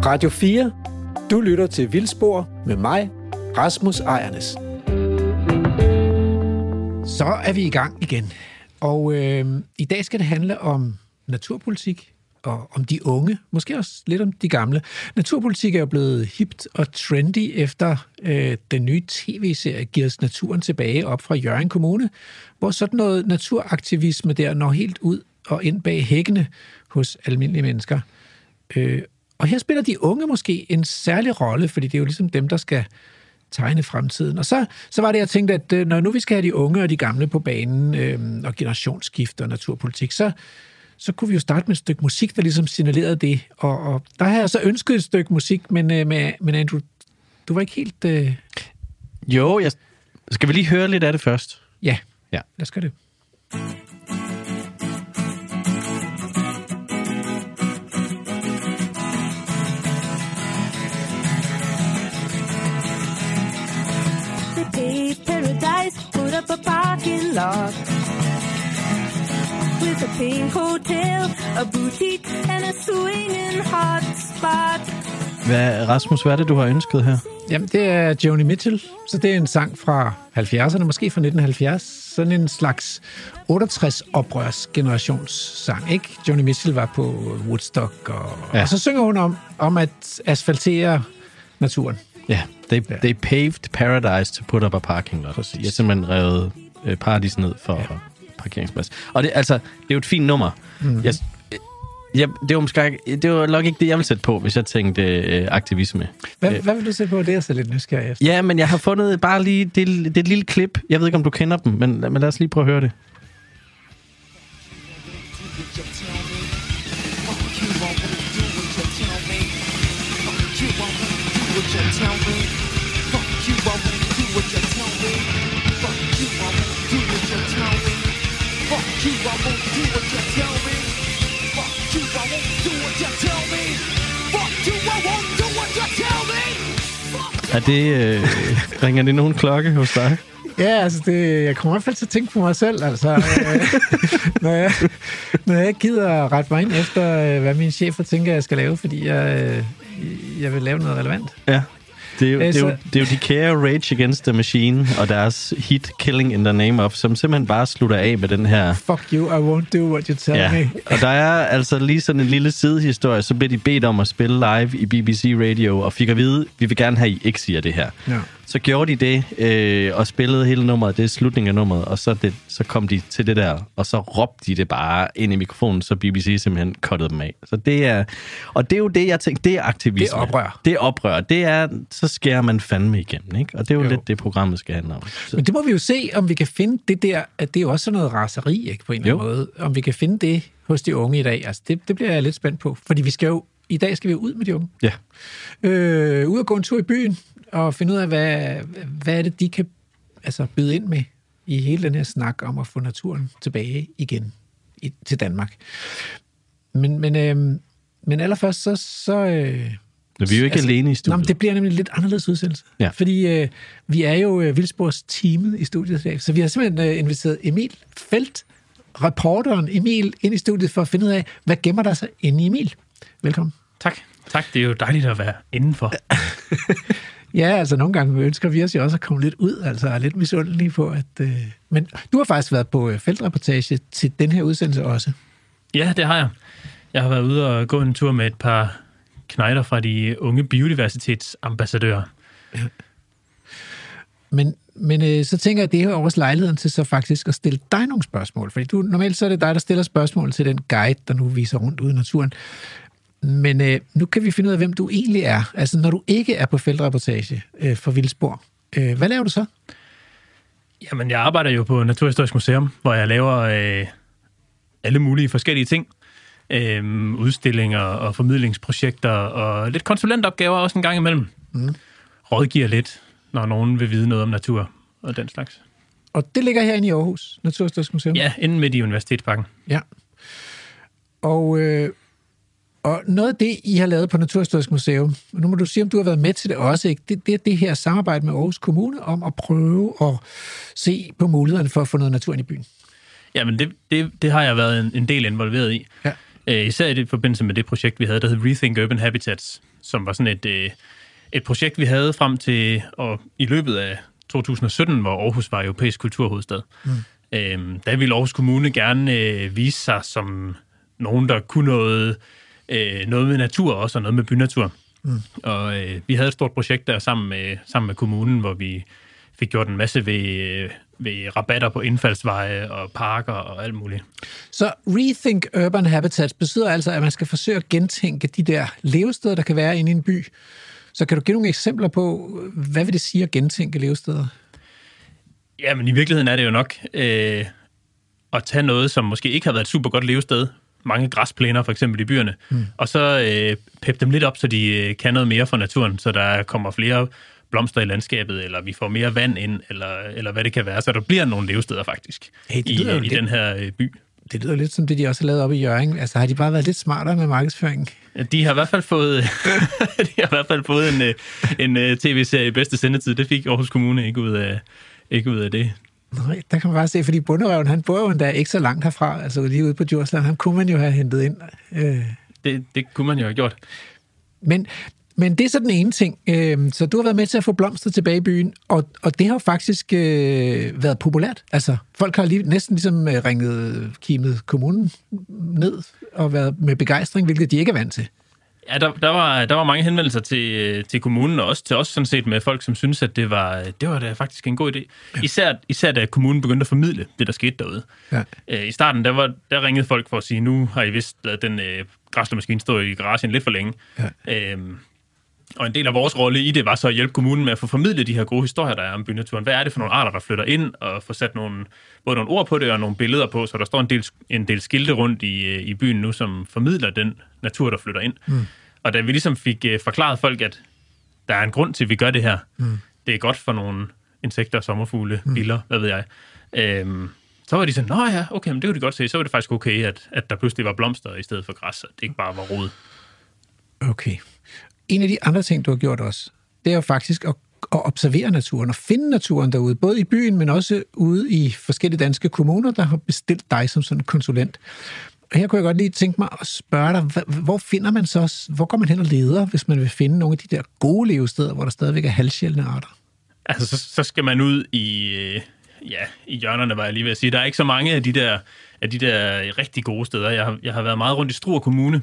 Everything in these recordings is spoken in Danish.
Radio 4. Du lytter til Vildspor med mig, Rasmus Ejernes. Så er vi i gang igen. Og i dag skal det handle om naturpolitik og om de unge, måske også lidt om de gamle. Naturpolitik er jo blevet hipt og trendy efter den nye tv-serie Giv os naturen tilbage op fra Hjørring Kommune, hvor sådan noget naturaktivisme der når helt ud og ind bag hækkene hos almindelige mennesker. Og her spiller de unge måske en særlig rolle, fordi det er jo ligesom dem, der skal tegne fremtiden. Og så var det, jeg tænkte, at når nu vi skal have de unge og de gamle på banen, og generationsskift og naturpolitik, så kunne vi jo starte med et stykke musik, der ligesom signalerede det. Og der har jeg så ønsket et stykke musik, men Andrew, du var ikke helt... Jo, skal vi lige høre lidt af det først? Ja. Lad os gøre det. Put up a parking lot with a pink hotel, a boutique and a swinging hot spot. Rasmus, hvad er det, du har ønsket her? Jamen, det er Joni Mitchell, så det er en sang fra 70'erne, måske fra 1970. Sådan en slags 68-oprørs-generationssang, ikke? Joni Mitchell var på Woodstock, og så synger hun om at asfaltere naturen. Ja, they paved paradise to put up a parking lot. Præcis. De har simpelthen revet paradis ned for parkeringsplads. Og det er jo et fint nummer. Mm. Det var nok ikke det, jeg ville sætte på, hvis jeg tænkte aktivisme. Hvad vil du sætte på? Det er så lidt nysgerrig efter. Ja, men jeg har fundet bare lige det lille klip. Jeg ved ikke, om du kender dem, men lad os lige prøve at høre det. Er det, ringer det nogen klokke hos dig? Ja, altså jeg kommer i hvert fald til at tænke på mig selv, altså, når jeg ikke gider rette mig ind efter, hvad mine chefer tænker, jeg skal lave, fordi jeg vil lave noget relevant. Ja. Det er jo de kære Rage Against the Machine og deres hit Killing in the Name of, som simpelthen bare slutter af med den her... Fuck you, I won't do what you tell me. Og der er altså lige sådan en lille sidehistorie, så blev de bedt om at spille live i BBC Radio, og fik at vide, vi vil gerne have, I ikke siger det her. Ja. Så gjorde de det, og spillede hele nummeret, det er slutningen af nummeret, og så kom de til det der, og så råbte de det bare ind i mikrofonen, så BBC simpelthen cuttede dem af. Så det er, og det er jo det, jeg tænkte, det er aktivisme. Det er oprør. Det er oprør. Det er, så skærer man fandme igennem, ikke? Og det er jo lidt det, programmet skal handle om. Så. Men det må vi jo se, om vi kan finde det der, at det er jo også sådan noget raseri, ikke, på en eller anden måde. Om vi kan finde det hos de unge i dag. Altså, det bliver jeg lidt spændt på, fordi i dag skal vi jo ud med de unge. Ja. Ud og gå en tur i byen, og finde ud af, hvad er det, de kan byde ind med i hele den her snak om at få naturen tilbage igen til Danmark. Men allerførst så vi er jo ikke alene i studiet. Nå, det bliver nemlig lidt anderledes udsendelse. Ja. Fordi vi er jo Vildspors-teamet i studiet i dag, så vi har simpelthen inviteret Emil Felt, reporteren Emil, ind i studiet for at finde ud af, hvad gemmer der sig inde i Emil. Velkommen. Tak, det er jo dejligt at være indenfor. Ja, altså nogle gange ønsker vi os jo også at komme lidt ud, altså er lidt misundelige på, at... Men du har faktisk været på feltreportage til den her udsendelse også. Ja, det har jeg. Jeg har været ude og gå en tur med et par knejder fra de unge biodiversitetsambassadører. Ja. Men så tænker jeg, at det er også lejligheden til så faktisk at stille dig nogle spørgsmål. Fordi normalt så er det dig, der stiller spørgsmål til den guide, der nu viser rundt ude i naturen. Men nu kan vi finde ud af, hvem du egentlig er. Altså, når du ikke er på feltreportage for Vildspor. Hvad laver du så? Jamen, jeg arbejder jo på Naturhistorisk Museum, hvor jeg laver alle mulige forskellige ting. Udstillinger og formidlingsprojekter og lidt konsulentopgaver også en gang imellem. Mm. Rådgiver lidt, når nogen vil vide noget om natur og den slags. Og det ligger herinde i Aarhus, Naturhistorisk Museum? Ja, inde midt i Universitetsparken. Ja. Og noget af det, I har lavet på Naturhistorisk Museum, og nu må du sige, om du har været med til det også, ikke? Det er det her samarbejde med Aarhus Kommune om at prøve at se på mulighederne for at få noget natur ind i byen. Jamen, det har jeg været en del involveret i. Ja. Især i forbindelse med det projekt, vi havde, der hed Rethink Urban Habitats, som var sådan et projekt, vi havde frem til og i løbet af 2017, hvor Aarhus var europæisk kulturhovedstad. Der ville Aarhus Kommune gerne vise sig som nogen, der kunne noget med natur også, og noget med bynatur. Og vi havde et stort projekt der sammen med kommunen, hvor vi fik gjort en masse ved rabatter på indfaldsveje og parker og alt muligt. Så Rethink Urban Habitats betyder altså, at man skal forsøge at gentænke de der levesteder, der kan være inde i en by. Så kan du give nogle eksempler på, hvad vil det sige at gentænke levesteder? Ja, men i virkeligheden er det jo nok at tage noget, som måske ikke har været et super godt levested, mange græsplæner for eksempel i byerne, og så peppe dem lidt op, så de kan noget mere for naturen, så der kommer flere blomster i landskabet, eller vi får mere vand ind, eller hvad det kan være, så der bliver nogle levesteder faktisk i den her by. Det lyder lidt som det, de også har lavet op i Hjørring. Altså har de bare været lidt smartere med markedsføringen? Ja, de har i hvert fald fået, en tv-serie i bedste sendetid. Det fik Aarhus Kommune ikke ud af det. Nej, der kan man bare se, fordi Bonderøven, han bor jo endda ikke så langt herfra, altså lige ude på Djursland, ham kunne man jo have hentet ind. Det kunne man jo have gjort. Men det er så den ene ting. Så du har været med til at få blomster tilbage i byen, og det har jo faktisk været populært. Altså, folk har næsten ligesom kimet kommunen ned og været med begejstring, hvilket de ikke er vant til. Ja, der var mange henvendelser til kommunen, og også til os sådan set med folk, som synes at det var da faktisk en god idé. Ja. Især da kommunen begyndte at formidle det, der skete derude. Ja. I starten, der ringede folk for at sige, nu har I vist ladet den græsslåmaskine stå i garagen lidt for længe. Ja. Og en del af vores rolle i det var så at hjælpe kommunen med at få formidlet de her gode historier, der er om bynaturen. Hvad er det for nogle arter, der flytter ind, og få sat både nogle ord på det og nogle billeder på, så der står en del skilte rundt i byen nu, som formidler den natur, der flytter ind. Og da vi ligesom fik forklaret folk, at der er en grund til, at vi gør det her, det er godt for nogle insekter, sommerfugle, biller, hvad ved jeg, så var de sådan, nå ja, okay, men det kunne de godt se. Så var det faktisk okay, at der pludselig var blomster i stedet for græs, og det ikke bare var rod. Okay. En af de andre ting, du har gjort også, det er jo faktisk at observere naturen og finde naturen derude, både i byen, men også ude i forskellige danske kommuner, der har bestilt dig som sådan en konsulent. Og her kunne jeg godt lige tænke mig at spørge dig, hvor går man hen og leder, hvis man vil finde nogle af de der gode levesteder, hvor der stadigvæk er halvsjældne arter? Altså, så skal man ud i hjørnerne, var jeg lige ved at sige. Der er ikke så mange af de der rigtig gode steder. Jeg har været meget rundt i Struer Kommune,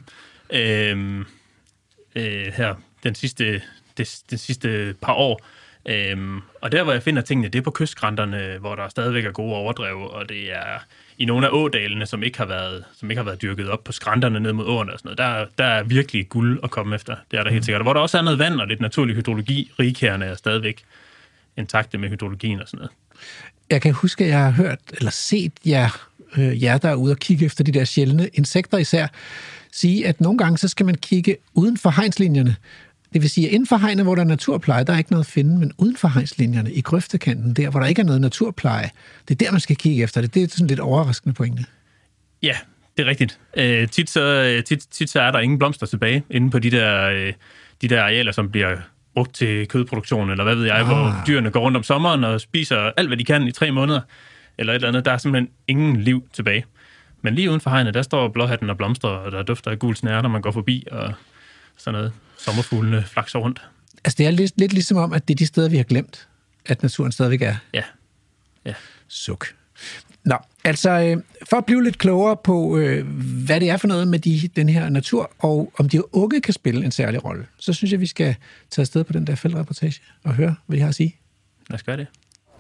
her den sidste par år. Og der, hvor jeg finder tingene, det er på kystskrænterne, hvor der stadigvæk er gode overdrev, og det er i nogle af ådalene, som ikke har været dyrket op på skrænterne ned mod åerne og sådan noget. Der er virkelig guld at komme efter. Det er der helt sikkert. Hvor der også er noget vand og lidt naturlig hydrologi. Rigkærne er stadigvæk intakte med hydrologien og sådan noget. Jeg kan huske, at jeg har hørt eller set jer der er ude og kigge efter de der sjældne insekter især, sige, at nogle gange så skal man kigge uden for hegnslinjerne. Det vil sige, at inden for hegnet, hvor der er naturpleje, der er ikke noget at finde, men uden for hegnslinjerne, i grøftekanten, der hvor der ikke er noget naturpleje, det er der, man skal kigge efter det. Det er sådan lidt overraskende pointe. Ja, det er rigtigt. Tit så er der ingen blomster tilbage inde på de der arealer, som bliver brugt til kødproduktion, eller hvad ved jeg, hvor dyrene går rundt om sommeren og spiser alt, hvad de kan i 3 måneder, eller et eller andet. Der er simpelthen ingen liv tilbage. Men lige uden for hegnet, der står blåhatten og blomster, og der dufter af gul snære, når man går forbi, og sådan noget. Sommerfuglene flakser rundt. Altså, det er lidt ligesom om, at det er de steder, vi har glemt, at naturen stadigvæk er. Ja. Suk. Nå, altså, for at blive lidt klogere på, hvad det er for noget med den her natur, og om de unge kan spille en særlig rolle, så synes jeg, vi skal tage afsted på den der feltreportage og høre, hvad de har at sige. Lad os gøre det.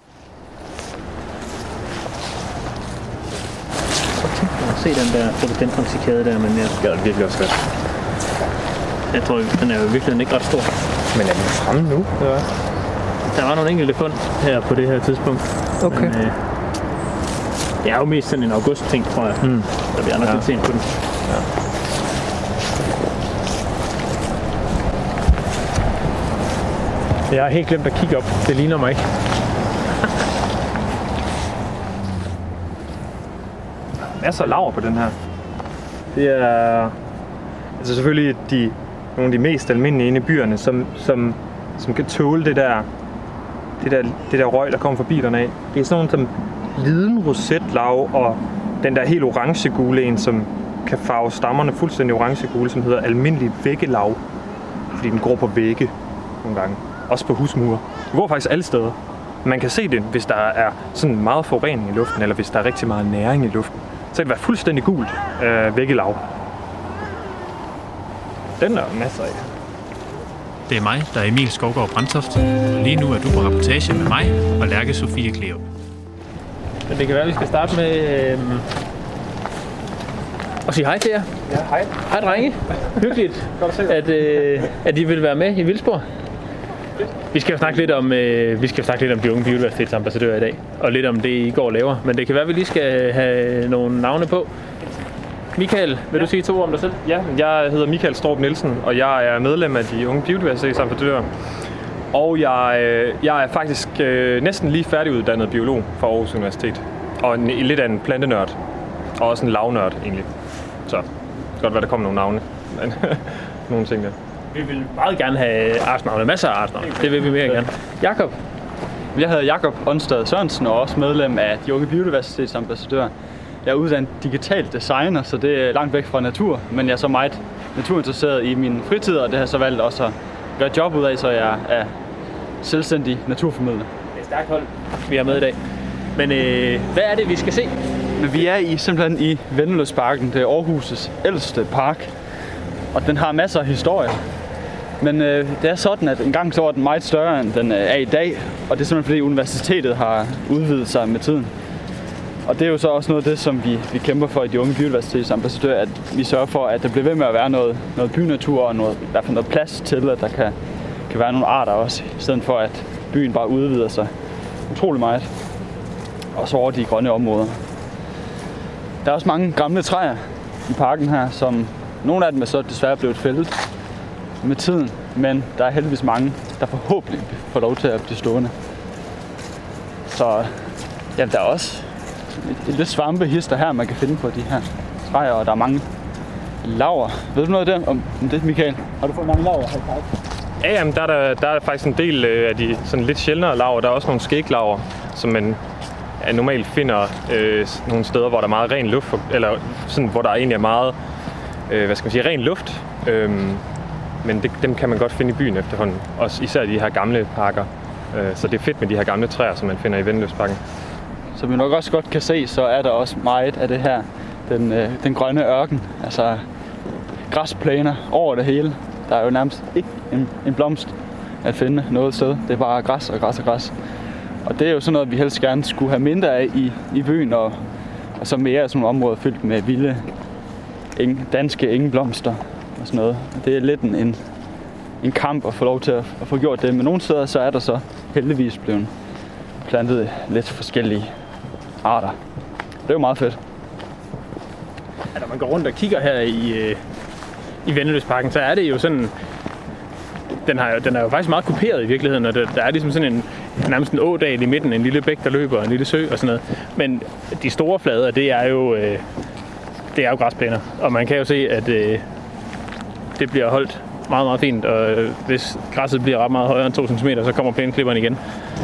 Se den der rhododendron-cikade der, men jeg gør det virkelig også godt. Jeg tror, den er jo virkelig ikke ret stor. Men er den fremme nu? Ja. Der var nogle enkelte fund her på det her tidspunkt. Okay. Men, det er jo mest sådan en august-ting, tror jeg. Der bliver nok lidt sent på den. Ja. Jeg har helt glemt at kigge op. Det ligner mig ikke. Masser af laver på den her. Det er altså selvfølgelig nogle af de mest almindelige inde i byerne, som kan tåle det der røg, der kommer fra bilerne af. Det er sådan nogle som liden rosetlav og den der helt orange gule en, som kan farve stammerne fuldstændig orange-gule, som hedder almindelig væggelav. Fordi den gror på vægge nogle gange. Også på husmure. Den går faktisk alle steder. Man kan se det, hvis der er sådan meget forurening i luften, eller hvis der er rigtig meget næring i luften. Så kan det være fuldstændig gult væggelav. Den er masser af. Det er mig, der er Emil Skovgaard Brandtoft. Lige nu er du på rapportage med mig og Lærke Sofie Kleo. Men det kan være, at vi skal starte med at sige hej til jer. Ja, hej. Hej drenge. Hyggeligt, at I vil være med i Vildspor. Vi skal jo snakke lidt om de unge biodiversitetsambassadører i dag, og lidt om det, I går og laver. Men det kan være, at vi lige skal have nogle navne på. Michael, vil du sige 2 ord om dig selv? Ja, jeg hedder Michael Storp Nielsen, og jeg er medlem af de unge biodiversitetsambassadører. Og jeg er faktisk næsten lige færdiguddannet biolog fra Aarhus Universitet. Og lidt af en plantenørd, og også en lavnørd egentlig. Så det kan godt være, der kommer nogle navne, men nogle ting der. Vi vil meget gerne have artsnavne, masser af artsnavne. Det vil vi mere gerne. Jakob? Jeg hedder Jakob Onsted Sørensen og også medlem af de unge biodiversitetsambassadører. Jeg er uddannet digital designer, så det er langt væk fra natur, men jeg er så meget naturinteresseret i min fritid, og det har jeg så valgt også at gøre et job ud af, så jeg er selvstændig naturformidler. Det er et stærkt hold, vi har med i dag. Men hvad er det, vi skal se? Men vi er simpelthen i Vendeløsparken. Det er Aarhus' ældste park, og den har masser af historie. Men det er sådan, at engang så var den meget større, end den er i dag, og det er simpelthen fordi universitetet har udvidet sig med tiden. Og det er jo så også noget af det, som vi kæmper for i de unge biodiversitetsambassadører, at vi sørger for, at der bliver ved med at være noget bynatur og i hvert fald noget plads til, at der kan være nogle arter også, i stedet for at byen bare udvider sig utrolig meget. Og så over de grønne områder. Der er også mange gamle træer i parken her, som nogle af dem er så desværre blevet fældet med tiden, men der er heldigvis mange, der forhåbentlig får lov til at blive stående. Så ja, der er også et lidt svampehister her, man kan finde på de her træer, og der er mange laver. Ved du noget om det, Michael? Har du fået mange laver her i parken? Ja, jamen, der er faktisk en del af de sådan lidt sjældnere laver. Der er også nogle skæglaver, som man normalt finder nogle steder, hvor der er meget ren luft, eller sådan, hvor der egentlig er meget, ren luft. Men dem kan man godt finde i byen efterhånden. Også især de her gamle parker. Så det er fedt med de her gamle træer, som man finder i Vendeløsparken. Som vi nok også godt kan se, så er der også meget af det her, den grønne ørken. Altså græsplæner over det hele. Der er jo nærmest ikke en blomst at finde noget sted. Det er bare græs og græs og græs. Og det er jo sådan noget, vi helst gerne skulle have mindre af i byen, og så mere af sådan nogle områder fyldt med vilde danske engblomster og sådan noget. Det er lidt en kamp at få lov til at få gjort det, men nogle steder så er der så heldigvis blevet plantet lidt forskellige arter. Det er jo meget fedt. Ja, når man går rundt og kigger her i Vendeløsparken, så er det jo sådan, den er jo faktisk meget kuperet i virkeligheden, og der er ligesom sådan nærmest en ådal i midten, en lille bæk, der løber, en lille sø og sådan noget. Men de store flader, det er jo græsplæner, og man kan jo se, at det bliver holdt meget, meget fint, og hvis græsset bliver ret meget højere end 2 cm, så kommer plæneklipperne igen.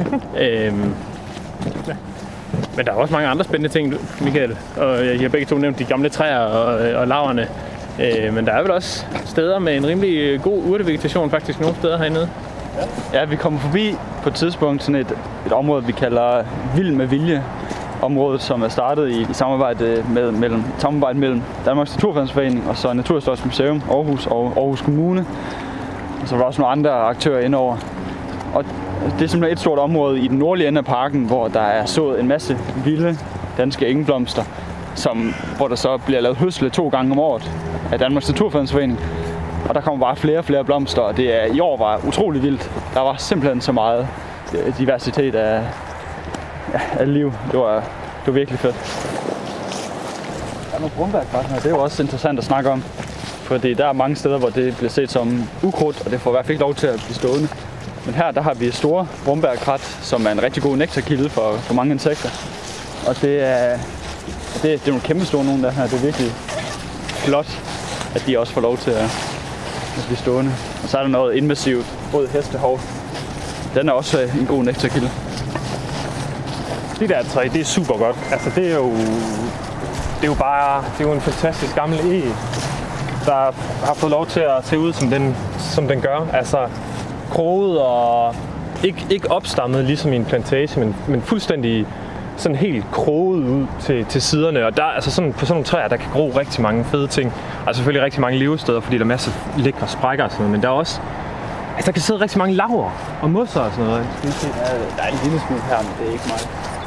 Men der er også mange andre spændende ting, Michael, og jeg har begge to nævnt de gamle træer og laverne. Men der er vel også steder med en rimelig god urtevegetation, faktisk nogle steder hernede. Ja, vi kommer forbi på et tidspunkt sådan et område, vi kalder Vild med Vilje området, som er startet i samarbejde mellem Danmarks Naturfredningsforening og så Naturhistorisk Museum Aarhus og Aarhus Kommune. Og så var der også nogle andre aktører indover. Og det er simpelthen et stort område i den nordlige ende af parken, hvor der er sået en masse vilde danske engeblomster, hvor der så bliver lavet høsle 2 gange om året af Danmarks Naturfredningsforening. Og der kommer bare flere og flere blomster, og i år var utrolig vildt. Der var simpelthen så meget diversitet af liv. Det var virkelig fedt. Der er nogle brombærkrat her, det er jo også interessant at snakke om. Fordi der er mange steder, hvor det bliver set som ukrudt, og det får i hvert fald ikke lov til at blive stående. Men her der har vi store brombærkrat, som er en rigtig god nektarkilde for mange insekter. Og det er nogle kæmpe store nogle der her. Det er virkelig flot, at de også får lov til at blive stående. Og så er der noget invasivt rød hestehov. Den er også en god nektarkilde. Det der træ, det er super godt. Altså det er jo det er jo en fantastisk gammel eg, der har fået lov til at se ud, som den gør. Altså kroget og ikke opstammet ligesom i en plantage, men fuldstændig sådan helt kroget ud til siderne. Og der altså sådan, på sådan nogle træer, der kan gro rigtig mange fede ting. Altså selvfølgelig rigtig mange levesteder, fordi der er masser af lækre sprækker og sådan noget. Men der er også, altså der kan sidde rigtig mange laver og mosser og sådan noget. Der er en lille smule her, men det er ikke meget.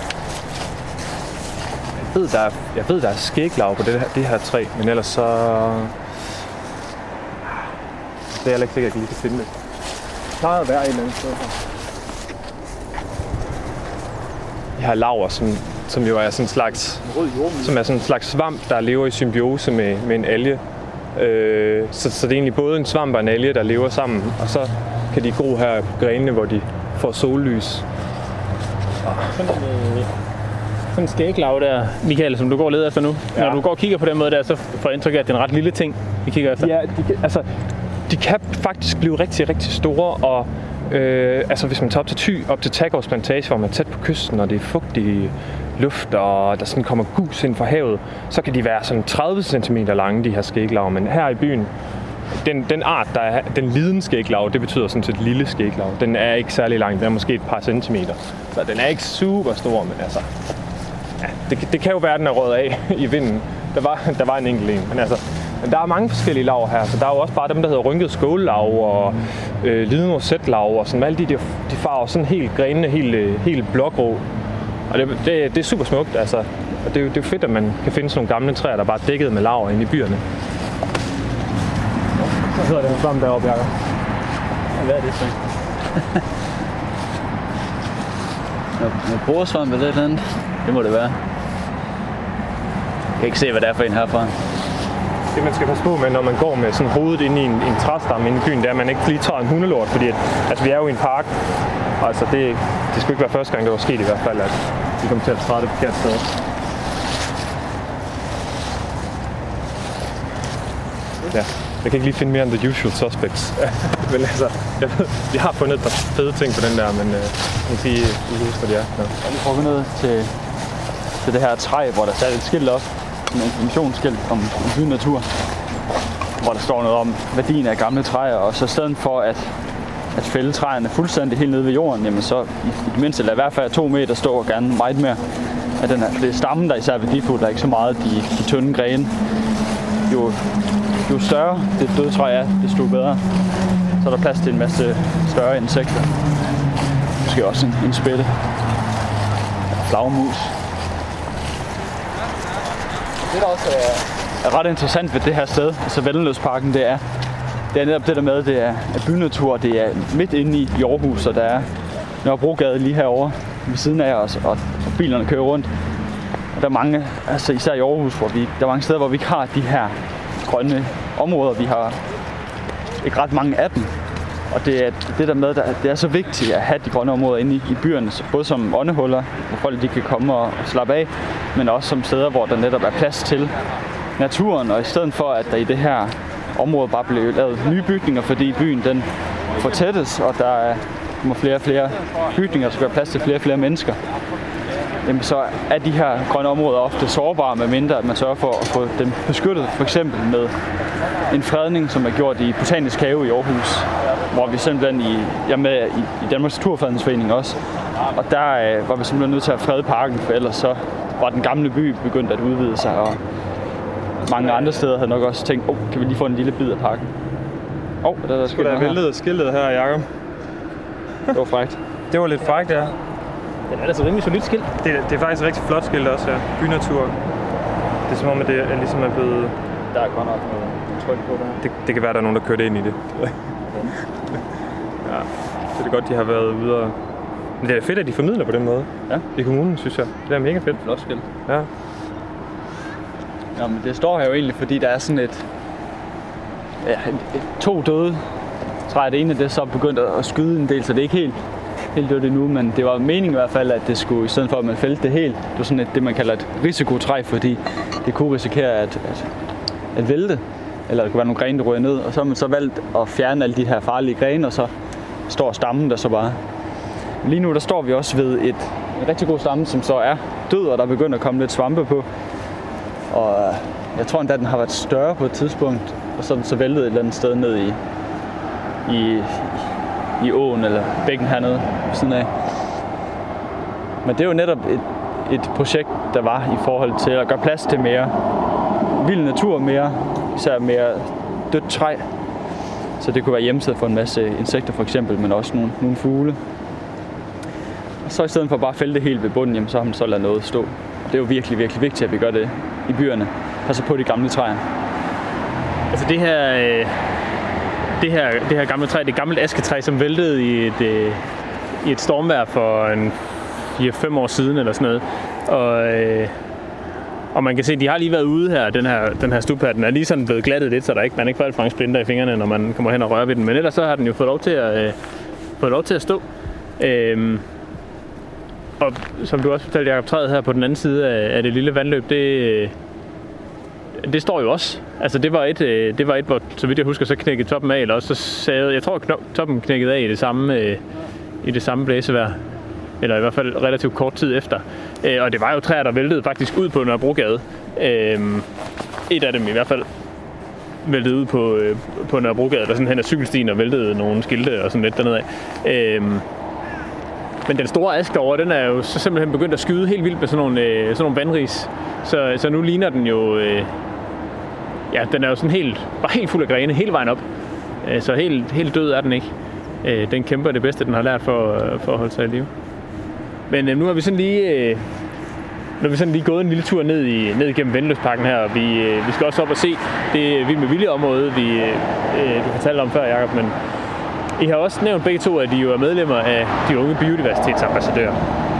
Jeg ved, der er skæglav på det her træ, men ellers så... Det er heller ikke sikkert, at jeg lige kan finde det. Det plejer at være et eller andet sted her. De her laver, som jo er sådan en slags... Som er sådan en slags svamp, der lever i symbiose med en alge. Så det er egentlig både en svamp og en alge, der lever sammen. Og så kan de gro her på grenene, hvor de får sollys. Sådan en skæglav der, Michael, som du går og leder efter nu. Ja. Når du går og kigger på den måde der, så får jeg indtryk af, at det er en ret lille ting, vi kigger efter. Ja, de kan faktisk blive rigtig, rigtig store, og altså hvis man tager op til Tagårds Plantage, hvor man er tæt på kysten, og det er fugtig luft, og der sådan kommer gus ind fra havet, så kan de være sådan 30 cm lange, de her skæglav. Men her i byen, den art, der er den liden skæglav, det betyder sådan set lille skæglav. Den er ikke særlig lang, den er måske et par centimeter. Så den er ikke super stor, men altså... Ja, det kan jo være, den er røget af i vinden. Der var en enkelt en, men altså... Der er mange forskellige lav her, så der er jo også bare dem, der hedder rynket skållav og liden rosetlav og sådan. Alle de farver sådan helt grenene, helt blågrå. Og det er super smukt, altså. Og det er jo fedt, at man kan finde sådan nogle gamle træer, der bare er dækket med laver inde i byerne. Så hedder det en svamp deroppe, Jacob. Hvad er det så? Noget boresvamp eller et eller andet? Det må det være. Jeg kan ikke se, hvad det er for en herfra. Det, man skal passe på med, når man går med sådan hovedet inde i en træstamme inde i byen, det er, at man ikke lige tager en hundelort, fordi vi er jo i en park. Altså, det skulle ikke være første gang, det var sket i hvert fald, at vi kom til at træde det forkert sted. Ja, jeg kan ikke lige finde mere end The Usual Suspects. Men altså, jeg ved, vi har fundet et par fede ting på den der, men jeg kan sige, I husker, hvad det er. Ja. Jeg prøver ned til det her træ, hvor der er sat et skilt op. En informationsskilt om by natur, hvor der står noget om værdien af gamle træer, og så i stedet for at fælde træerne fuldstændig helt nede ved jorden, jamen så i det mindste lad i hvert fald 2 meter stå og gerne meget mere af den her. Det er stammen, der især er værdifuld, der er ikke så meget de tynde grene. Jo større det døde træ er, desto bedre. Så er der plads til en masse større insekter. Måske også en spætte. Flagermus. Det der også er ret interessant ved det her sted, altså Vellenløsparken, det er netop det der med, det er bynatur, det er midt inde i Aarhus, og der er Nørrebrogade lige herovre ved siden af os, og bilerne kører rundt. Og der er mange, altså især i Aarhus, der er mange steder, hvor vi ikke har de her grønne områder. Vi har ikke ret mange af dem. Og det er det der med, det er så vigtigt at have de grønne områder inde i byerne, både som åndehuller, hvor folk de kan komme og slappe af, men også som steder, hvor der netop er plads til naturen. Og i stedet for, at der i det her område bare bliver lavet nye bygninger, fordi byen den fortættes, og der kommer flere og flere bygninger, så gør plads til flere og flere mennesker, jamen så er de her grønne områder ofte sårbare, medmindre at man sørger for at få dem beskyttet, for eksempel med en fredning, som er gjort i Botanisk Have i Aarhus, hvor vi simpelthen jeg er med i Danmarks Naturfredningsforening også, og der var vi simpelthen nødt til at frede parken, for ellers så var den gamle by begyndt at udvide sig, og mange andre steder havde nok også tænkt, kan vi lige få en lille bid af parken? Der skulle da væltet skiltet her, Jacob. Det var frækt. Det var lidt frækt, ja. Det er altså rimelig solidt skilt. Det er faktisk et rigtig flot skilt også, ja. Bynatur. Det er som om, at det er ligesom er blevet... Der er godt nok noget tryk på det. Det kan være, at der er nogen, der kørte ind i det. Ja, så det er godt, de har været ude og... Men det er fedt, at de formidler på den måde. Ja. I kommunen, synes jeg. Det er mega fedt. Flot skilt. Ja. Jamen, det står her jo egentlig, fordi der er sådan et 2 døde træer. Det ene, det er så begyndt at skyde en del, så det er ikke helt dødt endnu, men det var meningen i hvert fald, at det skulle, i stedet for at man fældte det helt, det var sådan det man kalder et risikotræ, fordi det kunne risikere at vælte, eller der kunne være nogle grene, der ryger ned, og så har man så valgt at fjerne alle de her farlige grene, og så står stammen der så bare. Lige nu der står vi også ved en rigtig god stamme, som så er død, og der begynder at komme lidt svampe på. Og jeg tror endda, den har været større på et tidspunkt, og så er den så væltet et eller andet sted ned i åen eller bækken hernede ved siden af. Men det er jo netop et projekt, der var i forhold til at gøre plads til mere vild natur, især mere dødt træ. Så det kunne være hjemsted for en masse insekter for eksempel, men også nogle fugle. Og så i stedet for bare at fælde det helt ved bunden, jamen, så har man så ladet noget stå. Det er jo virkelig, virkelig vigtigt, at vi gør det i byerne. Passer på de gamle træer. Altså det her gamle træ, det gamle asketræ, som væltede i et stormvejr for en 4-5 år siden eller sådan noget. Og man kan se, at de har lige været ude her, den her stup her. Den er lige sådan blevet glattet lidt, så man ikke får alt for mange splinter i fingrene, når man kommer hen og rører ved den. Men ellers så har den jo fået lov til at stå. Og som du også fortalte, Jacob, træet her på den anden side af det lille vandløb, det står jo også. Altså det var et, hvor, så vidt jeg husker, så knækkede toppen af, eller også så sagde jeg tror, toppen knækkede af i det samme blæsevejr. Eller i hvert fald relativt kort tid efter. Og det var jo træer, der væltede faktisk ud på Nørrebrogade. Et af dem i hvert fald væltede ud på Nørrebrogade, der sådan hen ad cykelstien og væltede nogle skilte og sådan lidt dernede af. Men den store ask derovre, den er jo så simpelthen begyndt at skyde helt vildt med sådan nogle vandris. Så nu ligner den jo... den er jo sådan bare helt fuld af grene hele vejen op. Så helt død er den ikke. Den kæmper det bedste, den har lært for at holde sig i live. Men nu har vi sådan lige gået en lille tur ned igennem Vendeløsparken her. Vi skal også op og se det Vild med Vilje-område, du fortalte om før, Jacob. Men I har også nævnt begge to, at I jo er medlemmer af de unge biodiversitetsambassadører.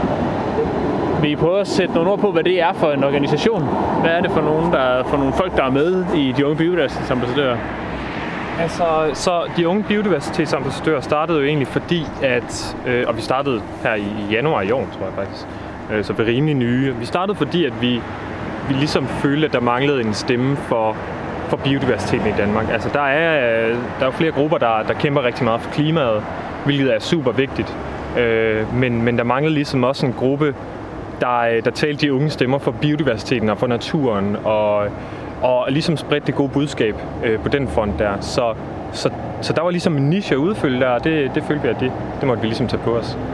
Vil I prøve at sætte nogle ord på, hvad det er for en organisation? Hvad er det for nogle folk, der er med i de unge biodiversitetsambassadører? Altså, så de unge biodiversitetsambassadører startede jo egentlig fordi, og vi startede her i januar i år, tror jeg faktisk, så vi er rimelig nye. Vi startede fordi, at vi ligesom følte, at der manglede en stemme for biodiversiteten i Danmark. Altså, der er jo flere grupper, der kæmper rigtig meget for klimaet, hvilket er super vigtigt. Men der manglede ligesom også en gruppe, der talte de unge stemmer for biodiversiteten og for naturen, og ligesom spredte det gode budskab på den front der. Så der var ligesom en niche at udfylde der, og det følte vi, at det måtte vi ligesom tage på os.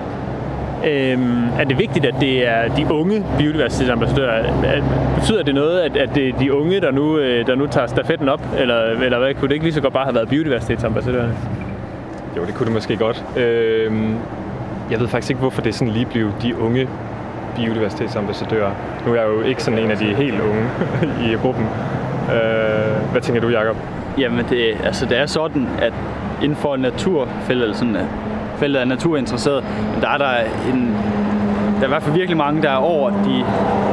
Er det vigtigt, at det er de unge biodiversitetsambassadører? Betyder det noget, at det er de unge, der nu tager stafetten op? Eller hvad? Kunne det ikke lige så godt bare have været biodiversitetsambassadørerne? Jo, det kunne det måske godt. Jeg ved faktisk ikke, hvorfor det sådan lige blev de unge biodiversitetsambassadører. Nu er jeg jo ikke sådan en af de helt unge i gruppen. Hvad tænker du, Jacob? Jamen, det er sådan, at inden for naturfeltet, eller sådan feltet af naturinteresseret, der er i hvert fald virkelig mange, der er over de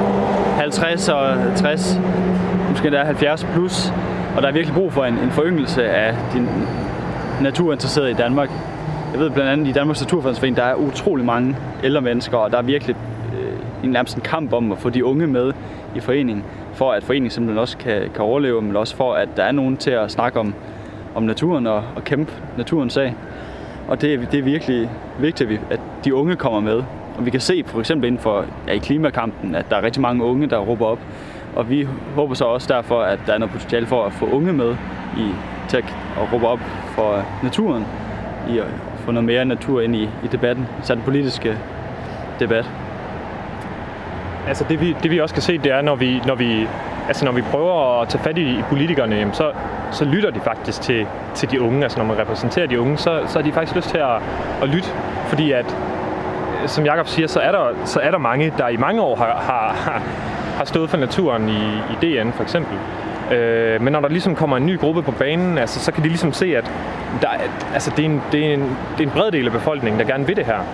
50 og 60, måske der er 70 plus, og der er virkelig brug for en foryngelse af de naturinteresserede i Danmark. Jeg ved blandt andet, i Danmarks Naturfredningsforening, der er utrolig mange ældre mennesker, og der er virkelig nærmest en kamp om at få de unge med i foreningen, for at foreningen simpelthen også kan overleve, men også for, at der er nogen til at snakke om naturen og kæmpe naturens sag. Og det er virkelig vigtigt, at de unge kommer med. Og vi kan se for eksempel inden for i klimakampen, at der er rigtig mange unge, der råber op. Og vi håber så også derfor, at der er noget potentiale for at få unge med til at råbe op for naturen, i at få noget mere natur ind i debatten, så den politiske debat. Altså det vi også kan se, det er, når vi prøver at tage fat i politikerne, jamen, så lytter de faktisk til de unge. Altså når man repræsenterer de unge, så har de faktisk lyst til at lytte. Fordi at, som Jacob siger, så er der mange, der i mange år har stået for naturen i DN for eksempel. Men når der ligesom kommer en ny gruppe på banen, altså, så kan de ligesom se, at det er en bred del af befolkningen, der gerne vil det her.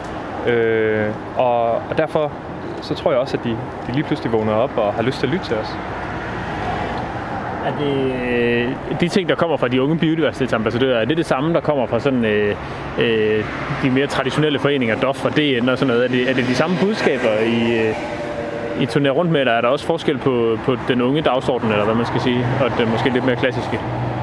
Og derfor så tror jeg også, at de lige pludselig vågner op og har lyst til at lytte til os. Er det de ting, der kommer fra de unge biodiversitetsambassadører, er det samme, der kommer fra sådan de mere traditionelle foreninger, DOF og DN og sådan noget? Er det de samme budskaber, I turnerer rundt med, eller er der også forskel på den unge dagsorden, eller hvad man skal sige, og den måske lidt mere klassiske?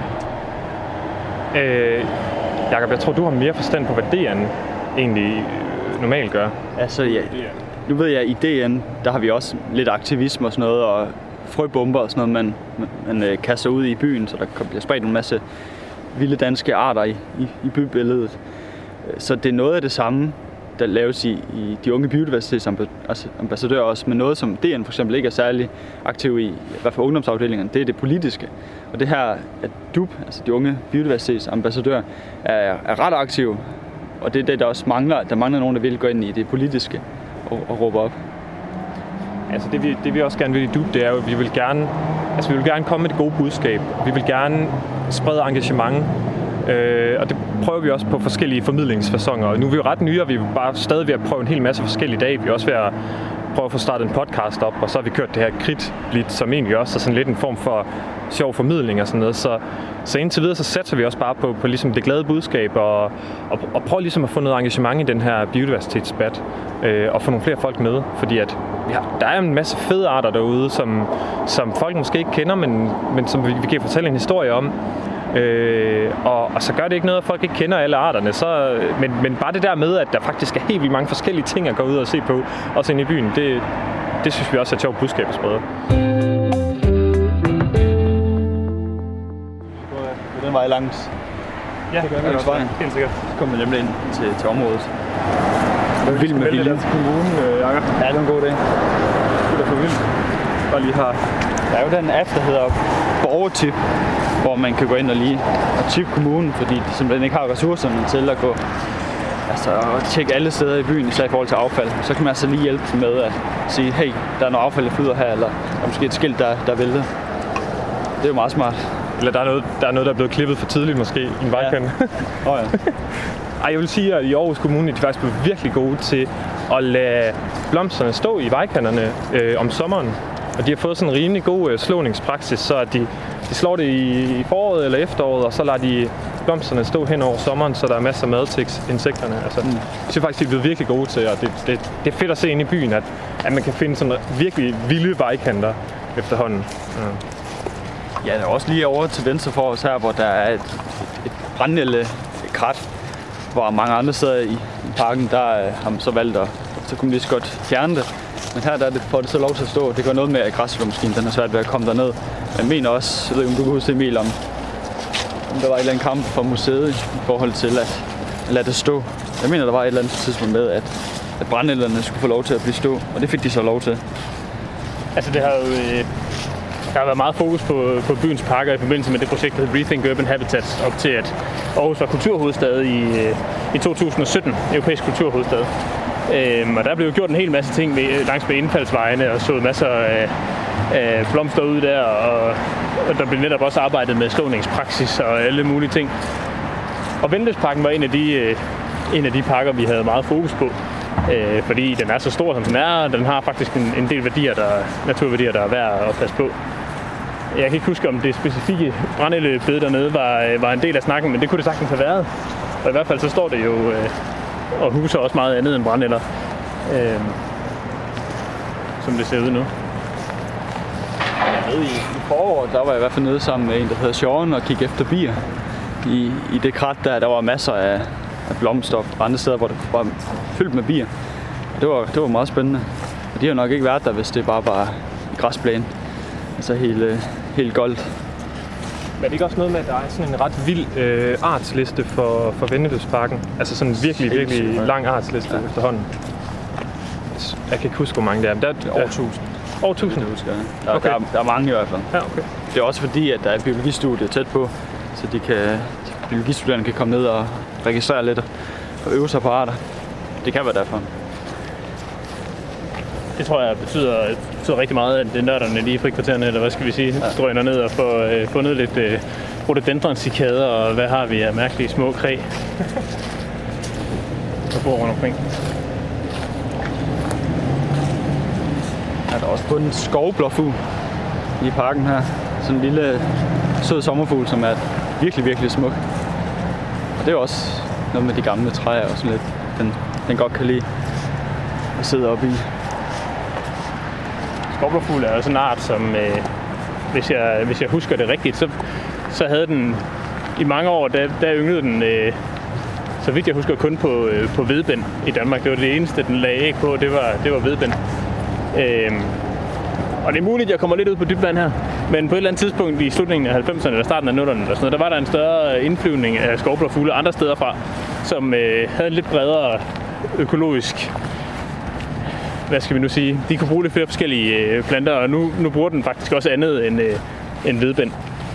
Jacob, jeg tror, du har mere forstand på, hvad DN egentlig normalt gør. Altså, ja. Nu ved jeg, at i DN, der har vi også lidt aktivisme og sådan noget, og frøbomber og sådan noget, man kaster ud i byen, så der bliver spredt en masse vilde danske arter i bybilledet. Så det er noget af det samme, der laves i de unge biodiversitetsambassadører også, men noget som DN for eksempel ikke er særlig aktiv i hvert fald ungdomsafdelingerne, det er det politiske. Og det her, at DUB, altså de unge biodiversitetsambassadører, er ret aktive, og det er det, der også mangler. Der mangler nogen, der vil gå ind i det politiske og råbe op. Altså det vi også gerne vil i DUB, det er jo, at vi vil gerne komme med det gode budskab. Vi vil gerne sprede engagement. Og det prøver vi også på forskellige formidlingsfaconer. Nu er vi jo ret nye, og vi er bare stadig ved at prøve en hel masse forskellige dage. Vi er også ved at prøve at få startet en podcast op, og så har vi kørt det her Krit-blit, som egentlig også er sådan lidt en form for sjov formidling og sådan noget. Så indtil videre, så sætter vi også bare på ligesom det glade budskab, og prøver ligesom at få noget engagement i den her biodiversitetsdebat, og få nogle flere folk med. Fordi at der er en masse fede arter derude, som folk måske ikke kender, men som vi kan fortælle en historie om. Og så gør det ikke noget, at folk ikke kender alle arterne, men bare det der med, at der faktisk er helt vildt mange forskellige ting at gå ud og se på, også inde i byen, det synes vi også er et sjovt budskab at sprede. Den vej langt. Ja, det gør vi. Helt sikkert. Så kommer vi nemlig ind til området. Det er vildt med vilje. Kommunen, Jakob. Ja, det er en god dag. Det er for vildt. Bare lige her. Der er jo den app, der hedder Borgertip, hvor man kan gå ind og tippe kommunen, fordi de simpelthen ikke har ressourcerne til at gå og tjekke alle steder i byen, især i forhold til affald. Så kan man altså lige hjælpe med at sige, hey, der er noget affald, der flyder her, eller der er måske et skilt, der vælter. Det er jo meget smart. Eller der er noget, der er blevet klippet for tidligt måske i en vejkant. Ja. Ej, jeg vil sige, at i Aarhus Kommune de er faktisk blevet virkelig gode til at lade blomsterne stå i vejkanterne om sommeren. Og de har fået sådan en rimelig god slåningspraksis, så at de slår det i foråret eller efteråret, og så lader de blomsterne stå hen over sommeren, så der er masser af mad til insekterne. Altså, jeg synes faktisk, de er blevet virkelig gode til, og det er fedt at se inde i byen, at man kan finde sådan virkelig vilde vejkanter efterhånden. Ja, der er også lige over til venstre for os her, hvor der er et brændenældekrat, hvor mange andre steder i parken, der har man så valgt at, så kunne man lige så godt fjerne det. Men her der får det så lov til at stå. Det går noget med, at græsslåmaskinen den er svært ved at komme derned. Jeg mener også, jeg ved ikke, om du kan huske, Emil, om der var et eller andet kamp for museet i forhold til at lade det stå. Jeg mener, der var et eller andet tidspunkt med, at brændenælderne skulle få lov til at blive stå, og det fik de så lov til. Altså det har jo der har været meget fokus på byens parker i forbindelse med det projekt, der hedder Rethink Urban Habitats, op til at Aarhus var kulturhovedstad i 2017, europæisk kulturhovedstad. Og der blev jo gjort en hel masse ting langs med indfaldsvejene og så masser af blomster ud der, og der blev netop også arbejdet med slåningspraksis og alle mulige ting. Og Venløsparken var en af de parker, vi havde meget fokus på, fordi den er så stor, som den er, og den har faktisk en del naturværdier, der er værd at passe på. Jeg kan ikke huske, om det specifikke brændenældebed dernede var en del af snakken, men det kunne det sagtens have været. Og i hvert fald så står det jo og huser også meget andet end brændenælder, som det ser ud nu. Jeg ved, i foråret, der var jeg i hvert fald nede sammen med en, der hedder Sean, og kiggede efter bier. I det krat der var masser af blomster og andre steder, hvor det var fyldt med bier. Det var meget spændende. Og de har nok ikke været der, hvis det bare var græsplæne. Altså helt goldt. Men er det ikke også noget med, at der er sådan en ret vild artsliste for Venløsparken? Altså sådan en virkelig lang artsliste efterhånden. Jeg kan ikke huske, hvor mange det er. Men der er over 1000. Over 1000? Okay. Der er mange i hvert fald. Ja, okay. Det er også fordi, at der er et biologistudie tæt på, så biologistuderende kan komme ned og registrere lidt og øve sig på arter. Det kan være derfor. Det tror jeg betyder rigtig meget, at det er nørderne lige i frikvartererne, eller hvad skal vi sige, strøner ned og får fundet lidt rhododendron-cikader, og hvad har vi af mærkelige små kræ, der bor rundt omkring. Der er også fundet en skovblåfugl i parken her. Sådan en lille sød sommerfugl, som er virkelig, virkelig smuk. Og det er også noget med de gamle træer og sådan lidt, den godt kan lide at sidde oppe i. Skovblåfugl er jo sådan en art, som hvis jeg husker det rigtigt, så havde den i mange år, der ynglede den, så vidt jeg husker, kun på hvedbind i Danmark. Det var det eneste, den lagde æg på, det var hvedbind. Og det er muligt, at jeg kommer lidt ud på dybt vand her. Men på et eller andet tidspunkt i slutningen af 90'erne eller starten af 00'erne, eller sådan noget, der var der en større indflyvning af skovblåfugle andre steder fra, som havde en lidt bredere økologisk, hvad skal vi nu sige, de kunne bruge lidt flere forskellige planter, og nu bruger den faktisk også andet end hvedbænd.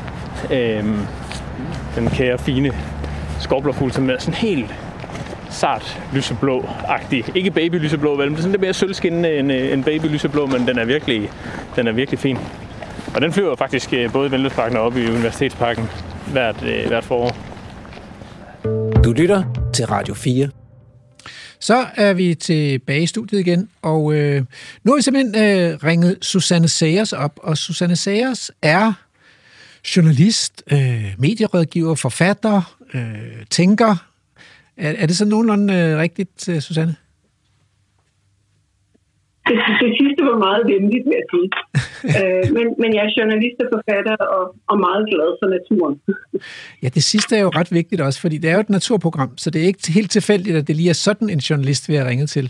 Den kære, fine skovblåfugl, som er sådan helt sart lyseblå-agtig. Ikke baby lyseblå, vel, men sådan lidt mere sølvskinnende end baby lyseblå, men den er virkelig fin. Og den flyver faktisk både i Venneløsparken og oppe i Universitetsparken hvert forår. Du lytter til Radio 4. Så er vi tilbage i studiet igen, og nu har vi simpelthen ringet Susanne Sayers op, og Susanne Sayers er journalist, medierådgiver, forfatter, tænker. Er det så nogenlunde rigtigt, Susanne? Det sidste var meget venligt, vil jeg sige. Men jeg er journalist og forfatter og meget glad for naturen. Ja, det sidste er jo ret vigtigt også, fordi det er jo et naturprogram, så det er ikke helt tilfældigt, at det lige er sådan en journalist, vi har ringet til.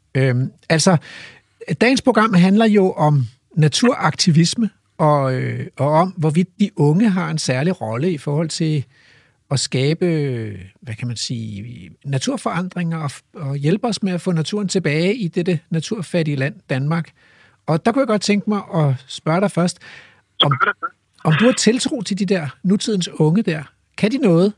Dagens program handler jo om naturaktivisme, og om, hvorvidt de unge har en særlig rolle i forhold til at skabe, hvad kan man sige, naturforandringer og hjælpe os med at få naturen tilbage i dette naturfattige land, Danmark. Og der kunne jeg godt tænke mig at spørge dig først, om du har tiltro til de der nutidens unge der. Kan de noget?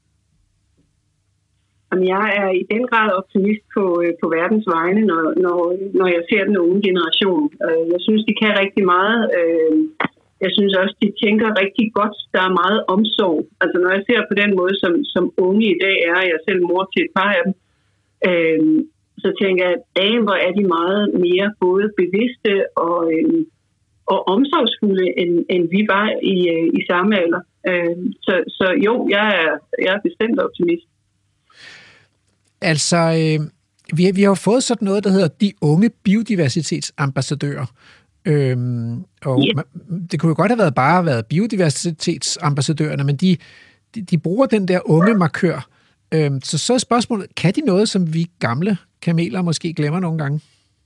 Jeg er i den grad optimist på verdens vegne, når jeg ser den unge generation. Jeg synes, de kan rigtig meget. Jeg synes også, de tænker rigtig godt. Der er meget omsorg. Altså når jeg ser på den måde, som unge i dag er, jeg er selv mor til et par af dem, så tænker jeg, at hvor er de meget mere både bevidste og omsorgsfulde, end vi var i samme alder. Så jo, jeg er bestemt optimist. Altså, vi har jo fået sådan noget, der hedder de unge biodiversitetsambassadører. Det kunne jo godt have været biodiversitetsambassadørerne, men de bruger den der unge markør. Så er spørgsmålet, kan de noget, som vi gamle kameler måske glemmer nogle gange?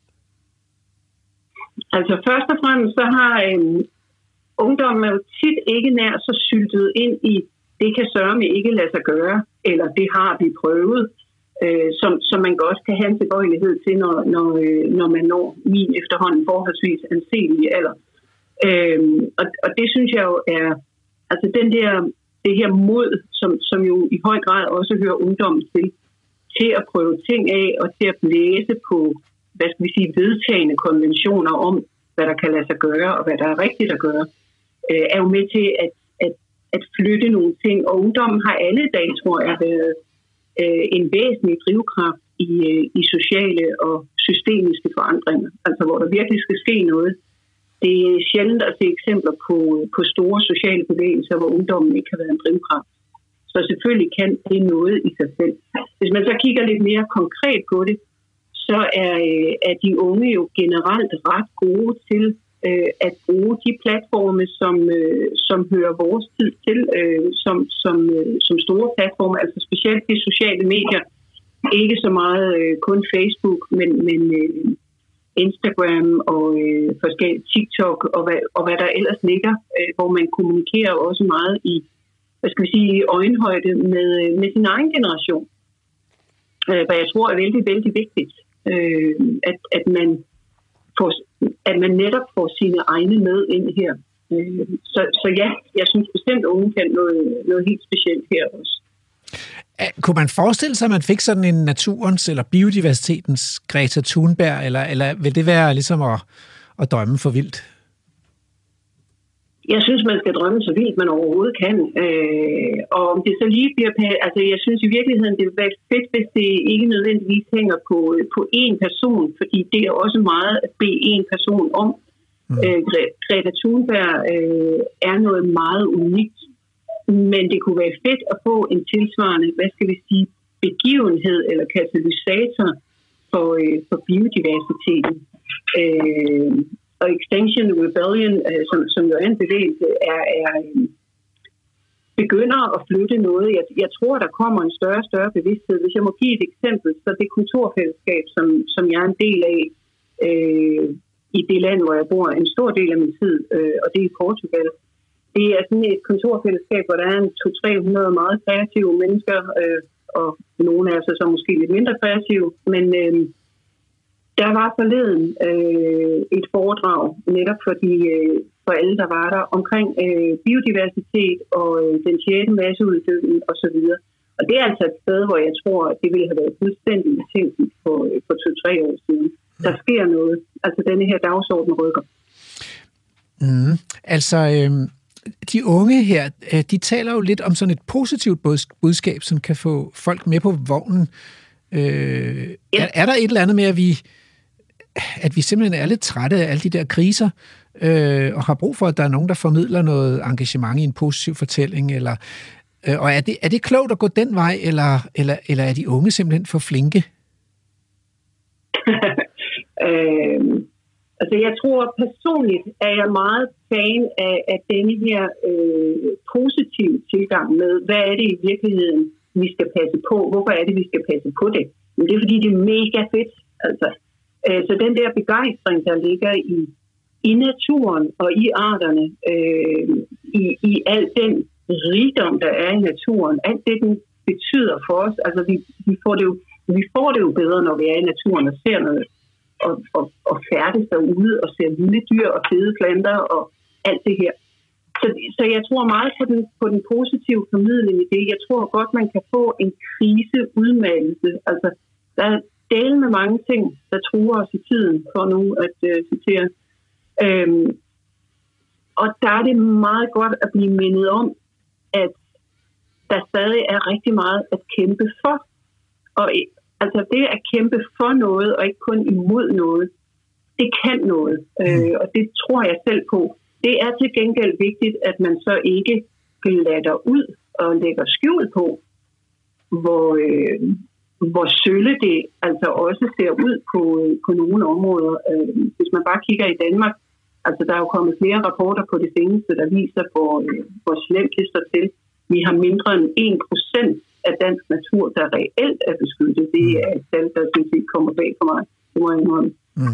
Altså først og fremmest, så har ungdommen jo tit ikke nær så syltet ind i, det kan sørme ikke lade sig gøre, eller det har vi prøvet, som man godt kan have en tilbøjelighed til, når man når min efterhånden forholdsvis anselige alder. Og det synes jeg jo er, altså det her mod, som jo i høj grad også hører ungdommen til at prøve ting af, og til at blæse på, hvad skal vi sige, vedtagende konventioner om, hvad der kan lade sig gøre, og hvad der er rigtigt at gøre, er jo med til at flytte nogle ting. Og ungdommen har alle dage, tror jeg, været en væsentlig drivkraft i sociale og systemiske forandringer, altså hvor der virkelig skal ske noget. Det er sjældent at se eksempler på store sociale bevægelser, hvor ungdommen ikke har været en drivkraft. Så selvfølgelig kan det noget i sig selv. Hvis man så kigger lidt mere konkret på det, så er de unge jo generelt ret gode til at bruge de platforme, som hører vores tid til, som store platforme, altså specielt de sociale medier. Ikke så meget kun Facebook, men Instagram og forskellige TikTok og hvad der ellers ligger, hvor man kommunikerer også meget i, hvad skal vi sige, i øjenhøjde med sin egen generation. Hvad jeg tror er vældig, vældig vigtigt, at man netop får sine egne med ind her. Så ja, jeg synes bestemt, at unge kan noget helt specielt her også. Kunne man forestille sig, at man fik sådan en naturens eller biodiversitetens Greta Thunberg, eller vil det være ligesom at drømme for vildt? Jeg synes, man skal drømme så vildt, man overhovedet kan. Og om det så lige bliver... Altså, jeg synes i virkeligheden, det vil være fedt, hvis det ikke nødvendigvis hænger på én person, fordi det er også meget at bede én person om. Greta Thunberg er noget meget unikt, men det kunne være fedt at få en tilsvarende, hvad skal vi sige, begivenhed eller katalysator for biodiversiteten. Og Extinction Rebellion, som jo er en bevægelse, begynder at flytte noget. Jeg tror, der kommer en større bevidsthed. Hvis jeg må give et eksempel, så det kontorfællesskab, som jeg er en del af, i det land, hvor jeg bor en stor del af min tid, og det er i Portugal. Det er sådan et kontorfællesskab, hvor der er 200-300 meget kreative mennesker, og nogle er så måske lidt mindre kreative, men der var forleden et foredrag netop for alle, der var der, omkring biodiversitet og den 6. masseuddøen osv. Og det er altså et sted, hvor jeg tror, at det ville have været fuldstændig tænkeligt for 2-3 år siden. Der sker noget. Altså denne her dagsorden rykker. De unge her, de taler jo lidt om sådan et positivt budskab, som kan få folk med på vognen. Er der et eller andet med, at vi simpelthen er lidt trætte af alle de der kriser, og har brug for, at der er nogen, der formidler noget engagement i en positiv fortælling, og er det klogt at gå den vej, eller er de unge simpelthen for flinke? Altså jeg tror personligt, er jeg meget fan af denne her positive tilgang med, hvad er det i virkeligheden, vi skal passe på? Hvorfor er det, vi skal passe på det? Men det er fordi, det er mega fedt. Altså, så den der begejstring, der ligger i naturen og i arterne, i al den rigdom, der er i naturen, alt det, den betyder for os. Altså vi får det jo bedre, når vi er i naturen og ser noget, og færdes derude og ser vilde dyr og fede planter og alt det her. Så jeg tror meget på den positive formidling i det. Jeg tror godt, man kan få en kriseudmattelse. Altså, der er dele med mange ting, der truer os i tiden, for nu at citere. Og der er det meget godt at blive mindet om, at der stadig er rigtig meget at kæmpe for. Og altså det at kæmpe for noget, og ikke kun imod noget, det kan noget. Og det tror jeg selv på. Det er til gengæld vigtigt, at man så ikke glatter ud og lægger skjul på, hvor sølle det altså også ser ud på nogle områder. Hvis man bare kigger i Danmark, altså der er jo kommet flere rapporter på det seneste, der viser, hvor slemt det står til. Vi har mindre end 1% af dansk natur, der reelt er beskyttet. Det er et tal, der synes ikke kommer bag for mig. Det må jeg indrømme.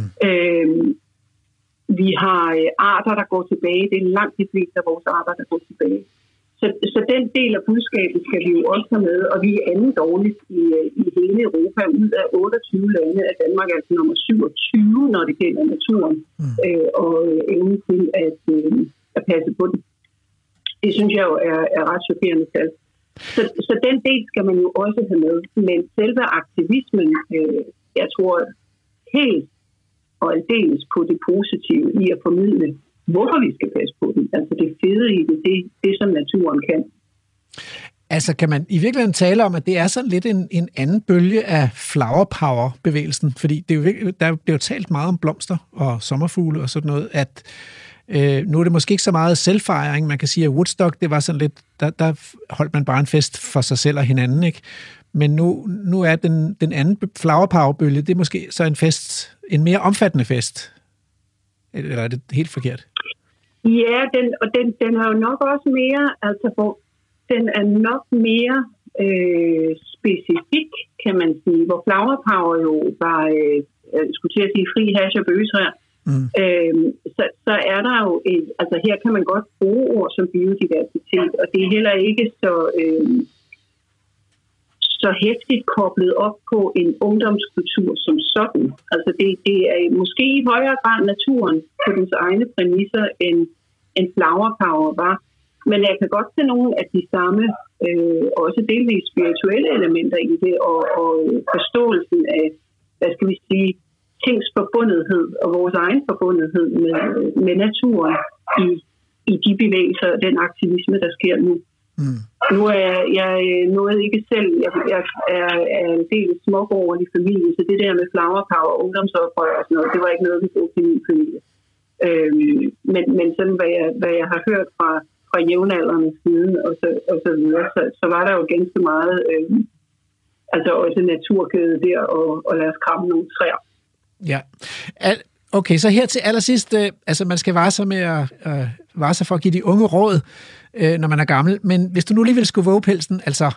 Vi har arter, der går tilbage. Det er langt de fleste af vores arter, der går tilbage. Så den del af budskabet skal vi jo også have med, og vi er anden dårligt i hele Europa. Ud af 28 lande er Danmark altså nummer 27, når det gælder naturen, og evnen til at passe på den. Det synes jeg jo er ret chokerende tal. Så den del skal man jo også have med. Men selve aktivismen, jeg tror helt og aldeles på det positive i at formidle, hvorfor vi skal passe på den. Altså det fede i det som naturen kan. Altså kan man i virkeligheden tale om, at det er sådan lidt en anden bølge af flower power-bevægelsen? Fordi det er jo, der bliver jo talt meget om blomster og sommerfugle og sådan noget, at nu er det måske ikke så meget selvfejring. Man kan sige, at Woodstock, det var sådan lidt, der holdt man bare en fest for sig selv og hinanden, ikke? Men nu er den anden flower power-bølge, det er måske så en mere omfattende fest. Eller er det helt forkert? Ja, den er jo nok også mere, altså den er nok mere specifik, kan man sige, hvor flower power jo var, skulle til at sige, fri hash og bøgetræer. Så er der jo, altså her kan man godt bruge ord som biodiversitet, og det er heller ikke så hæftigt koblet op på en ungdomskultur som sådan. Altså det er måske i højere grad naturen på dens egne præmisser, end flower power var. Men jeg kan godt se nogle af de samme, også delvis spirituelle elementer i det, og forståelsen af, hvad skal vi sige, tings forbundethed og vores egen forbundethed med naturen i de bevægelser og den aktivisme, der sker nu. Nu er jeg noget ikke selv. Jeg er en del af småborgerlig familie, så det der med flower power og ungdomsoprør og sådan noget, det var ikke noget, vi brugte i min familie. Men sådan, hvad jeg har hørt fra jævnaldernes siden og så videre, så var der jo ganske meget altså også naturglæde der, og lade os kramme nogle træer. Ja. Okay, så her til allersidst, altså man skal vare sig med at vare sig for at give de unge råd, når man er gammel, men hvis du nu lige vil skulle våge pelsen, altså,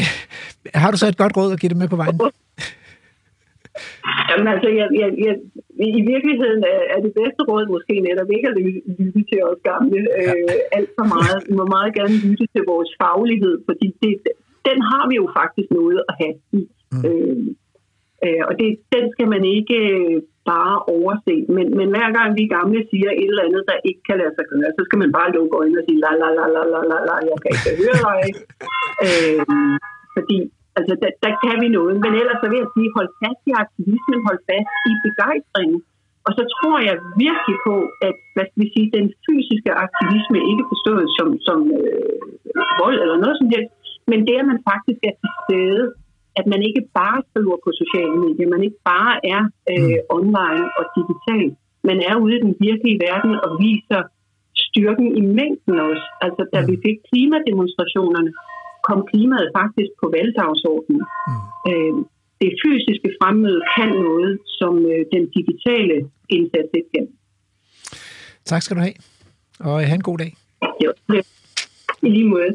har du så et godt råd at give dem med på vejen? Jamen altså, i virkeligheden er det bedste råd måske netop ikke at lytte til os gamle alt for meget. Vi må meget gerne lytte til vores faglighed, fordi den har vi jo faktisk noget at have i. Og den skal man ikke bare overse. Men hver gang vi gamle siger et eller andet, der ikke kan lade sig gøre, så skal man bare lukke øjnene og sige, la, jeg kan ikke høre dig. Fordi altså, der kan vi noget. Men ellers så vil jeg sige, hold fast i aktivismen, hold fast i begejstringen. Og så tror jeg virkelig på, at hvad skal vi sige, den fysiske aktivisme ikke forstået som vold eller noget som helst, men det, at man faktisk er til stede, at man ikke bare skriver på sociale medier, man ikke bare er online og digital, man er ude i den virkelige verden og viser styrken i mængden også. Altså, da vi fik klimademonstrationerne, kom klimaet faktisk på valgdagsordenen. Det fysiske fremmøde kan noget, som den digitale indsats ikke kan. Tak skal du have, og have en god dag. Jo, i lige måde.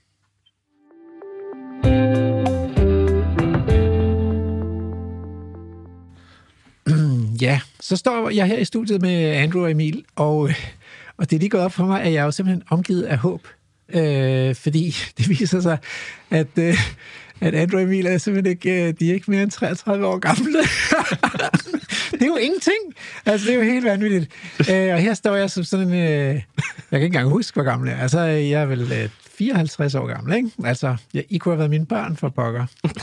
Ja, så står jeg her i studiet med Andrew og Emil, og det er lige gået op for mig, at jeg er jo simpelthen omgivet af håb, fordi det viser sig, at Andrew og Emil er simpelthen ikke, de er ikke mere end 33 år gamle. Det er jo ingenting. Altså, det er jo helt vanvittigt. Og her står jeg som sådan en, jeg kan ikke engang huske, hvor gammel jeg er. Altså, jeg er vel 54 år gammel, ikke? Altså, I kunne have været mine børn for pokker.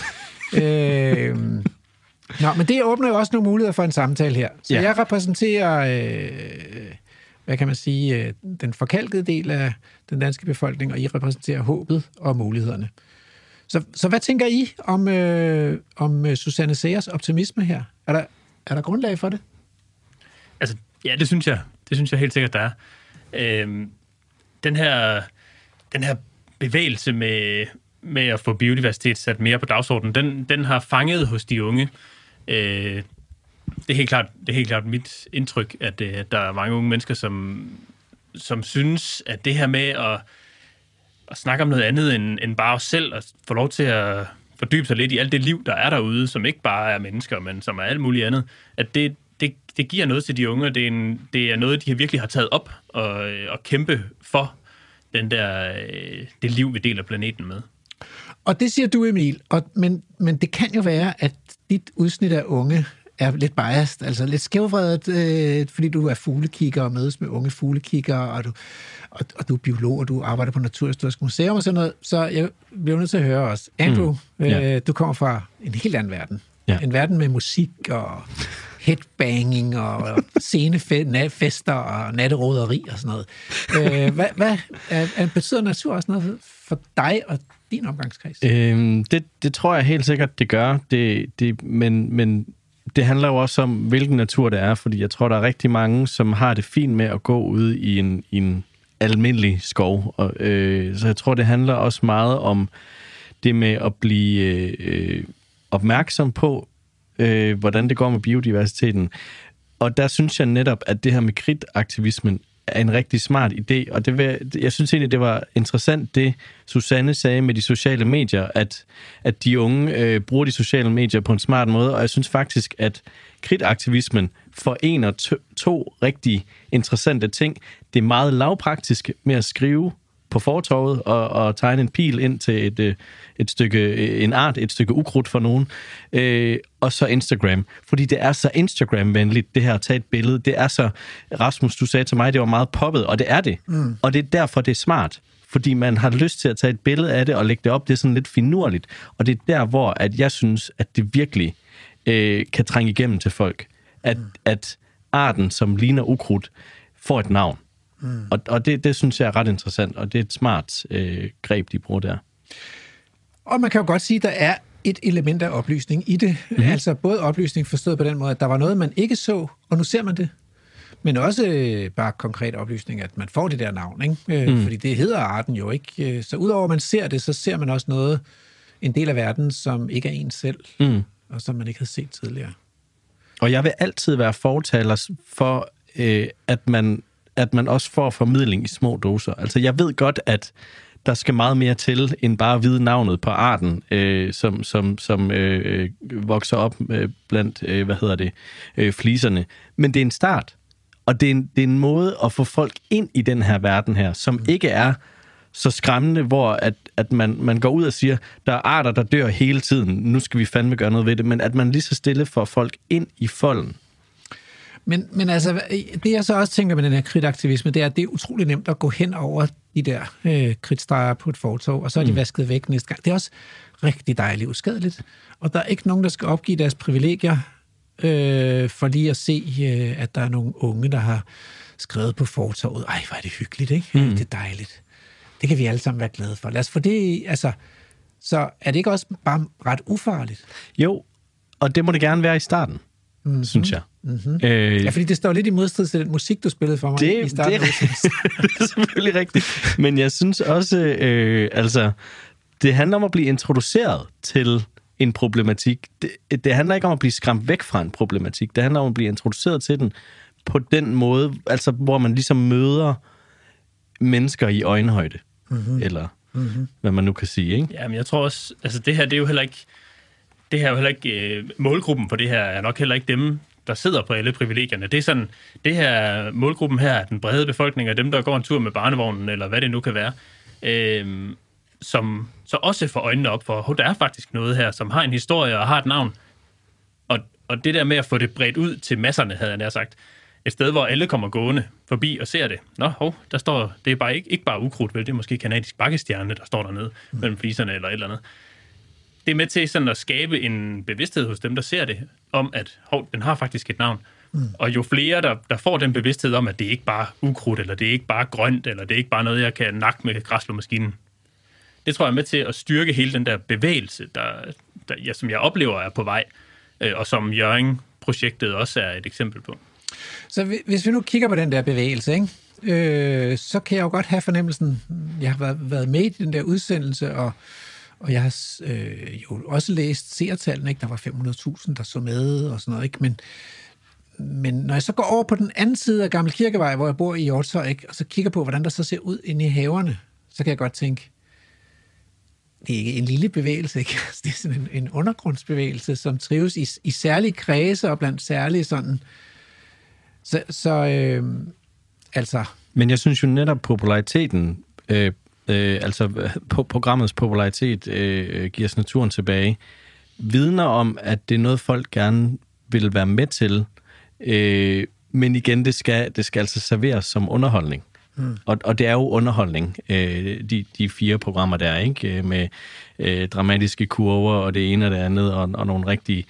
Nå, men det åbner jo også nogle muligheder for en samtale her. Så jeg repræsenterer, hvad kan man sige, den forkalkede del af den danske befolkning, og I repræsenterer håbet og mulighederne. Så hvad tænker I om Susanne Zayers optimisme her? Er der grundlag for det? Altså, ja, det synes jeg. Det synes jeg helt sikkert, der er. Den her bevægelse med at få biodiversitet sat mere på dagsordenen, den har fanget hos de unge. Det er helt klart mit indtryk, at der er mange unge mennesker, som synes, at det her med at snakke om noget andet end bare os selv, og få lov til at fordybe sig lidt i alt det liv, der er derude, som ikke bare er mennesker, men som er alt muligt andet, at det giver noget til de unge, og det er noget, de virkelig har taget op og kæmpe for det liv, vi deler planeten med. Og det siger du, Emil, men det kan jo være, at dit udsnit af unge er lidt biased, altså lidt skævvredet, fordi du er fuglekigger og mødes med unge fuglekigger, og du er biolog, og du arbejder på Naturhistorisk Museum og sådan noget, så jeg bliver nødt til at høre os. Andrew, du kommer fra en helt anden verden. Ja. En verden med musik og headbanging og scenefester og natteroderi og sådan noget. Hvad betyder natur også noget for dig og din omgangskreds? Det tror jeg helt sikkert, det gør. Men det handler jo også om, hvilken natur det er, fordi jeg tror, der er rigtig mange, som har det fint med at gå ude i en almindelig skov. Så jeg tror, det handler også meget om det med at blive opmærksom på, hvordan det går med biodiversiteten. Og der synes jeg netop, at det her med kridtaktivismen er en rigtig smart idé, og jeg synes egentlig, det var interessant, det Susanne sagde med de sociale medier, at de unge bruger de sociale medier på en smart måde, og jeg synes faktisk, at kridtaktivismen forener to rigtig interessante ting. Det er meget lavpraktisk med at skrive på fortovet og tegne en pil ind til et stykke ukrudt for nogen. Og så Instagram. Fordi det er så Instagram-venligt, det her at tage et billede. Det er så, Rasmus, du sagde til mig, det var meget poppet, og det er det. Og det er derfor, det er smart. Fordi man har lyst til at tage et billede af det og lægge det op. Det er sådan lidt finurligt. Og det er der, hvor at jeg synes, at det virkelig kan trænge igennem til folk. At arten, som ligner ukrudt, får et navn. Og det synes jeg er ret interessant, og det er et smart greb, de bruger der. Og man kan jo godt sige, at der er et element af oplysning i det. Altså både oplysning forstået på den måde, at der var noget, man ikke så, og nu ser man det. Men også bare konkret oplysning, at man får det der navn, ikke? Fordi det hedder arten jo ikke. Så udover at man ser det, så ser man også noget, en del af verden, som ikke er en selv, og som man ikke havde set tidligere. Og jeg vil altid være fortaler for, at man også får formidling i små doser. Altså, jeg ved godt, at der skal meget mere til, end bare at vide navnet på arten, som vokser op blandt, fliserne. Men det er en start, og det er en måde at få folk ind i den her verden her, som ikke er så skræmmende, hvor at man går ud og siger, der er arter, der dør hele tiden, nu skal vi fandme gøre noget ved det, men at man lige så stille får folk ind i folden. Men altså, det jeg så også tænker med den her kridtaktivisme, det er, at det er utrolig nemt at gå hen over de der kridtstreger på et fortov, og så er de vasket væk næste gang. Det er også rigtig dejligt uskadeligt, og der er ikke nogen, der skal opgive deres privilegier, for lige at se, at der er nogle unge, der har skrevet på fortovet. Ej, hvor er det hyggeligt, ikke? Det er dejligt. Det kan vi alle sammen være glade for. Lad os få det, altså, så er det ikke også bare ret ufarligt? Jo, og det må det gerne være i starten, synes jeg. Ja, fordi det står lidt i modstrid til den musik, du spillede for mig i starten. Det er selvfølgelig rigtigt. Men jeg synes også, det handler om at blive introduceret til en problematik. Det handler ikke om at blive skræmt væk fra en problematik. Det handler om at blive introduceret til den på den måde, altså hvor man ligesom møder mennesker i øjenhøjde. Eller hvad man nu kan sige, ikke? Ja, men jeg tror også, altså det her, det er jo heller ikke målgruppen for det her, er nok heller ikke dem, der sidder på alle privilegierne. Det er sådan, det her målgruppen her er den brede befolkning, og dem, der går en tur med barnevognen, eller hvad det nu kan være, som så også får øjnene op for, der er faktisk noget her, som har en historie og har et navn. Og det der med at få det bredt ud til masserne, havde jeg nær sagt, et sted, hvor alle kommer gående forbi og ser det. Der står, det er bare ikke bare ukrudt, vel? Det er måske kanadisk bakkestjerne, der står dernede mellem fliserne eller et eller andet. Det er med til sådan at skabe en bevidsthed hos dem, der ser det, om at den har faktisk et navn. Og jo flere, der får den bevidsthed om, at det ikke bare er ukrudt, eller det er ikke bare grønt, eller det er ikke bare noget, jeg kan nakke med græsslåmaskinen. Det tror jeg er med til at styrke hele den der bevægelse, som jeg oplever er på vej, og som Hjørring-projektet også er et eksempel på. Så hvis vi nu kigger på den der bevægelse, ikke? Så kan jeg jo godt have fornemmelsen, jeg har været med i den der udsendelse, og jeg har jo også læst seertallene, ikke? Der var 500.000, der så med og sådan noget, ikke? Men når jeg så går over på den anden side af Gammel Kirkevej, hvor jeg bor i Hjortshøj, ikke? Og så kigger på, hvordan der så ser ud inde i haverne, så kan jeg godt tænke, det er ikke en lille bevægelse, ikke? Det er sådan en undergrundsbevægelse, som trives i særlige kredse og blandt særlige sådan. Altså. Men jeg synes jo netop populariteten, programmets popularitet giver os naturen tilbage, vidner om, at det er noget, folk gerne vil være med til, men igen, det skal altså serveres som underholdning. Og det er jo underholdning, de 4 programmer der, ikke? Med dramatiske kurver og det ene og det andet, og nogle rigtige,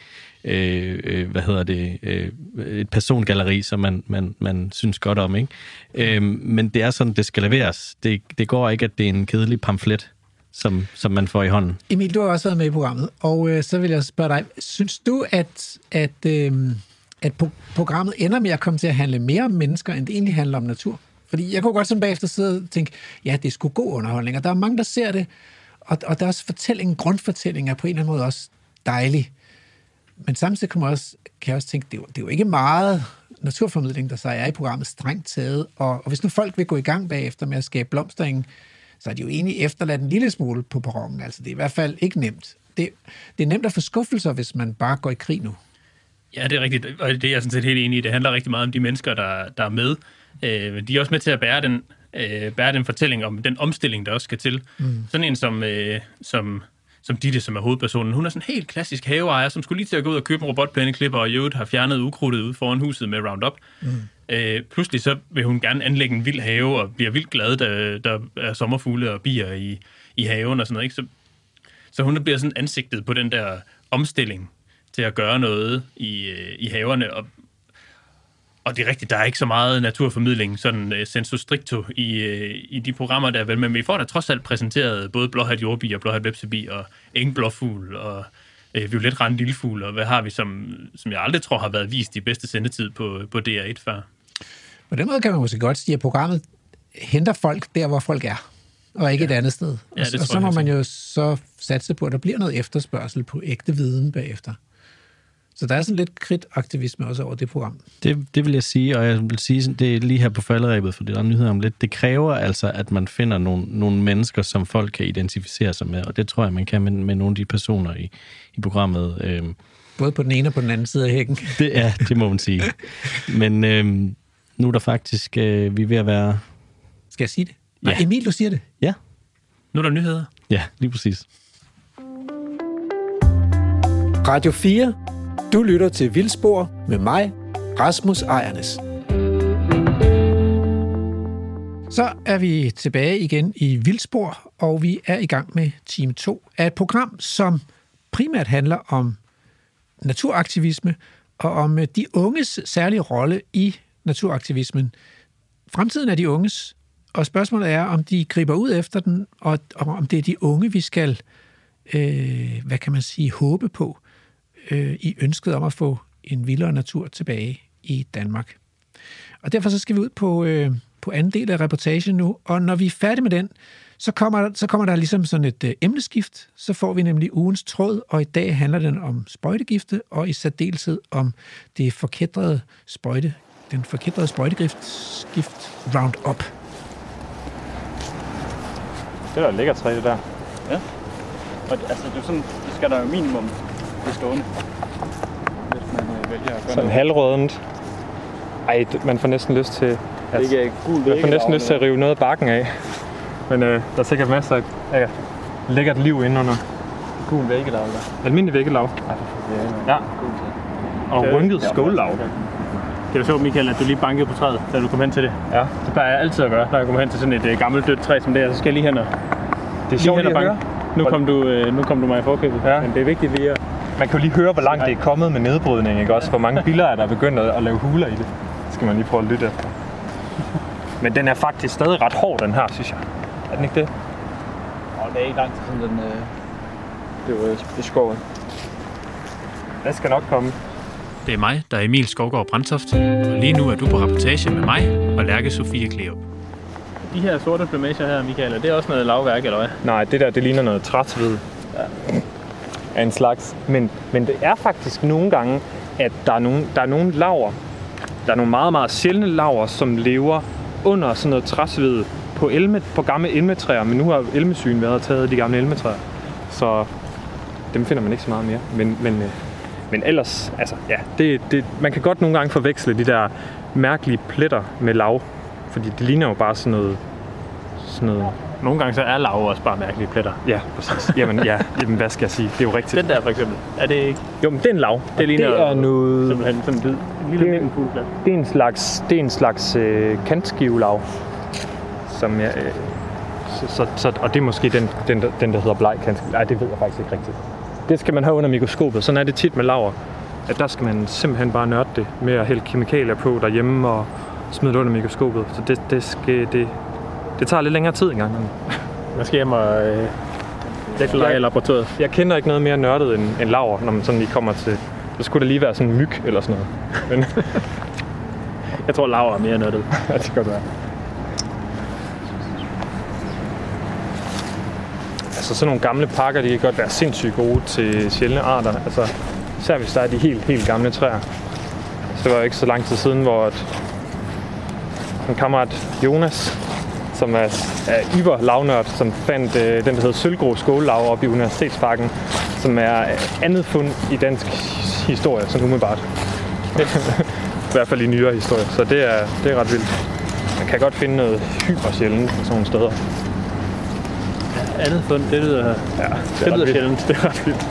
et persongalleri, som man synes godt om, ikke? Men det er sådan, det skal leveres. Det går ikke, at det er en kedelig pamflet, som man får i hånden. Emil, du har også været med i programmet, og så vil jeg spørge dig, synes du, at programmet ender med at komme til at handle mere om mennesker, end det egentlig handler om natur? Fordi jeg kunne godt sådan bagefter sidde og tænke, ja, det er sgu god underholdning, og der er mange, der ser det, og der er også grundfortælling er på en eller anden måde også dejlig. Men samtidig kan jeg også tænke, det er jo ikke meget naturformidling, der så er i programmet strengt taget, og hvis nu folk vil gå i gang bagefter med at skabe blomstringen, så er de jo egentlig efterladt en lille smule på perronen. Altså, det er i hvert fald ikke nemt. Det er nemt at få skuffelser, hvis man bare går i krig nu. Ja, det er rigtigt, og det er jeg sådan set helt enig i. Det handler rigtig meget om de mennesker, der er med. De er også med til at bære den fortælling om den omstilling, der også skal til. Sådan en som Ditte, som er hovedpersonen, hun er sådan en helt klassisk haveejer, som skulle lige til at gå ud og købe en robotplæneklipper, og i øvrigt har fjernet ukrudtet ude foran huset med Roundup. Pludselig så vil hun gerne anlægge en vild have, og bliver vildt glad, da der er sommerfugle og bier i haven og sådan noget, ikke? Så hun bliver sådan ansigtet på den der omstilling til at gøre noget i haverne, og det er rigtigt, der er ikke så meget naturformidling, sådan sensu stricto i de programmer der, vel, men vi får da trods alt præsenteret både blåhat jordbi og blåhat vepsebi og engblåfugl og violetrand lillefugl, og hvad har vi, som jeg aldrig tror har været vist i bedste sendetid på DR1 før. På den måde kan man måske godt sige, at programmet henter folk der, hvor folk er, og ikke et andet sted. Ja, og så må man jo så satse på, at der bliver noget efterspørgsel på ægte viden bagefter. Så der er sådan lidt kridtaktivisme også over det program. Det vil jeg sige, og jeg vil sige, det er lige her på falderæbet, for det er nyheder om lidt. Det kræver altså, at man finder nogle mennesker, som folk kan identificere sig med, og det tror jeg, man kan med nogle af de personer i programmet. Både på den ene og på den anden side af hækken. Det må man sige. Men nu er der faktisk, vi er ved at være... Skal jeg sige det? Ja. Nej, Emil, du siger det. Ja. Nu er der nyheder. Ja, lige præcis. Radio 4. Du lytter til Vildspor med mig, Rasmus Ejernes. Så er vi tilbage igen i Vildspor, og vi er i gang med time 2 af et program, som primært handler om naturaktivisme og om de unges særlige rolle i naturaktivismen. Fremtiden er de unges, og spørgsmålet er, om de griber ud efter den, og om det er de unge, vi skal, hvad kan man sige, håbe på i ønsket om at få en vildere natur tilbage i Danmark. Og derfor så skal vi ud på anden del af reportagen nu, og når vi er færdige med den, så kommer der ligesom sådan et emneskift, så får vi nemlig ugens tråd, og i dag handler den om sprøjtegifte, og i særdeleshed om den forkædrede sprøjtegift Roundup. Det er da lækkert træ, det der. Ja. Og altså, det er sådan, det skal der jo minimum blive stående. Hvis man vælger at gøre sådan halvrødent. Ej, man får næsten lyst til... Man får næsten lyst til at rive noget af bakken af. Men der er sikkert masser af lækkert liv indenunder. Gul væggelav, der. Almindelig væggelav. Ja. Og rynket skållav. Det er jo sjovt, Michael, at du lige bankede på træet, da du kom hen til det. Ja. Det plejer jeg altid at gøre, når jeg kommer hen til sådan et gammelt dødt træ som det her. Så skal jeg lige hen og... Det er sjovt lige at høre. Nu kom du mig i forkøbet, ja. Men det er vigtigt lige at... Man kan jo lige høre, hvor langt det er kommet med nedbrydning, ikke også? Hvor mange billeder er der begyndt at lave huler i det. Det skal man lige prøve at lytte efter. Men den er faktisk stadig ret hård, den her, synes jeg. Er den ikke det? Og det er ikke langt til sådan den blev beskåret. Det skal nok komme. Det er mig, der er Emil Skovgaard Brandtoft, og lige nu er du på rapportage med mig og Lærke Sofie Kleop. De her sorte plamager her, Michael, er det også noget lavværk, eller hvad? Nej, det ligner noget træsved af en slags. Men det er faktisk nogle gange, at der er nogle laver, der er nogle meget, meget sjældne laver, som lever under sådan noget træsved på gamle elmetræer. Men nu har elmesygen været taget de gamle elmetræer. Så dem finder man ikke så meget mere. Men ellers, altså ja, man kan godt nogle gange forveksle de der mærkelige pletter med lav. Fordi det ligner jo bare sådan noget... Nogle gange så er lav også bare mærkelige pletter. Ja, præcis. Jamen hvad skal jeg sige? Det er jo rigtigt. Den der for eksempel, er det ikke? Jo, men det er en lav. Det ligner det er noget... Simpelthen sådan en lille fugleplet. Det er en slags kantskivelav, som jeg... og det er måske den der hedder bleg kantskive. Nej, det ved jeg faktisk ikke rigtigt. Det skal man have under mikroskopet. Sådan er det tit med laver. At der skal man simpelthen bare nørde det med at hælde kemikalier på derhjemme og smide det under mikroskopet. Så det tager lidt længere tid engang. Man skal hjem og lege i laboratoriet. Jeg kender ikke noget mere nørdet end laver, når man sådan lige kommer til... Så skulle det lige være sådan en myg eller sådan noget. Men jeg tror, laver er mere nørdet. Ja, det kan godt være. Altså sådan nogle gamle pakker, de kan godt være sindssygt gode til sjældne arter. Altså især hvis der er de helt gamle træer. Så det var jo ikke så lang tid siden, hvor en kammerat Jonas, som er yber lavnørd, som fandt den, der hedder Sølvgrå skållav oppe i Universitetsparken, som er andet fund i dansk historie, sådan umiddelbart. I hvert fald i nyere historie, så det er ret vildt. Man kan godt finde noget hyper sjældent på sådan nogle steder. Ja, andet fund, det lyder sjældent. Det er ret vildt.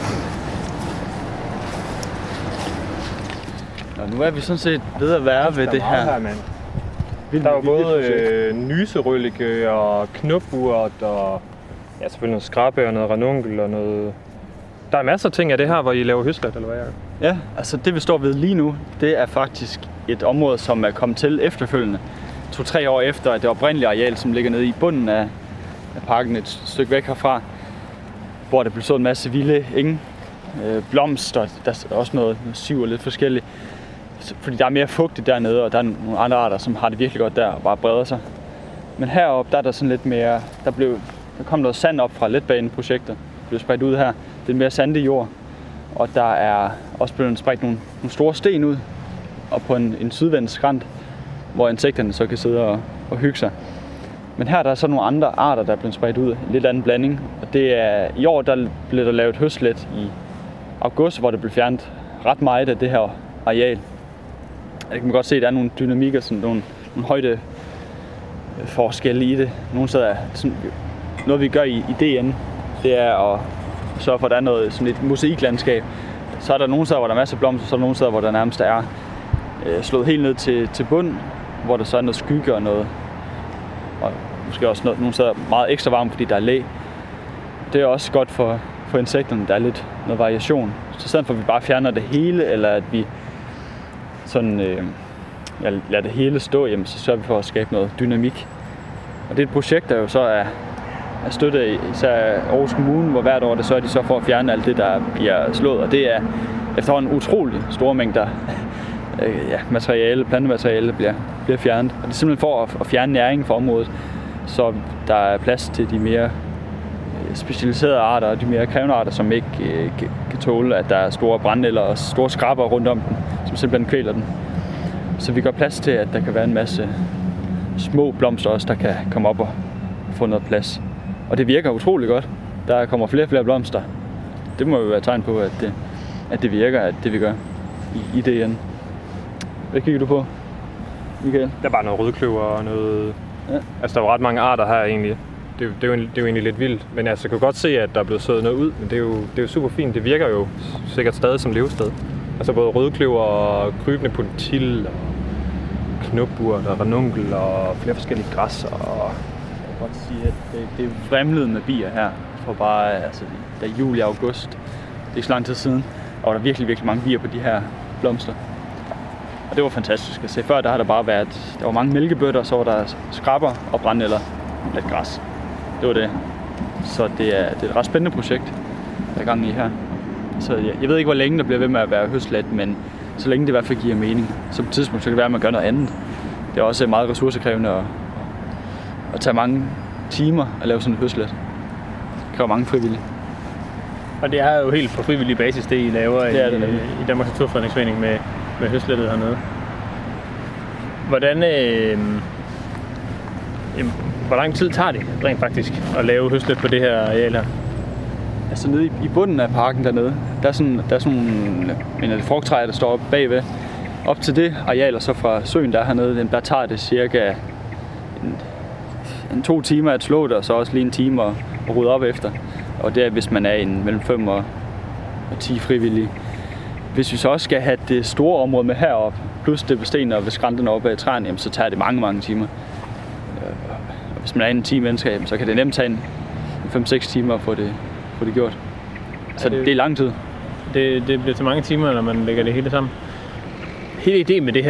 Og nu er vi sådan set ved at være ved det her. Der er jo både nyserøllike og knopurt og selvfølgelig noget skrabbe og noget ranunkel og noget... Der er masser af ting af det her, hvor I laver høslet, eller hvad jeg gør? Ja, altså det vi står ved lige nu, det er faktisk et område, som er kommet til efterfølgende. 2-3 år efter det oprindelige areal, som ligger nede i bunden af parken et stykke væk herfra, hvor der blev sået en masse vilde enge, blomster, der er også noget siv og lidt forskelligt. Fordi der er mere fugtigt dernede, og der er nogle andre arter, som har det virkelig godt der og bare breder sig. Men heroppe, der er der sådan lidt mere... Der kom noget sand op fra letbaneprojekter, blev spredt ud her. Det er mere sandig jord. Og der er også blevet spredt nogle store sten ud, og på en sydvendt skrant, hvor insekterne så kan sidde og hygge sig. Men her der er så nogle andre arter, der er blevet spredt ud. En lidt anden blanding. Og det er, i år der blev der lavet høslet i august, hvor det blev fjernet ret meget af det her areal. Der kan man godt se, at der er nogle dynamikker, sådan nogle højdeforskelle i det. Nogle steder sådan, noget vi gør i DN, det er at sørge for, at der er noget sådan et mosaiklandskab. Så er der nogle steder, hvor der er masser af blomster, så er der nogle steder, hvor der nærmest er slået helt ned til bund, hvor der så er noget skygge og noget, og måske også nogle steder meget ekstra varmt, fordi der er læ. Det er også godt for insekterne, der er lidt noget variation. Så i stedet for at vi bare fjerner det hele, eller at vi sådan lader det hele stå, jamen, så sørger vi for at skabe noget dynamik. Og det er et projekt, der jo så er støttet især Aarhus Kommune, hvor hvert år det sørger de så for at fjerne alt det, der bliver slået. Og det er efterhånden utrolig store mængder plantemateriale bliver fjernet. Og det er simpelthen for at fjerne næring fra området, så der er plads til de mere specialiserede arter og de mere krævende arter, som ikke kan tåle, at der er store brændenælder og store skrabber rundt om den, som simpelthen kvæler den. Så vi gør plads til, at der kan være en masse små blomster også, der kan komme op og få noget plads. Og det virker utrolig godt. Der kommer flere og flere blomster. Det må jo være et tegn på, at det virker, at det vi gør i DN. Hvad kigger du på, Michael? Der er bare noget rødkløver og noget... Ja. Altså, der er jo ret mange arter her egentlig. Det er jo egentlig lidt vildt. Men altså, jeg kan godt se, at der er blevet sået noget ud. Men det er jo super fint. Det virker jo sikkert stadig som levested. Altså både rødkløver og krybende puntil og knopburt og ranunkel og flere forskellige græs. Og jeg kan godt sige, at det er vrimlet med bier her. For bare, altså, da juli og august, det er ikke så lang tid siden, og der er virkelig, virkelig mange bier på de her blomster. Og det var fantastisk at se. Før der har der bare været, der var mange mælkebøtter, så var der skrabber og brændenælder, lidt græs. Det var det. Så det er et ret spændende projekt, der er gang i her. Så jeg ved ikke, hvor længe der bliver ved med at være høslet, men så længe det i hvert fald giver mening. Så på et tidspunkt så kan det være, at man gør noget andet. Det er også meget ressourcekrævende at tage mange timer at lave sådan et høslet. Det kræver mange frivillige. Og det er jo helt på frivillig basis, det I laver i Danmarks Naturfredningsforening med høslettet hernede. Hvor lang tid tager det rent faktisk at lave høslet på det her areal her? Altså nede i bunden af parken dernede, der er sådan en frugttræer, der står bagved. Op til det areal, og så fra søen der hernede, der tager det cirka 2 timer at slå det, og så også lige en time at rydde op efter. Og det er, hvis man er mellem 5 og 10 frivillige. Hvis vi så også skal have det store område med heroppe, plus det besten og ved skrænterne oppe af træerne, jamen, så tager det mange, mange timer. Hvis man er en 10 mennesker, så kan det nemt tage 5-6 timer at få det gjort. Så det er lang tid. Det bliver til mange timer, når man lægger det hele sammen. Hele ideen med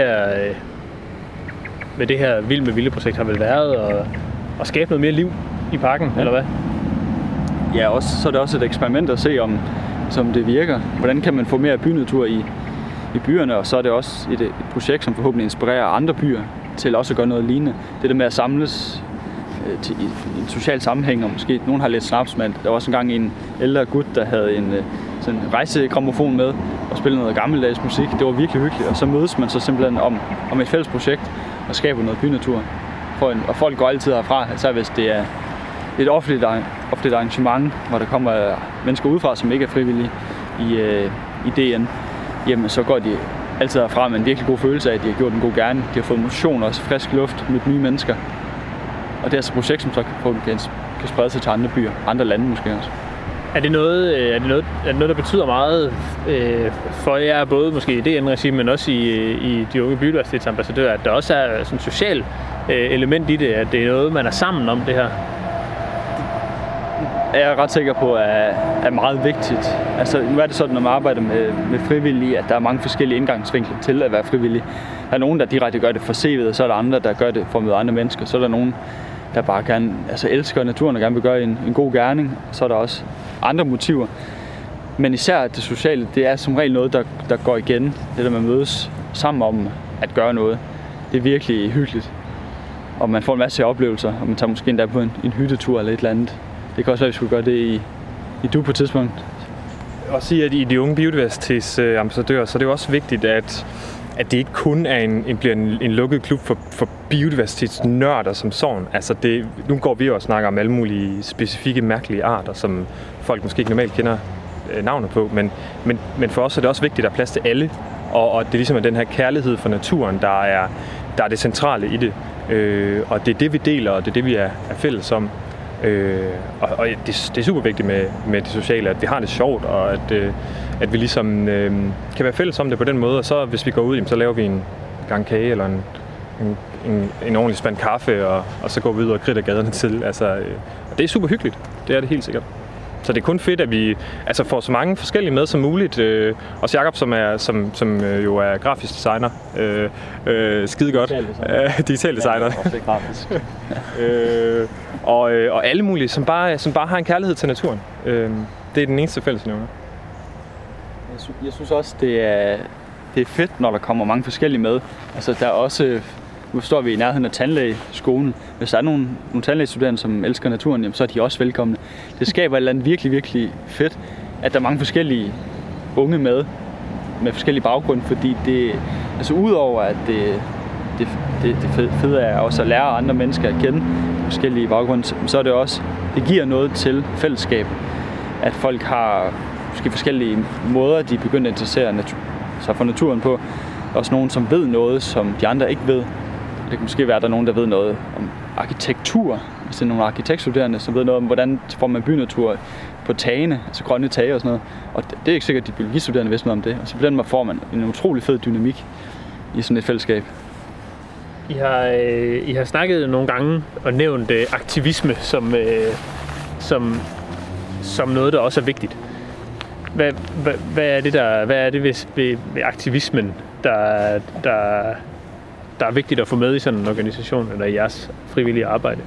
det her Vild med Vilje-projekt har vel været at skabe noget mere liv i parken, eller hvad? Ja, så er det også et eksperiment at se, om det virker. Hvordan kan man få mere bynatur i byerne, og så er det også et projekt, som forhåbentlig inspirerer andre byer til også at gøre noget lignende. Det der med at samles i en social sammenhæng, og måske nogen har lidt snapsmand. Der var også engang en ældre gut, der havde en sådan rejsegrammofon med og spillede noget gammeldags musik. Det var virkelig hyggeligt, og så mødes man så simpelthen om et fælles projekt og skaber noget bynatur. Og folk går altid herfra, altså hvis det er et offentligt arrangement, hvor der kommer mennesker udefra, som ikke er frivillige i DN, jamen så går de altid herfra med en virkelig god følelse af, at de har gjort en god gerning. De har fået motion og frisk luft, mødt nye mennesker. Og det er altså et projekt, som så kan sprede sig til andre byer, andre lande måske også. Er det noget, der betyder meget for jer, både måske i DN-regi, men også i de unge biodiversitetsambassadører, at der også er sådan et socialt element i det, at det er noget, man er sammen om det her? Jeg er ret sikker på, er meget vigtigt. Altså, nu er det sådan, når man arbejder med frivillige, at der er mange forskellige indgangsvinkler til at være frivillig. Der er nogen, der direkte gør det for CV'et, og så er der andre, der gør det for at møde andre mennesker. Så er der nogen, der bare gerne elsker naturen og gerne vil gøre en god gerning. Så er der også andre motiver. Men især det sociale, det er som regel noget, der går igen. Det der, man mødes sammen om at gøre noget. Det er virkelig hyggeligt. Og man får en masse oplevelser, og man tager måske endda på en hyttetur eller et eller andet. Det kan også være, at vi skulle gøre det i Du på et tidspunkt. også sige, at i de unge biodiversitetsambassadører, så er det jo også vigtigt, at det ikke kun er bliver en lukket klub for biodiversitetsnørder som sådan. Altså nu går vi jo og snakker om alle mulige specifikke, mærkelige arter, som folk måske ikke normalt kender navnet på, men for os er det også vigtigt, at der er plads til alle, og det ligesom er den her kærlighed for naturen, der er det centrale i det. Og det er det, vi deler, og det er det, vi er fælles om. Og det er super vigtigt med det sociale, at vi har det sjovt, og at vi ligesom kan være fælles om det på den måde, og så hvis vi går ud, så laver vi en gang kage eller en ordentlig spand kaffe, og så går vi ud og kridter gaderne til. Altså, og det er super hyggeligt, det er det helt sikkert. Så det er kun fedt, at vi får så mange forskellige med som muligt. Også Jakob, som jo er grafisk designer. Skide godt. Digital designer. Også grafisk. Og alle mulige, som bare har en kærlighed til naturen. Det er den eneste fællesnævner. Jeg synes også, det er fedt, når der kommer mange forskellige med. Altså, der er også... Nu står vi i nærheden af tandlægeskolen. Hvis der er nogle tandlægestuderende, som elsker naturen, jamen, så er de også velkomne. Det skaber et eller andet virkelig, virkelig fedt, at der er mange forskellige unge med forskellige baggrunde, fordi det, altså udover at det fede er også at lære andre mennesker at kende forskellige baggrunde, så er det også, det giver noget til fællesskab, at folk har måske forskellige måder, de begynder at interessere sig for naturen på. Også nogen, som ved noget, som de andre ikke ved. Det kan måske være, at der er nogen, der ved noget om arkitektur. Hvis det er nogle arkitektstuderende, som ved noget om, hvordan får man bynatur på tagene, altså grønne tage og sådan noget. Og det er ikke sikkert, at de biologistuderende vidste noget om det. Og så på den måde får man en utrolig fed dynamik i sådan et fællesskab. I har snakket nogle gange og nævnt aktivisme som noget, der også er vigtigt. Hvad er det ved aktivismen, der er vigtigt at få med i sådan en organisation eller i jeres frivillige arbejde?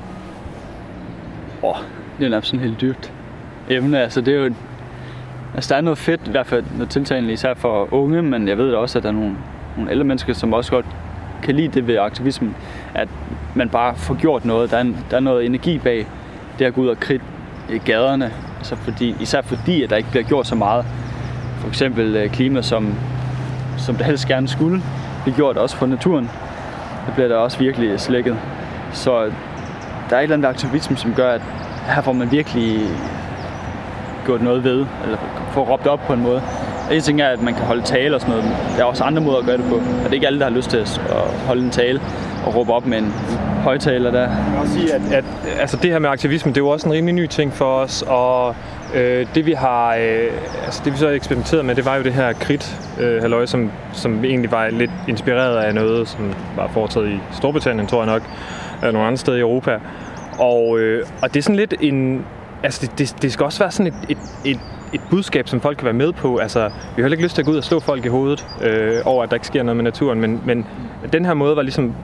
Det er nærmest sådan helt dybt emne. Altså, det er jo... Altså, der er noget fedt, i hvert fald noget tiltagende, især for unge, men jeg ved da også, at der er nogle ældre mennesker, som også godt kan lide det ved aktivismen, at man bare får gjort noget. Der er noget energi bag det at gå ud og kridte gaderne, altså især fordi, at der ikke bliver gjort så meget. For eksempel klima, som det helst gerne skulle blive gjort, også for naturen. Det bliver der også virkelig slækket. Så der er et eller andet aktivisme, som gør, at her får man virkelig gjort noget ved, eller får råbt op på en måde. En ting er, at man kan holde tale og sådan noget. Der er også andre måder at gøre det på. Og det er ikke alle, der har lyst til at holde en tale og råbe op med en højtaler der. Jeg vil også sige, at altså det her med aktivisme, det er jo også en rimelig ny ting for os, og det vi har, det vi så eksperimenteret med, det var jo det her halløj, som egentlig var lidt inspireret af noget, som var foretaget i Storbritannien, tror jeg nok, eller nogle andre steder i Europa. Og det er sådan lidt altså det skal også være sådan et budskab, som folk kan være med på. Altså, vi har heller ikke lyst til at gå ud og slå folk i hovedet over, at der ikke sker noget med naturen, men den her måde var ligesom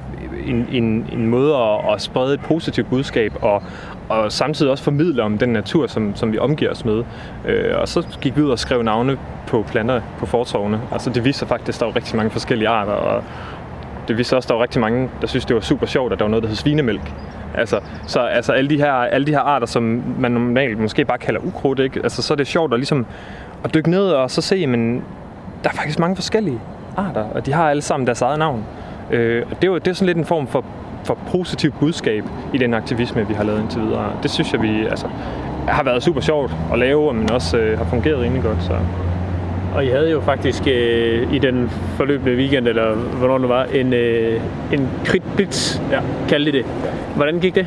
en måde at sprede et positivt budskab og samtidig også formidle om den natur, som vi omgiver os med. Og så gik vi ud og skrev navne på planter på fortovene. Altså, det viste sig faktisk, at der var rigtig mange forskellige arter, og det viste også, at der var rigtig mange, der synes det var super sjovt, at der var noget, der hed svinemælk. Så alle de her arter, som man normalt måske bare kalder ukrudt, ikke? Altså, så er det sjovt at ligesom at dykke ned og så se, men der er faktisk mange forskellige arter, og de har alle sammen deres eget navn. Og det er sådan lidt en form for positivt budskab i den aktivisme, vi har lavet indtil videre. Det synes jeg, har været super sjovt at lave, men også har fungeret rimelig godt. Så. Og I havde jo faktisk i den forløbende weekend, eller hvornår det var, en kridtblitz, kaldte I det. Hvordan gik det?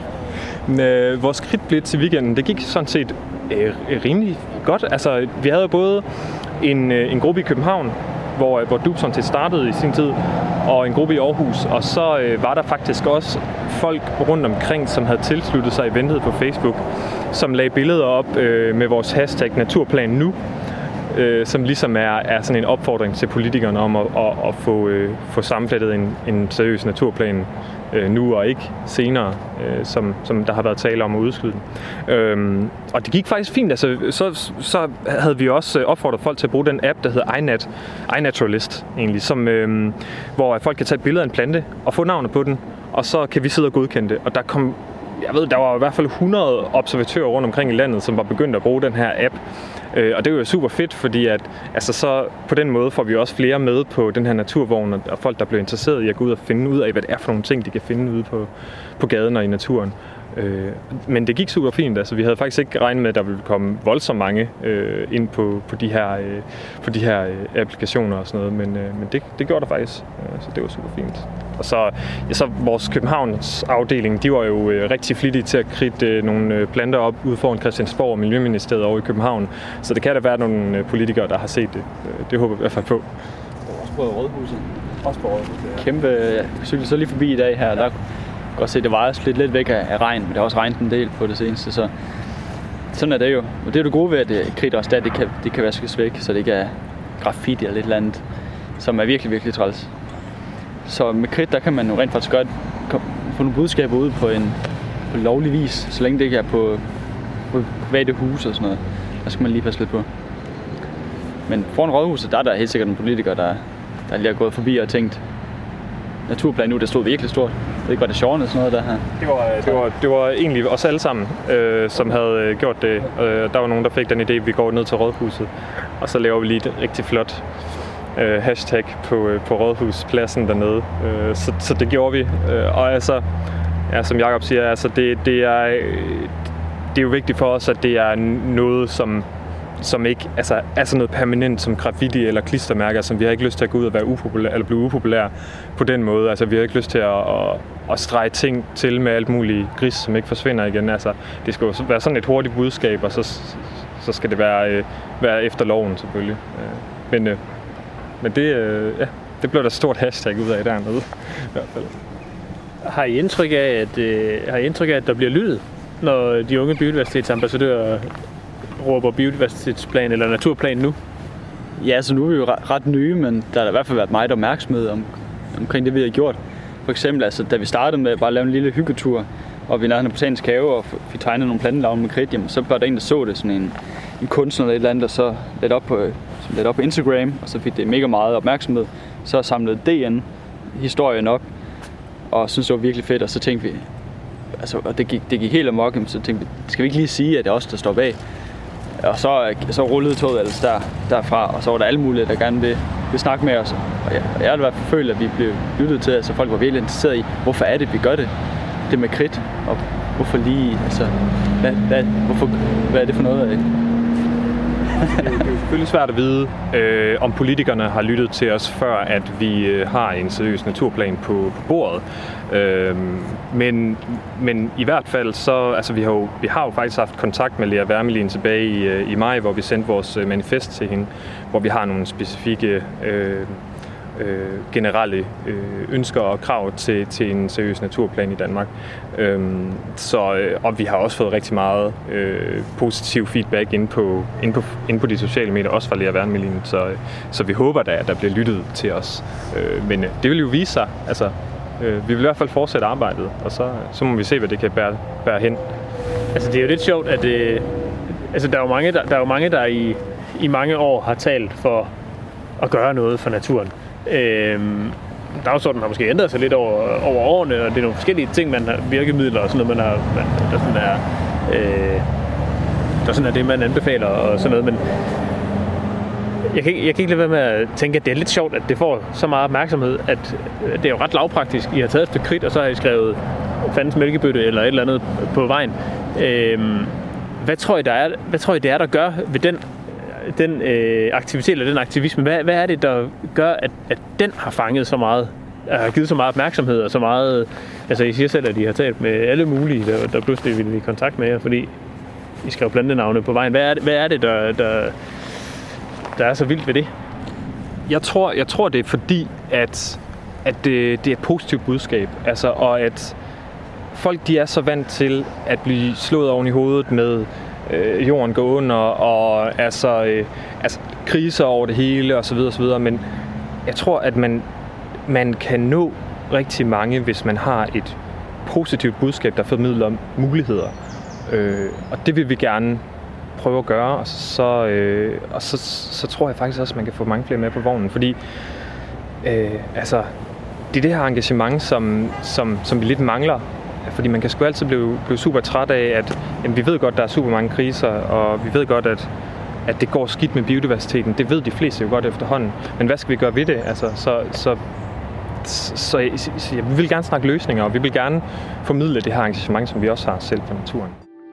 Vores kridtblitz i weekenden, det gik sådan set rimelig godt. Altså, vi havde både en gruppe i København, hvor DUB sådan set startede i sin tid, og en gruppe i Aarhus. Og så var der faktisk også folk rundt omkring, som havde tilsluttet sig eventet på Facebook, som lagde billeder op med vores hashtag Naturplan Nu, som ligesom er sådan en opfordring til politikerne om at få sammenflettet en seriøs naturplan nu og ikke senere, som der har været tale om at udskyde den. Og det gik faktisk fint. Altså, så havde vi også opfordret folk til at bruge den app, der hedder iNaturalist, egentlig, hvor folk kan tage et billede af en plante og få navnet på den, og så kan vi sidde og godkende det. Og der kom jeg ved, der var i hvert fald 100 observatører rundt omkring i landet, som var begyndt at bruge den her app. Og det var jo super fedt, fordi at, altså så på den måde får vi også flere med på den her naturvogn, og folk, der bliver interesseret i at gå ud og finde ud af, hvad det er for nogle ting, de kan finde ude på gaden og i naturen. Men det gik super fint. Altså, vi havde faktisk ikke regnet med, at der ville komme voldsomt mange ind på de her applikationer og sådan noget, men det gjorde der faktisk. Så det var super fint. Og så vores Københavns afdeling, de var jo rigtig flittige til at kridte nogle planter op ude foran Christiansborg og Miljøministeriet over i København. Så det kan da være nogle politikere, der har set det. Det håber jeg i hvert fald på. Også på Rådhuset. Også på Rådhuset, ja. Kæmpe. Jeg cyklede så lige forbi i dag her, der kan godt se, at det var lidt væk af regn, men det har også regnet en del på det seneste, så sådan er det jo. Og det er det gode ved, at kridt også det kan vaskes væk, så det ikke er graffiti eller lidt andet, som er virkelig, virkelig træls. Så med kridt, der kan man jo rent faktisk godt få nogle budskaber ud på lovlig vis, så længe det ikke er på private huse og sådan noget. Der skal man lige passe lidt på. Men foran Rådhuset, der er der helt sikkert nogle politikere, der lige har gået forbi og tænkt, naturplan nu, det stod virkelig stort. Det var det sjovt sådan noget der her. Det var egentlig os alle sammen, som havde gjort det. Der var nogen, der fik den idé, vi går ned til Rådhuset, og så laver vi lige et rigtig flot hashtag på Rådhuspladsen dernede. Så det gjorde vi. Og altså, ja, som Jakob siger, altså det er jo vigtigt for os, at det er noget, som ikke altså, er sådan noget permanent som graffiti eller klistermærker, som vi har ikke lyst til at gå ud og være upopulær, eller blive upopulær på den måde. Altså, vi har ikke lyst til at strege ting til med alt muligt gris, som ikke forsvinder igen. Altså, det skal jo være sådan et hurtigt budskab, og så skal det være efter loven selvfølgelig. Men det blev der et stort hashtag ud af dernede i hvert fald. Har I indtryk af, at der bliver lyttet, når de unge biodiversitetsambassadører råber biodiversitetsplan eller naturplan nu? Ja, så nu er vi jo ret nye, men der har i hvert fald været meget opmærksomhed omkring det, vi har gjort. For eksempel, altså, da vi startede med bare at lave en lille hyggetur, og vi nærmede en botanisk have, og vi tegnede nogle plantelavn med kridt, jamen, så var der en, der så det, sådan en kunstner eller et eller andet, der så lagde op på Instagram, og så fik det mega meget opmærksomhed. Så samlede DN historien op, og syntes det var virkelig fedt, og så tænkte vi, altså, og det gik helt amok, så tænkte vi, skal vi ikke lige sige, at det er os, der står bag? Og så rullede toget altså derfra, og så var der alle mulige, der gerne vil snakke med os. Og jeg har i hvert fald følt, at vi blev lyttet til, altså folk var virkelig interesseret i, hvorfor er det, vi gør det med kridt, og hvorfor lige, altså, hvad er det for noget af? Det er jo selvfølgelig svært at vide, om politikerne har lyttet til os, før at vi har en seriøs naturplan på bordet. Men i hvert fald så, altså vi har jo faktisk haft kontakt med Lea Wermelin tilbage i maj, hvor vi sendte vores manifest til hende, hvor vi har nogle specifikke generelle ønsker og krav til en seriøs naturplan i Danmark. Og vi har også fået rigtig meget positiv feedback inde på de sociale medier, også fra Lea Wermelin, så vi håber da, at der bliver lyttet til os. Men det vil jo vise sig. Altså, vi vil i hvert fald fortsætte arbejdet, og så må vi se, hvad det kan bære hen. Altså, det er jo lidt sjovt, at altså, der er jo mange, der i mange år har talt for at gøre noget for naturen. Dagsordenen har måske ændret sig lidt over årene, og det er nogle forskellige ting, man har, virkemidler og sådan noget, der sådan er det, man anbefaler og sådan noget, men jeg kan ikke lade være med at tænke, at det er lidt sjovt, at det får så meget opmærksomhed, at det er jo ret lavpraktisk. I har taget et stykke kridt, og så har I skrevet fandens mælkebøtte eller et eller andet på vejen. Hvad tror I, det er, der gør ved den aktivitet eller den aktivisme? Hvad er det, der gør, at den har fanget så meget, har givet så meget opmærksomhed og så meget... Altså, I siger selv, at I har talt med alle mulige, der pludselig ville i kontakt med jer, fordi I skrev plantenavne på vejen. Hvad er det, der er så vildt ved det? Jeg tror det er fordi, at det er et positivt budskab. Altså, og at folk, de er så vant til at blive slået oven i hovedet med jorden går under, og altså kriser over det hele, og så videre. Men jeg tror, at man kan nå rigtig mange, hvis man har et positivt budskab, der formidler muligheder. Og det vil vi gerne prøve at gøre, og så tror jeg faktisk også, at man kan få mange flere med på vognen, fordi det er det her engagement, som vi lidt mangler fordi man kan sgu altid blive super træt af, at jamen, vi ved godt, der er super mange kriser, og vi ved godt, at det går skidt med biodiversiteten. Det ved de fleste jo godt efterhånden. Men hvad skal vi gøre ved det? Altså, så vi vil gerne snakke løsninger, og vi vil gerne formidle det her engagement, som vi også har selv for naturen.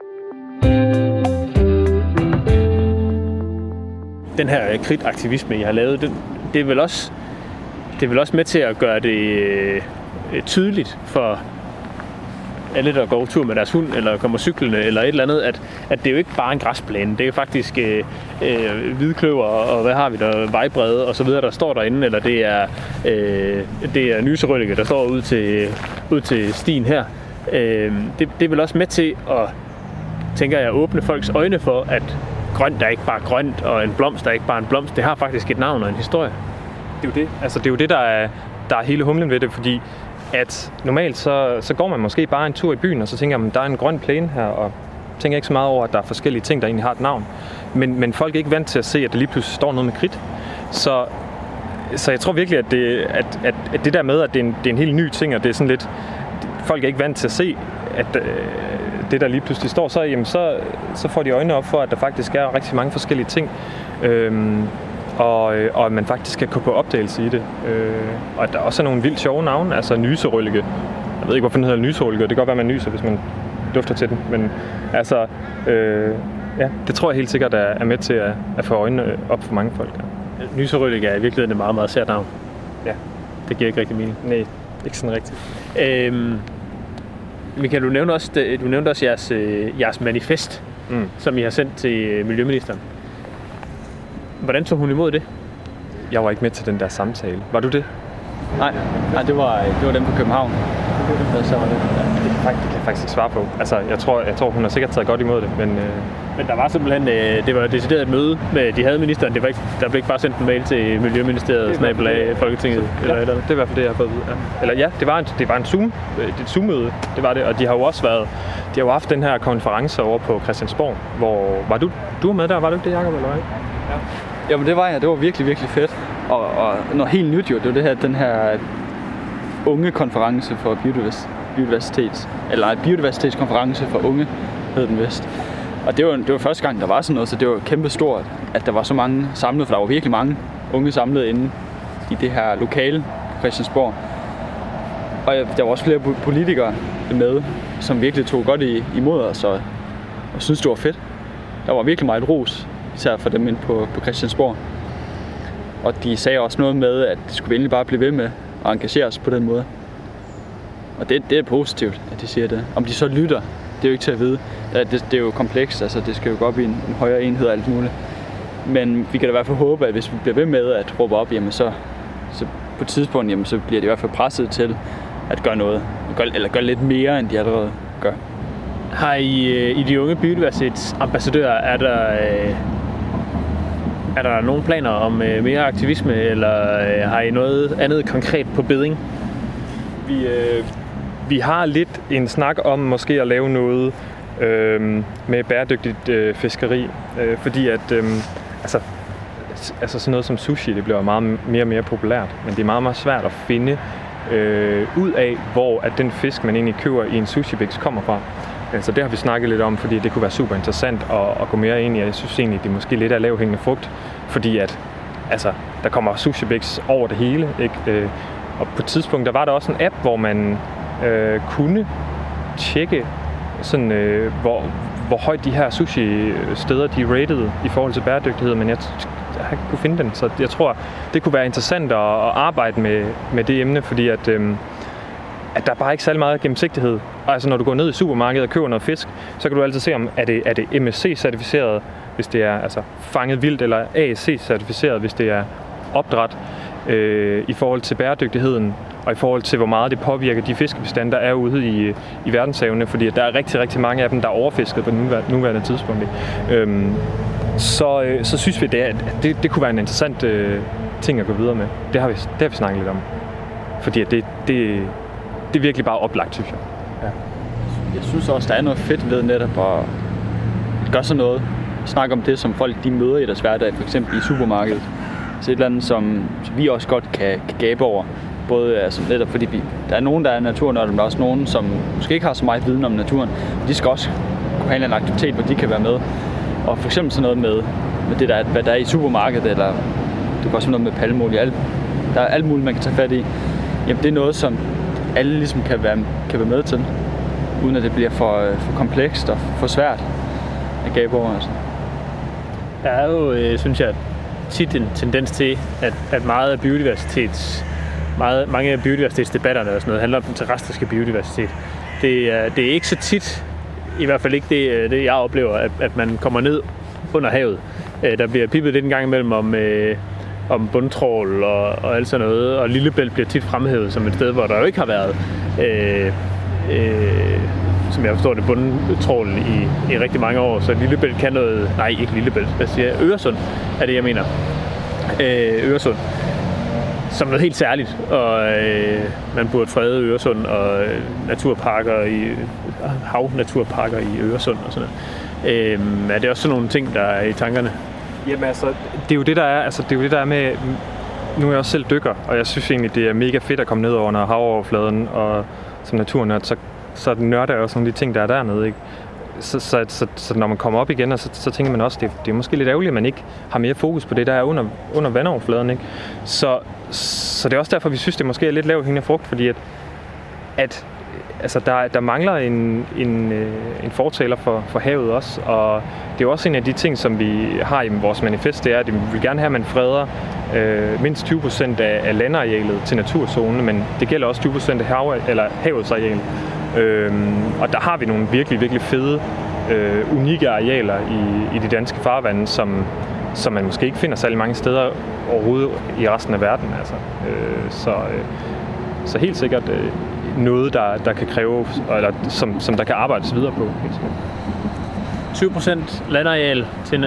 Den her kridtaktivisme, I har lavet, det er vel også med til at gøre det tydeligt for alle, der går tur med deres hund, eller kommer cyklende, eller et eller andet, at det er jo ikke bare en græsplæne. Det er jo faktisk hvidkløver, og hvad har vi der, vejbrede og så videre, der står derinde, eller det er nyserøllike, der står ud til stien her. Det er vel også med til at, tænker jeg, åbne folks øjne for, at grønt er ikke bare grønt, og en blomst er ikke bare en blomst. Det har faktisk et navn og en historie. Det er jo det. Altså, det er jo det, der er hele humlen ved det, fordi at normalt så går man måske bare en tur i byen, og så tænker man, der er en grøn plæne her, og tænker ikke så meget over, at der er forskellige ting, der egentlig har et navn. Men folk er ikke vant til at se, at der lige pludselig står noget med kridt. Så jeg tror virkelig, at det der med, at det er en helt ny ting, og det er sådan lidt, folk er ikke vant til at se, at det der lige pludselig står, så får de øjnene op for, at der faktisk er rigtig mange forskellige ting. Og at man faktisk kan gå på opdagelse i det. Og at der også er nogle vildt sjove navne, altså nyserøllike. Jeg ved ikke, hvorfor den hedder nyserøllike, det kan godt være, man nyser, hvis man dufter til den. Men altså, det tror jeg helt sikkert er med til at få øjnene op for mange folk. Ja. Nyserøllike er i virkeligheden et meget, meget sært navn. Ja. Det giver ikke rigtig mening. Nej, ikke sådan rigtigt. Michael, du nævnte også jeres manifest, som I har sendt til Miljøministeren. Hvordan tog hun imod det? Jeg var ikke med til den der samtale. Var du det? Nej, det var dem på København. Det kan jeg faktisk ikke svare på. Altså, jeg tror hun har sikkert taget godt imod det, men der var simpelthen, det var et decideret møde med, de havde ministeren. Der blev ikke bare sendt en mail til Miljøministeriet, snabelag Folketinget, eller et eller andet. Det er i hvert fald det, jeg har fået ud. Ja. Eller ja, det var et Zoom-møde, det var det, og de har jo haft den her konference over på Christiansborg, hvor, var du var med der, var du ikke det, Jacob, eller hvad? Ja. Jamen det var jeg, det var virkelig, virkelig fedt. Og noget helt nyt jo, det var den her unge konference for biodiversitetskonference for unge, hed den vist. Og det var første gang, der var sådan noget, så det var kæmpe stort, at der var så mange samlet, for der var virkelig mange unge samlet inde i det her lokale på Christiansborg. Og der var også flere politikere med, som virkelig tog godt imod os og syntes, det var fedt. Der var virkelig meget ros, især for dem inde på Christiansborg. Og de sagde også noget med, at det skulle vi egentlig bare blive ved med at engagere os på den måde. Og det er positivt, at de siger det. Om de så lytter, det er jo ikke til at vide. Det er jo komplekst, altså det skal jo gå op i en højere enhed og alt muligt. Men vi kan da i hvert fald håbe, at hvis vi bliver ved med at råbe op, jamen så på et tidspunkt, jamen så bliver det i hvert fald presset til at gøre noget. Eller gøre lidt mere, end de allerede gør. Har I de unge biodiversitetsambassadører, er der nogle planer om mere aktivisme, eller har I noget andet konkret på bedding? Vi har lidt en snak om måske at lave noget med bæredygtigt fiskeri, fordi at altså sådan noget som sushi, det bliver meget mere og mere populært, men det er meget, meget svært at finde ud af, hvor at den fisk, man egentlig køber i en sushi-biks, kommer fra. Så det har vi snakket lidt om, fordi det kunne være super interessant at gå mere ind i. Jeg synes egentlig, det er måske lidt af lavhængende frugt, fordi at der kommer sushi-biks over det hele, ikke? Og på et tidspunkt, der var der også en app, hvor man kunne tjekke, sådan, hvor højt de her sushi-steder de rated i forhold til bæredygtighed, men jeg har ikke kunne finde den, så jeg tror, det kunne være interessant at arbejde med det emne, fordi at der er bare ikke særlig meget gennemsigtighed. Og altså, når du går ned i supermarkedet og køber noget fisk, så kan du altid se, om er det MSC-certificeret, hvis det er fanget vildt, eller ASC-certificeret, hvis det er opdræt, i forhold til bæredygtigheden, og i forhold til, hvor meget det påvirker de fiskebestande, der er ude i verdenshavene, fordi der er rigtig, rigtig mange af dem, der er overfisket på nuværende tidspunkt. Så synes vi, at det kunne være en interessant ting at gå videre med. Det har vi snakket lidt om. Fordi det er virkelig bare oplagt, synes jeg. Ja. Jeg synes også, der er noget fedt ved netop at gøre sådan noget. Snakke om det, som folk de møder i deres hverdag, for eksempel i supermarkedet. Så et eller andet, som vi også godt kan gabe over Både altså, netop fordi der er nogen, der er naturnørder, men også nogen, som måske ikke har så meget viden om naturen. De skal også kunne have en eller anden aktivitet, hvor de kan være med. Og for eksempel sådan noget med det, hvad der er i supermarkedet, eller det kan også være noget med palmeolie. Der er alt muligt, man kan tage fat i. Jamen, det er noget, som alle ligesom kan være med til, uden at det bliver for komplekst og for svært at gabe over. Altså. Der er jo, synes jeg, tit en tendens til, at mange af biodiversitetsdebatterne og sådan noget handler om den terrestriske biodiversitet. Det er ikke så tit, i hvert fald ikke det jeg oplever, at man kommer ned under havet. Der bliver pippet lidt en gang imellem om bundtrål og alt sådan noget, og Lillebælt bliver tit fremhævet som et sted, hvor der jo ikke har været, som jeg forstår det, bundtrål i rigtig mange år, så Lillebælt kan noget, nej, ikke Lillebælt, hvad siger jeg, Øresund er det, jeg mener. Øresund som noget helt særligt, og man burde frede Øresund og havnaturparker i Øresund og sådan noget. Er det også sådan nogle ting, der er i tankerne? Jamen altså, det er jo det, der er, med, nu er jeg også selv dykker, og jeg synes egentlig, det er mega fedt at komme ned under havoverfladen, og som naturnørd, så nørder jeg også nogle af de ting, der er dernede, ikke? Så når man kommer op igen, så tænker man også, det er måske lidt ærgerligt, at man ikke har mere fokus på det, der er under vandoverfladen, ikke? Så det er også derfor, vi synes, det måske er lidt lavt hængende frugt, fordi at altså der mangler en fortaler for havet også, og det er jo også en af de ting, som vi har i vores manifest, det er, at vi vil gerne have, at man freder mindst 20% af landarealet til naturzone, men det gælder også 20% af havets areal. Og der har vi nogle virkelig, virkelig fede, unikke arealer i de danske farvande, som man måske ikke finder særlig mange steder overhovedet i resten af verden. Altså. Så helt sikkert noget, der kan kræve, eller som der kan arbejdes videre på. 20% landareal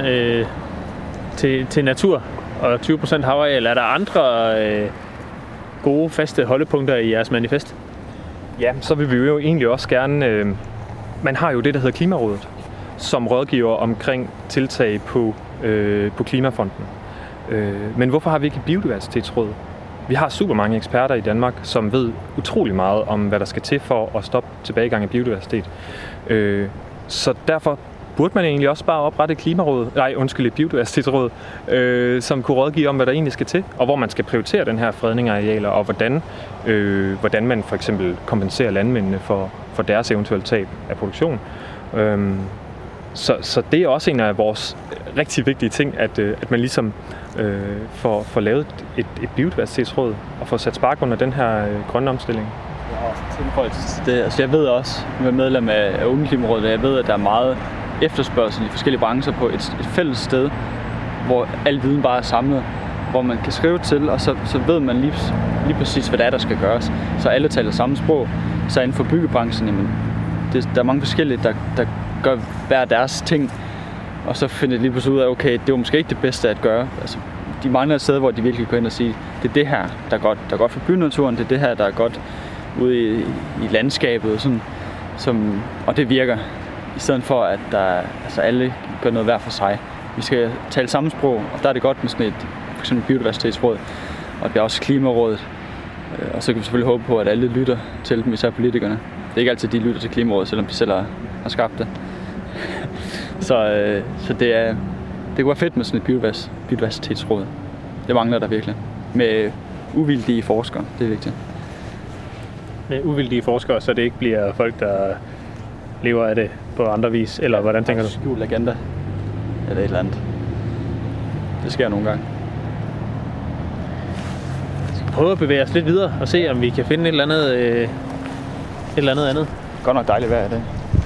til natur og 20% havareal. Er der andre gode, faste holdepunkter i jeres manifest? Ja, så vil vi jo egentlig også gerne... man har jo det, der hedder Klimarådet, som rådgiver omkring tiltag på Klimafonden. Men hvorfor har vi ikke et biodiversitetsråd? Vi har super mange eksperter i Danmark, som ved utrolig meget om, hvad der skal til for at stoppe tilbagegang af biodiversitet. Så derfor burde man egentlig også bare oprette et biodiversitetsråd, som kunne rådgive om, hvad der egentlig skal til, og hvor man skal prioritere den her fredning af arealer, og hvordan man for eksempel kompenserer landmændene for deres eventuelle tab af produktion. Så det er også en af vores rigtig vigtige ting, at man ligesom får lavet et biodiversitetsråd og får sat spark under den her grønne omstilling. Jeg ved også, med medlem af Ungeklimarådet, jeg ved, at der er meget efterspørgsel i forskellige brancher på et fælles sted, hvor al viden bare er samlet, hvor man kan skrive til, og så ved man lige præcis, hvad det er, der skal gøres. Så alle taler samme sprog. Så inden for byggebranchen, jamen, der er mange forskellige, der gør hver deres ting, og så finder de lige pludselig ud af, okay, det var måske ikke det bedste at gøre. Altså, de mangler et sted, hvor de virkelig går ind og siger, det er det her, der er godt for bynaturen, det er det her, der er godt ude i landskabet, sådan, og det virker. I stedet for, at alle gør noget hver for sig. Vi skal tale samme sprog, og der er det godt med sådan et for eksempel biodiversitetsråd, og det er også Klimarådet. Og så kan vi selvfølgelig håbe på, at alle lytter til dem, især politikerne. Det er ikke altid, de lytter til Klimarådet, selvom de selv har skabt det. Så det kunne være fedt med sådan et biodiversitetsråd. Det mangler der virkelig. Med uvildige forskere, det er vigtigt. Med uvildige forskere, så det ikke bliver folk, der lever af det på andre vis, eller hvordan tænker du? Skjult agenda, eller et eller andet. Det sker nogle gange. Vi skal prøve at bevæge os lidt videre og se, om vi kan finde et eller andet andet. Godt nok dejligt vejr i dag.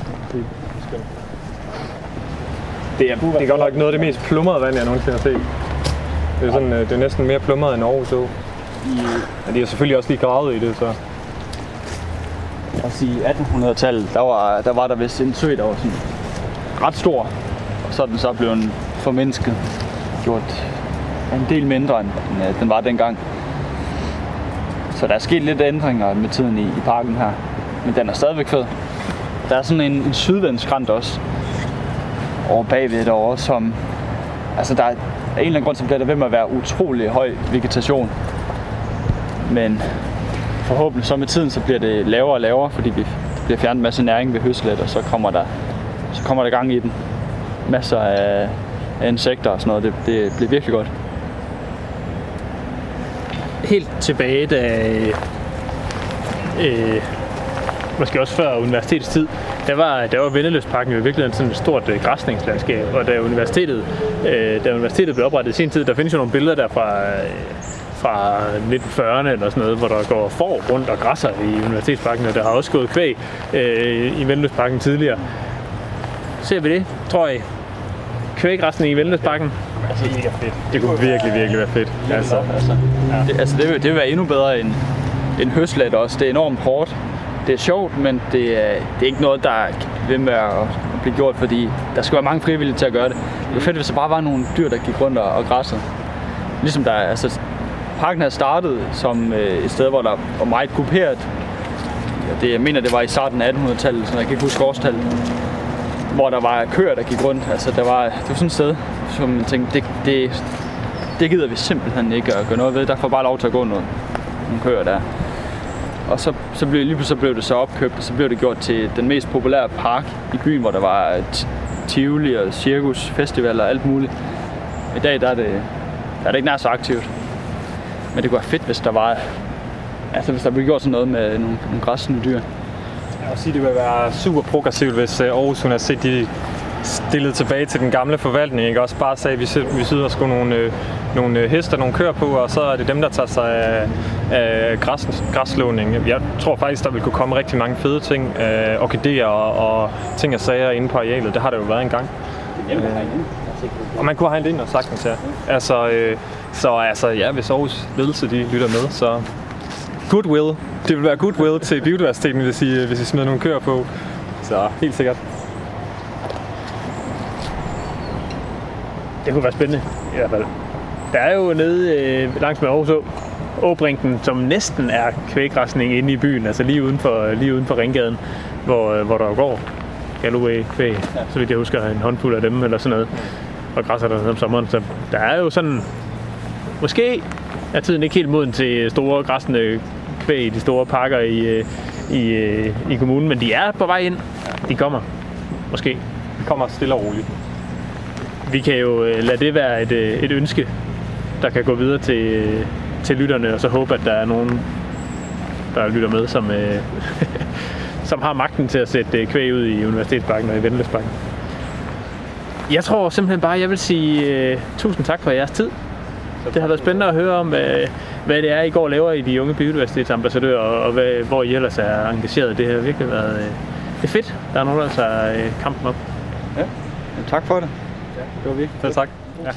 Det er godt nok noget af det mest plumrede vand, jeg nogensinde har set. Det er, sådan, det er næsten mere plumret end Aarhus. Ja, de har selvfølgelig også lige gravet i det, så... Også i 1800-tallet, der var der vist en sø, der var sådan ret stor. Og så er den så blevet formindsket. Gjort en del mindre, end den var dengang. Så der er sket lidt ændringer med tiden i parken her. Men den er stadigvæk fed. Der er sådan en sydvendt skrænt også. Over bagved derovre, som... Altså der er en eller anden grund, som bliver der ved med at være utrolig høj vegetation. Men forhåbentlig så med tiden, så bliver det lavere og lavere, fordi vi bliver fjernet en masse næring ved høslet, og så kommer der gang i den. Masser af insekter og sådan noget. Det bliver virkelig godt. Helt tilbage, da måske også før universitetets tid, der var Vendeløsparken jo virkelig sådan et stort græsningslandskab, og da universitetet blev oprettet i sin tid, der findes jo nogle billeder der fra 1940'erne eller sådan noget, hvor der går får rundt og græsser i universitetsparken, og der har også gået kvæg i Vendeløsparken tidligere. Ser vi det, tror jeg? Kvæggræsning i Vendeløsparken? Altså, det er mega fedt. Det kunne virkelig, virkelig være fedt. Det vil være endnu bedre end høslet også. Det er enormt hårdt. Det er sjovt, men det er ikke noget, der vil med at blive gjort, fordi der skal være mange frivillige til at gøre det. Det var fedt, hvis der bare var nogle dyr, der gik rundt og græssede. Ligesom parken er startet som et sted, hvor der var meget kuperet. Jeg mener, det var i starten af 1800-tallet, så jeg kan ikke huske årstallet, hvor der var køer, der gik rundt. Altså, det var sådan et sted, som man tænkte, det gider vi simpelthen ikke at gøre noget ved. Der får bare lov til at gå nogle køer der. Og så blev det så opkøbt, og så blev det gjort til den mest populære park i byen, hvor der var tivoli og cirkus, festivaler og alt muligt. I dag der er det ikke nær så aktivt. Men det kunne være fedt, hvis der blev gjort sådan noget med nogle græssende dyr. Jeg vil sige, det vil være super progressivt, hvis Aarhus Universitet de stillede tilbage til den gamle forvaltning, ikke? Også bare sagde, at vi sidder og skulle nogle heste, nogle køer på, og så er det dem, der tager sig af græsslåning. Jeg tror faktisk, der vil kunne komme rigtig mange fede ting, orkideer og ting og sager inde på arealet. Det har det jo været engang. Og man kunne have hegnet ind og sagtens, ja. Altså, hvis Aarhus ledelse de lytter med, så goodwill. Det vil være goodwill til biodiversiteten, hvis I smider nogle køer på. Så helt sikkert. Det kunne være spændende, i hvert fald. Der er jo nede langs med Aarhus Åbrinken, som næsten er kvæggræsning inde i byen, altså lige uden for Ringgaden, hvor der går Galloway-kvæg, så vidt jeg husker, en håndfuld af dem eller sådan noget, og græsser der om sommeren. Så der er jo sådan, måske er tiden ikke helt moden til store græssende kvæg i de store parker i kommunen, men de er på vej ind. De kommer, måske. De kommer stille og roligt. Vi kan jo lade det være et ønske, der kan gå videre til lytterne, og så håbe, at der er nogen, der lytter med, som har magten til at sætte kvæg ud i Universitetsparken og i Vendeløsparken. Jeg tror simpelthen bare, jeg vil sige tusind tak for jeres tid. Det har været spændende at høre om, hvad det er, I går og laver i de unge biodiversitetsambassadører, og hvor I ellers er engageret. Det har virkelig været det er fedt. Der er nogen, der tager kampen op. Ja, tak for det. Det var virkelig. Selv tak. Ja.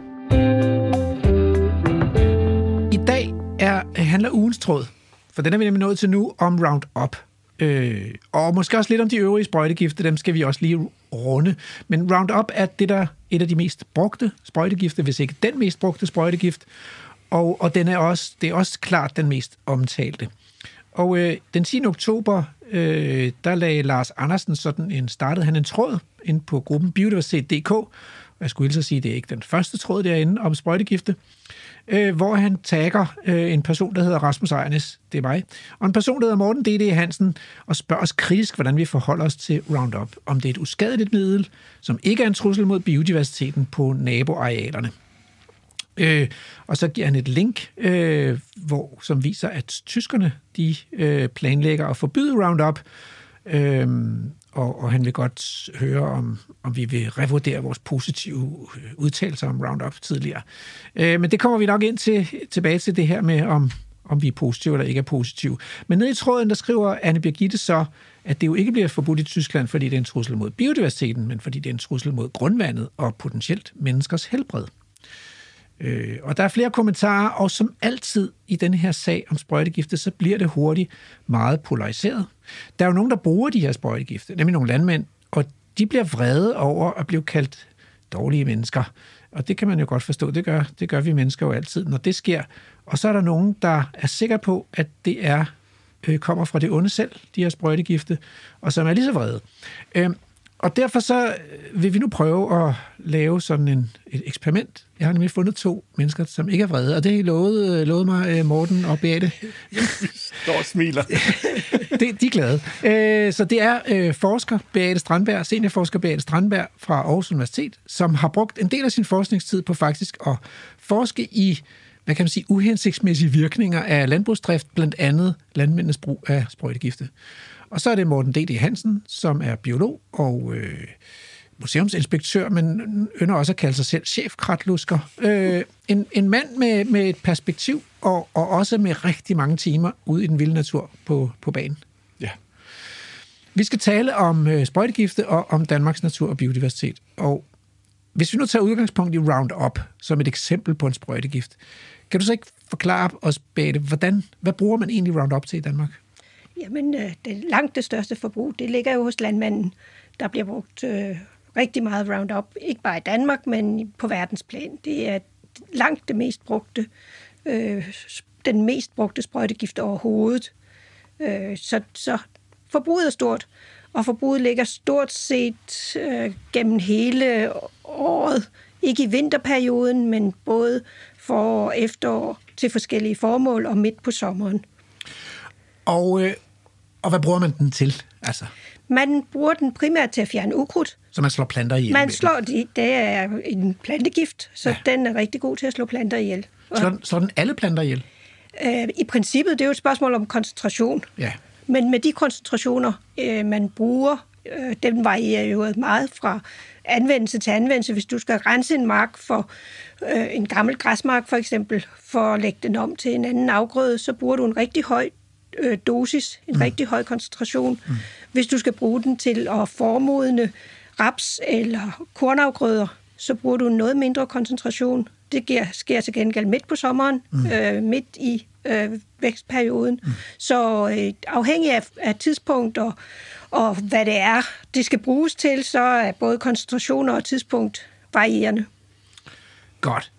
I dag handler ugens tråd, for den er vi nemlig nået til nu, om Roundup. Og måske også lidt om de øvrige sprøjtegifte, dem skal vi også lige runde. Men Roundup er et af de mest brugte sprøjtegifte, hvis ikke den mest brugte sprøjtegift, og det er også klart den mest omtalte. Og den 10. oktober, der lagde Lars Andersen startede han en tråd ind på gruppen biodiversitet.dk, og jeg skulle hilse at sige, at det er ikke den første tråd derinde om sprøjtegifte, hvor han tagger en person, der hedder Rasmus Ejernes, det er mig, og en person, der hedder Morten D.D. Hansen, og spørger os kritisk, hvordan vi forholder os til Roundup, om det er et uskadeligt middel, som ikke er en trussel mod biodiversiteten på naboarealerne. Og så giver han et link, som viser, at tyskerne de planlægger at forbyde Roundup, og han vil godt høre, om vi vil revurdere vores positive udtalelser om Roundup tidligere. Men det kommer vi nok tilbage til det her med, om vi er positive eller ikke er positive. Men nede i tråden, der skriver Anne Birgitte så, at det jo ikke bliver forbudt i Tyskland, fordi det er en trussel mod biodiversiteten, men fordi det er en trussel mod grundvandet og potentielt menneskers helbred. Og der er flere kommentarer, og som altid i denne her sag om sprøjtegifte, så bliver det hurtigt meget polariseret. Der er jo nogen, der bruger de her sprøjtegifte, nemlig nogle landmænd, og de bliver vrede over at blive kaldt dårlige mennesker. Og det kan man jo godt forstå, det gør vi mennesker jo altid, når det sker. Og så er der nogen, der er sikre på, at det kommer fra det onde selv, de her sprøjtegifte, og som er lige så vrede. Og derfor så vil vi nu prøve at lave sådan et eksperiment. Jeg har nemlig fundet 2 mennesker, som ikke er vrede, og det lovede mig Morten og Beate. Står og smiler. De er glade. Så det er forsker Beate Strandberg, seniorforsker Beate Strandberg fra Aarhus Universitet, som har brugt en del af sin forskningstid på faktisk at forske i, hvad kan man sige, uhensigtsmæssige virkninger af landbrugsdrift, blandt andet landmændenes brug af sprøjtegifte. Og så er det Morten D.D. Hansen, som er biolog og museumsinspektør, men ynder også at kalde sig selv chefkratlusker. En mand med et perspektiv, og også med rigtig mange timer ude i den vilde natur på banen. Ja. Vi skal tale om sprøjtegifte og om Danmarks natur og biodiversitet. Og hvis vi nu tager udgangspunkt i Roundup som et eksempel på en sprøjtegift, kan du så ikke forklare os, Beate, hvad bruger man egentlig Roundup til i Danmark? Jamen, langt det største forbrug, det ligger jo hos landmanden. Der bliver brugt rigtig meget Roundup, ikke bare i Danmark, men på verdensplan. Det er langt det mest brugte, den mest brugte sprøjtegift overhovedet. Så forbruget er stort, og forbruget ligger stort set gennem hele året. Ikke i vinterperioden, men både forår og efterår til forskellige formål og midt på sommeren. Og hvad bruger man den til? Altså? Man bruger den primært til at fjerne ukrudt. Så man slår planter ihjel? Det er en plantegift, så den er rigtig god til at slå planter ihjel. Slår den alle planter ihjel? I princippet, det er jo et spørgsmål om koncentration. Ja. Men med de koncentrationer, man bruger, den varierer jo meget fra anvendelse til anvendelse. Hvis du skal rense en mark for en gammel græsmark for eksempel, for at lægge den om til en anden afgrøde, så bruger du en rigtig høj dosis, en rigtig høj koncentration. Hvis du skal bruge den til at formodne raps eller kornafgrøder, så bruger du noget mindre koncentration. Det sker til gengæld midt på sommeren, midt i vækstperioden. Så afhængig af tidspunkt og hvad det er, det skal bruges til, så er både koncentrationer og tidspunkt varierende. Godt.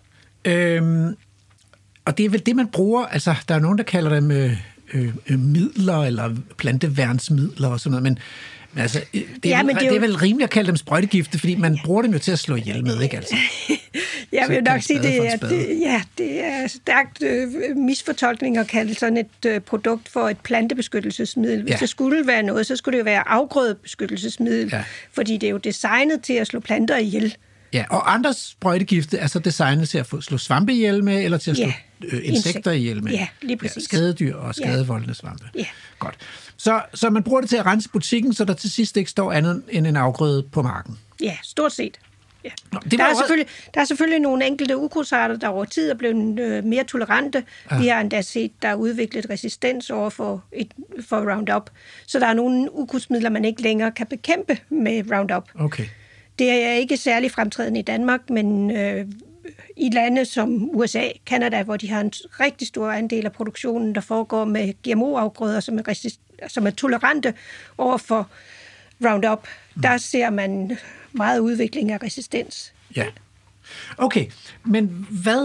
Og det er vel det, man bruger, altså der er nogen, der kalder dem midler eller planteværnsmidler og sådan noget, men altså, det er vel rimeligt at kalde dem sprøjtegifte, fordi man bruger dem jo til at slå ihjel med, ikke altså? Jeg vil nok sige, det er stærkt misfortolkning at kalde sådan et produkt for et plantebeskyttelsesmiddel. Hvis det skulle være noget, så skulle det jo være afgrødebeskyttelsesmiddel, fordi det er jo designet til at slå planter ihjel. Ja, og andre sprøjtegifte er så designet til at slå svampe ihjel med, eller til at slå insekter ihjel med. Ja, lige præcis. Ja, skadedyr og skadevoldende svampe. Ja. Godt. Så man bruger det til at rense butikken, så der til sidst ikke står andet end en afgrøde på marken. Ja, stort set. Ja. Nå, der er selvfølgelig nogle enkelte ukrudtsarter, der over tid er blevet mere tolerante. Vi har endda set, der er udviklet resistens over for Roundup. Så der er nogle ukrudtsmidler, man ikke længere kan bekæmpe med Roundup. Okay. Det er ikke særlig fremtrædende i Danmark, men i lande som USA, Canada, hvor de har en rigtig stor andel af produktionen, der foregår med GMO-afgrøder, som er tolerante over for Roundup, der ser man meget udvikling af resistens. Ja. Okay, men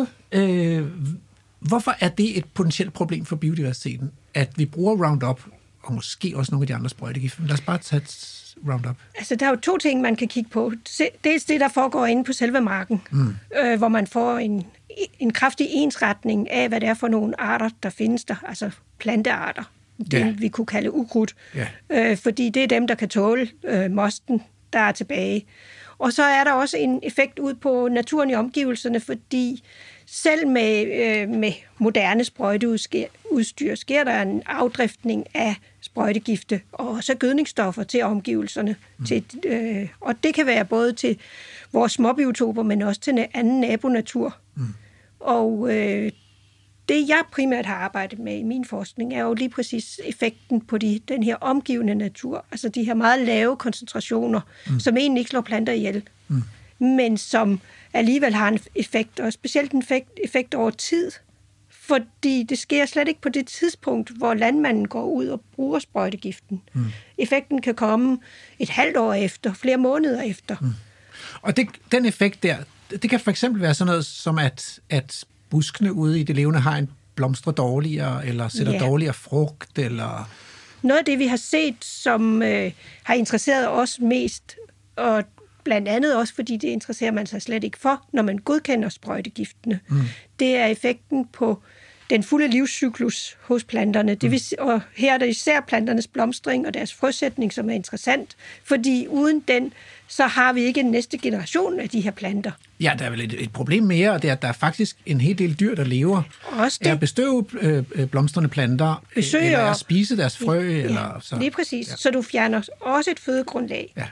hvorfor er det et potentielt problem for biodiversiteten, at vi bruger Roundup, og måske også nogle af de andre sprøjtegifter? Lad os bare tage Roundup. Altså, der er jo 2 ting, man kan kigge på. Dels det, der foregår inde på selve marken, hvor man får en kraftig ensretning af, hvad det er for nogle arter, der findes der, altså plantearter. Det vi kunne kalde ukrudt. Fordi det er dem, der kan tåle mosten, der er tilbage. Og så er der også en effekt ud på naturen i omgivelserne, fordi selv med moderne sprøjteudstyr sker der en afdriftning af sprøjtegifte og også gødningsstoffer til omgivelserne. Og det kan være både til vores småbiotoper, men også til anden nabonatur. Og det, jeg primært har arbejdet med i min forskning, er jo lige præcis effekten på den her omgivende natur. Altså de her meget lave koncentrationer, som egentlig ikke slår planter ihjel, men som alligevel har en effekt, og specielt en effekt over tid. Fordi det sker slet ikke på det tidspunkt, hvor landmanden går ud og bruger sprøjtegiften. Effekten kan komme et halvt år efter, flere måneder efter. Og den effekt der, det kan for eksempel være sådan noget som, at buskene ude i det levende hegn blomstrer dårligere, eller sætter dårligere frugt, eller... Noget af det, vi har set, som har interesseret os mest Og blandt andet også, fordi det interesserer man sig slet ikke for, når man godkender sprøjtegiftene. Det er effekten på den fulde livscyklus hos planterne. Og her er det især planternes blomstring og deres frøsætning, som er interessant, fordi uden den, så har vi ikke en næste generation af de her planter. Ja, der er vel et problem mere, og det er, at der er faktisk en hel del dyr, der lever af at bestøve blomstrende planter, eller at spise deres frø. Eller, så. Lige præcis. Ja. Så du fjerner også et fødegrundlag. Ja.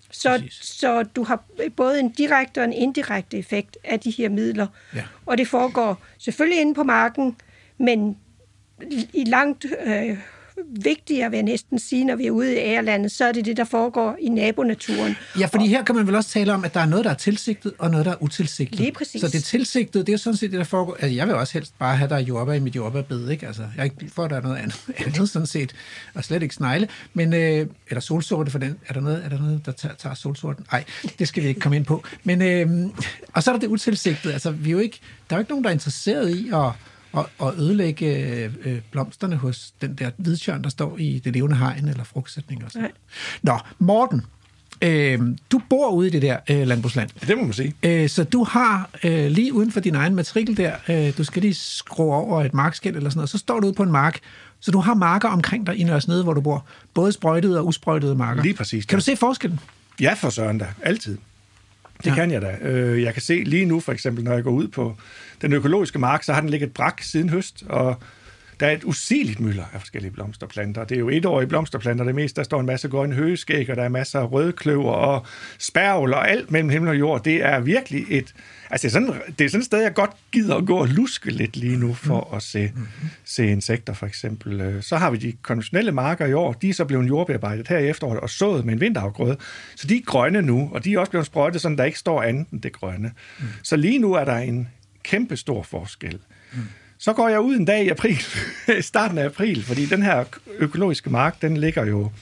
Så du har både en direkte og en indirekte effekt af de her midler. Ja. Og det foregår selvfølgelig inde på marken, men i langt vigtigere, vil jeg næsten sige, når vi er ude i ærelandet, så er det det, der foregår i nabonaturen. Ja, fordi her kan man vel også tale om, at der er noget, der er tilsigtet, og noget, der er utilsigtet. Lige præcis. Så det tilsigtede, det er sådan set det, der foregår. Altså, jeg vil også helst bare have der jordbær i mit jordbærbed, ikke? Altså, jeg er ikke brug for, at der er noget andet sådan set, og slet ikke snegle. Men, eller solsorte for den. Er der noget der tager solsorten? Nej, det skal vi ikke komme ind på. Men, og så er der det utilsigtede. Altså, der er jo ikke nogen, der er interesseret i at ødelægge blomsterne hos den der hvidtjørn, der står i det levende hegn eller frugtsætning og sådan. Nå, Morten, du bor ude i det der landbrugsland. Det må man sige. Så du har lige uden for din egen matrikel der, du skal lige skrue over et markskilt eller sådan noget, så står du ude på en mark, så du har marker omkring dig i Nørresnede, hvor du bor. Både sprøjtede og usprøjtede marker. Lige præcis. Kan du se forskellen? Ja, for søren da. Altid. Det kan jeg da. Jeg kan se lige nu, for eksempel, når jeg går ud på den økologiske mark, så har den ligget brak siden høst, og der er et usigeligt mylder af forskellige blomsterplanter. Det er jo etårige blomsterplanter, det meste. Der står en masse grønne høgeskæg, og der er masser af rødkløver og spærgel og alt mellem himmel og jord. Det er virkelig et... Altså, det er sådan et sted, jeg godt gider at gå og luske lidt lige nu for at se insekter, for eksempel. Så har vi de konventionelle marker i år. De er så blevet jordbearbejdet her i efteråret og sået med en vinterafgrøde. Så de er grønne nu, og de er også blevet sprøjtet, sådan der ikke står andet end det grønne. Så lige nu er der en kæmpe stor forskel. Så går jeg ud en dag i april, starten af april, fordi den her økologiske mark, den ligger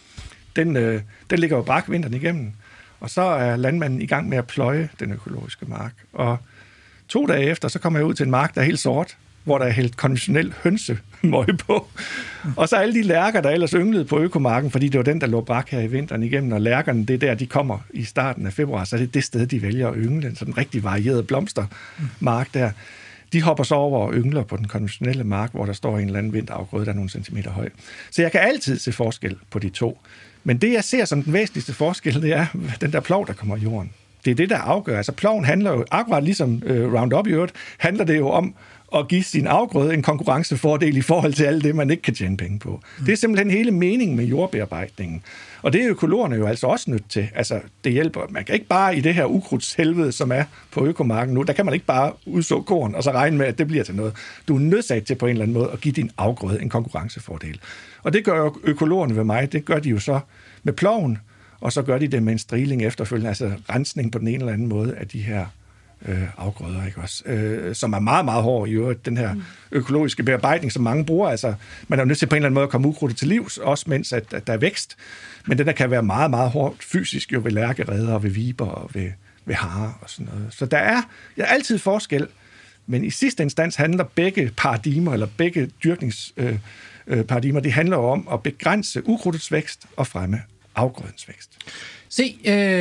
jo brak vinteren igennem. Og så er landmanden i gang med at pløje den økologiske mark. Og 2 dage efter, så kommer jeg ud til en mark, der er helt sort, hvor der er helt konventionel hønsemøg på. Og så alle de lærker, der ellers ynglede på økomarken, fordi det var den, der lå brak her i vinteren igennem, og lærkerne, det er der, de kommer i starten af februar, så det er det sted, de vælger at yngle, sådan en rigtig varieret blomstermark der. De hopper så over og yngler på den konventionelle mark, hvor der står en eller anden vinterafgrøde, der er nogle centimeter høj. Så jeg kan altid se forskel på de to. Men det, jeg ser som den væsentligste forskel, det er den der plov, der kommer i jorden. Det er det, der afgør. Altså ploven handler jo, akkurat ligesom Roundup i øvrigt, handler det jo om at give sin afgrøde en konkurrencefordel i forhold til alt det, man ikke kan tjene penge på. Det er simpelthen hele meningen med jordbearbejdningen. Og det er økologerne jo altså også nødt til. Altså, det hjælper. Man kan ikke bare i det her ukrudtshelvede, som er på økomarken nu, der kan man ikke bare udså korn og så regne med, at det bliver til noget. Du er nødsat til på en eller anden måde at give din afgrøde en konkurrencefordel. Og det gør jo økologerne ved mig. Det gør de jo så med ploven, og så gør de det med en striling efterfølgende, altså rensning på den ene eller anden måde af de her afgrøder, ikke også? Som er meget, meget hård i øvrigt, den her økologiske bearbejdning, som mange bruger. Altså, man er jo nødt til på en eller anden måde at komme ukrudtet til livs, også mens at der er vækst. Men den der kan være meget, meget hårdt fysisk, jo ved lærkereder og ved viber og ved harer og sådan noget. Så der er altid forskel, men i sidste instans handler begge paradigmer, eller begge dyrkningsparadigmer, det handler om at begrænse ukrudtets vækst og fremme afgrødens vækst. Se,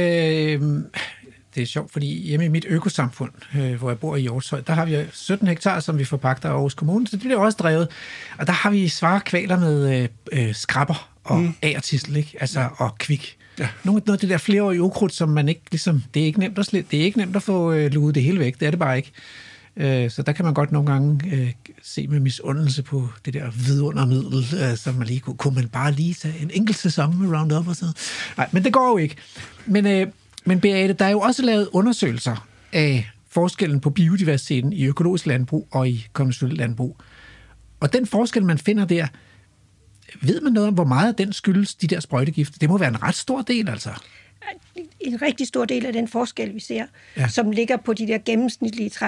det er sjovt, fordi hjemme i mit økosamfund, hvor jeg bor i Hjortshøj, der har vi 17 hektar, som vi forpagter af Aarhus Kommune, så det bliver også drevet. Og der har vi svare kvaler med skrabber og agertistel, ikke? Altså, og kvik. Ja. Noget af det der flereårige ukrudt, som man ikke ligesom, det er ikke nemt at få luet det hele væk, det er det bare ikke. Så der kan man godt nogle gange se med misundelse på det der vidundermiddel, som man lige kunne man bare lige tage en enkelt sæson med Roundup og sådan. Nej, men det går jo ikke. Men Beate, der er jo også lavet undersøgelser af forskellen på biodiversiteten i økologisk landbrug og i konventionelt landbrug. Og den forskel, man finder der, ved man noget om, hvor meget af den skyldes de der sprøjtegifte? Det må være en ret stor del, altså. En rigtig stor del af den forskel, vi ser, som ligger på de der gennemsnitlige 30%.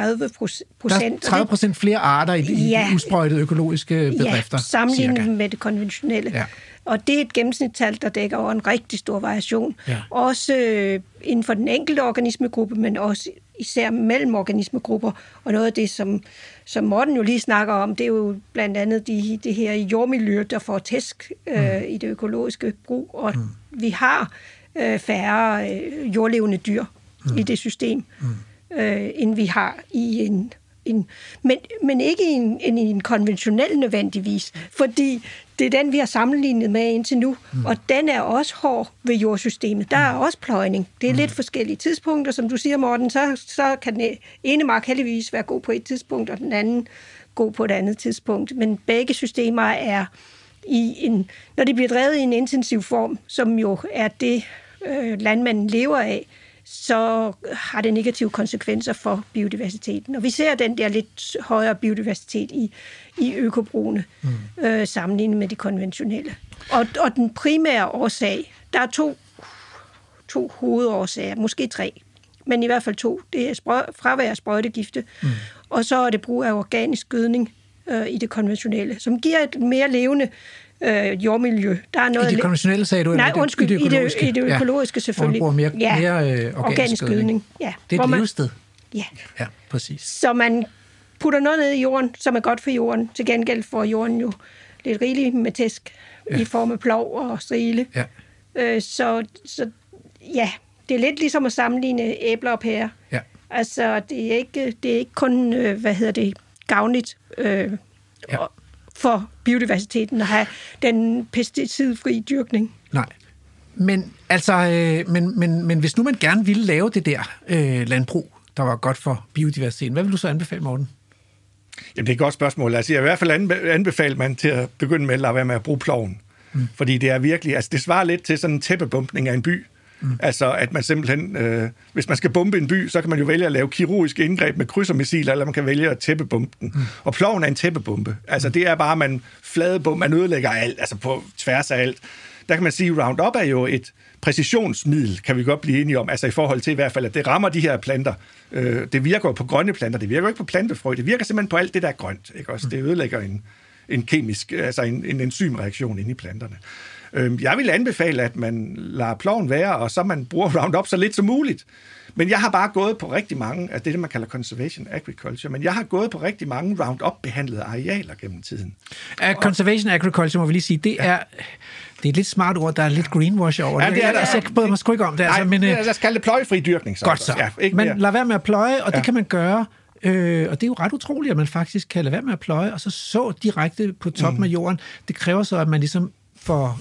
Der er 30% flere arter i de usprøjtede økologiske bedrifter. Ja, sammenlignet med det konventionelle. Ja. Og det er et gennemsnittal, der dækker over en rigtig stor variation. Ja. Også inden for den enkelte organismegruppe, men også især mellem organismegrupper. Og noget af det, som Morten jo lige snakker om, det er jo blandt andet det her jordmiljø, der får tæsk i det økologiske brug. Og vi har færre jordlevende dyr i det system, end vi har i men ikke i en konventionel nødvendigvis, fordi det er den, vi har sammenlignet med indtil nu, og den er også hård ved jordsystemet. Der er også pløjning. Det er lidt forskellige tidspunkter, som du siger, Morten, så kan den ene mark heldigvis være god på et tidspunkt, og den anden god på et andet tidspunkt. Men begge systemer er når de bliver drevet i en intensiv form, som jo er det, landmanden lever af, så har det negative konsekvenser for biodiversiteten. Og vi ser den der lidt højere biodiversitet i økobrugene, sammenlignet med de konventionelle. Og den primære årsag, der er to hovedårsager, måske 3, men i hvert fald 2. Det er fravær af sprøjtegifte, og så er det brug af organisk gødning i det konventionelle, som giver et mere levende jordmiljø. Der er noget I det konventionelle, sagde du? Nej, undskyld, i det økologiske selvfølgelig. Hvor man bruger mere organisk gødning. Ja. Det er et levested. Ja, præcis. Så man putter noget ned i jorden, som er godt for jorden. Til gengæld får jorden jo lidt rigeligt med tæsk i form af plov og strile. Ja. Så det er lidt ligesom at sammenligne æbler og pærer. Ja. Altså, det er ikke kun, gavnligt for biodiversiteten at have den pesticidfri dyrkning. Nej. Men men hvis nu man gerne ville lave det der landbrug, der var godt for biodiversiteten, hvad vil du så anbefale, Morten? Jamen, det er et godt spørgsmål. Altså, jeg vil i hvert fald anbefale man til at begynde med at lade være med at bruge ploven. Fordi det er virkelig, altså det svarer lidt til sådan en tæppebumpning af en by. Altså, at man simpelthen, hvis man skal bombe en by, så kan man jo vælge at lave kirurgiske indgreb med krydsermissiler, eller man kan vælge at tæppebombe den. Og ploven er en tæppebombe. Altså, det er bare, man ødelægger alt, altså på tværs af alt. Der kan man sige, at Roundup er jo et præcisionsmiddel, kan vi godt blive enige om, altså i forhold til i hvert fald, at det rammer de her planter. Det virker jo på grønne planter, det virker jo ikke på plantefrø, det virker simpelthen på alt det, der er grønt. Ikke? Også det ødelægger en kemisk, altså en enzymreaktion inde i planterne. Jeg vil anbefale, at man lader ploven være, og så man bruger Roundup så lidt som muligt. Men jeg har bare gået på rigtig mange af det man kalder conservation agriculture, men jeg har gået på rigtig mange Roundup-behandlede arealer gennem tiden. Conservation agriculture, må vi lige sige, det er et lidt smart ord, der er lidt greenwash over det. Ja, det er der. Jeg bryder mig sgu ikke om det. Altså, men, lad os kalde det pløjefri dyrkning. Godt så. Ja, men lad være med at pløje, og det kan man gøre. Og det er jo ret utroligt, at man faktisk kan lade være med at pløje, og så direkte på toppen af jorden. Det kræver så, at man ligesom får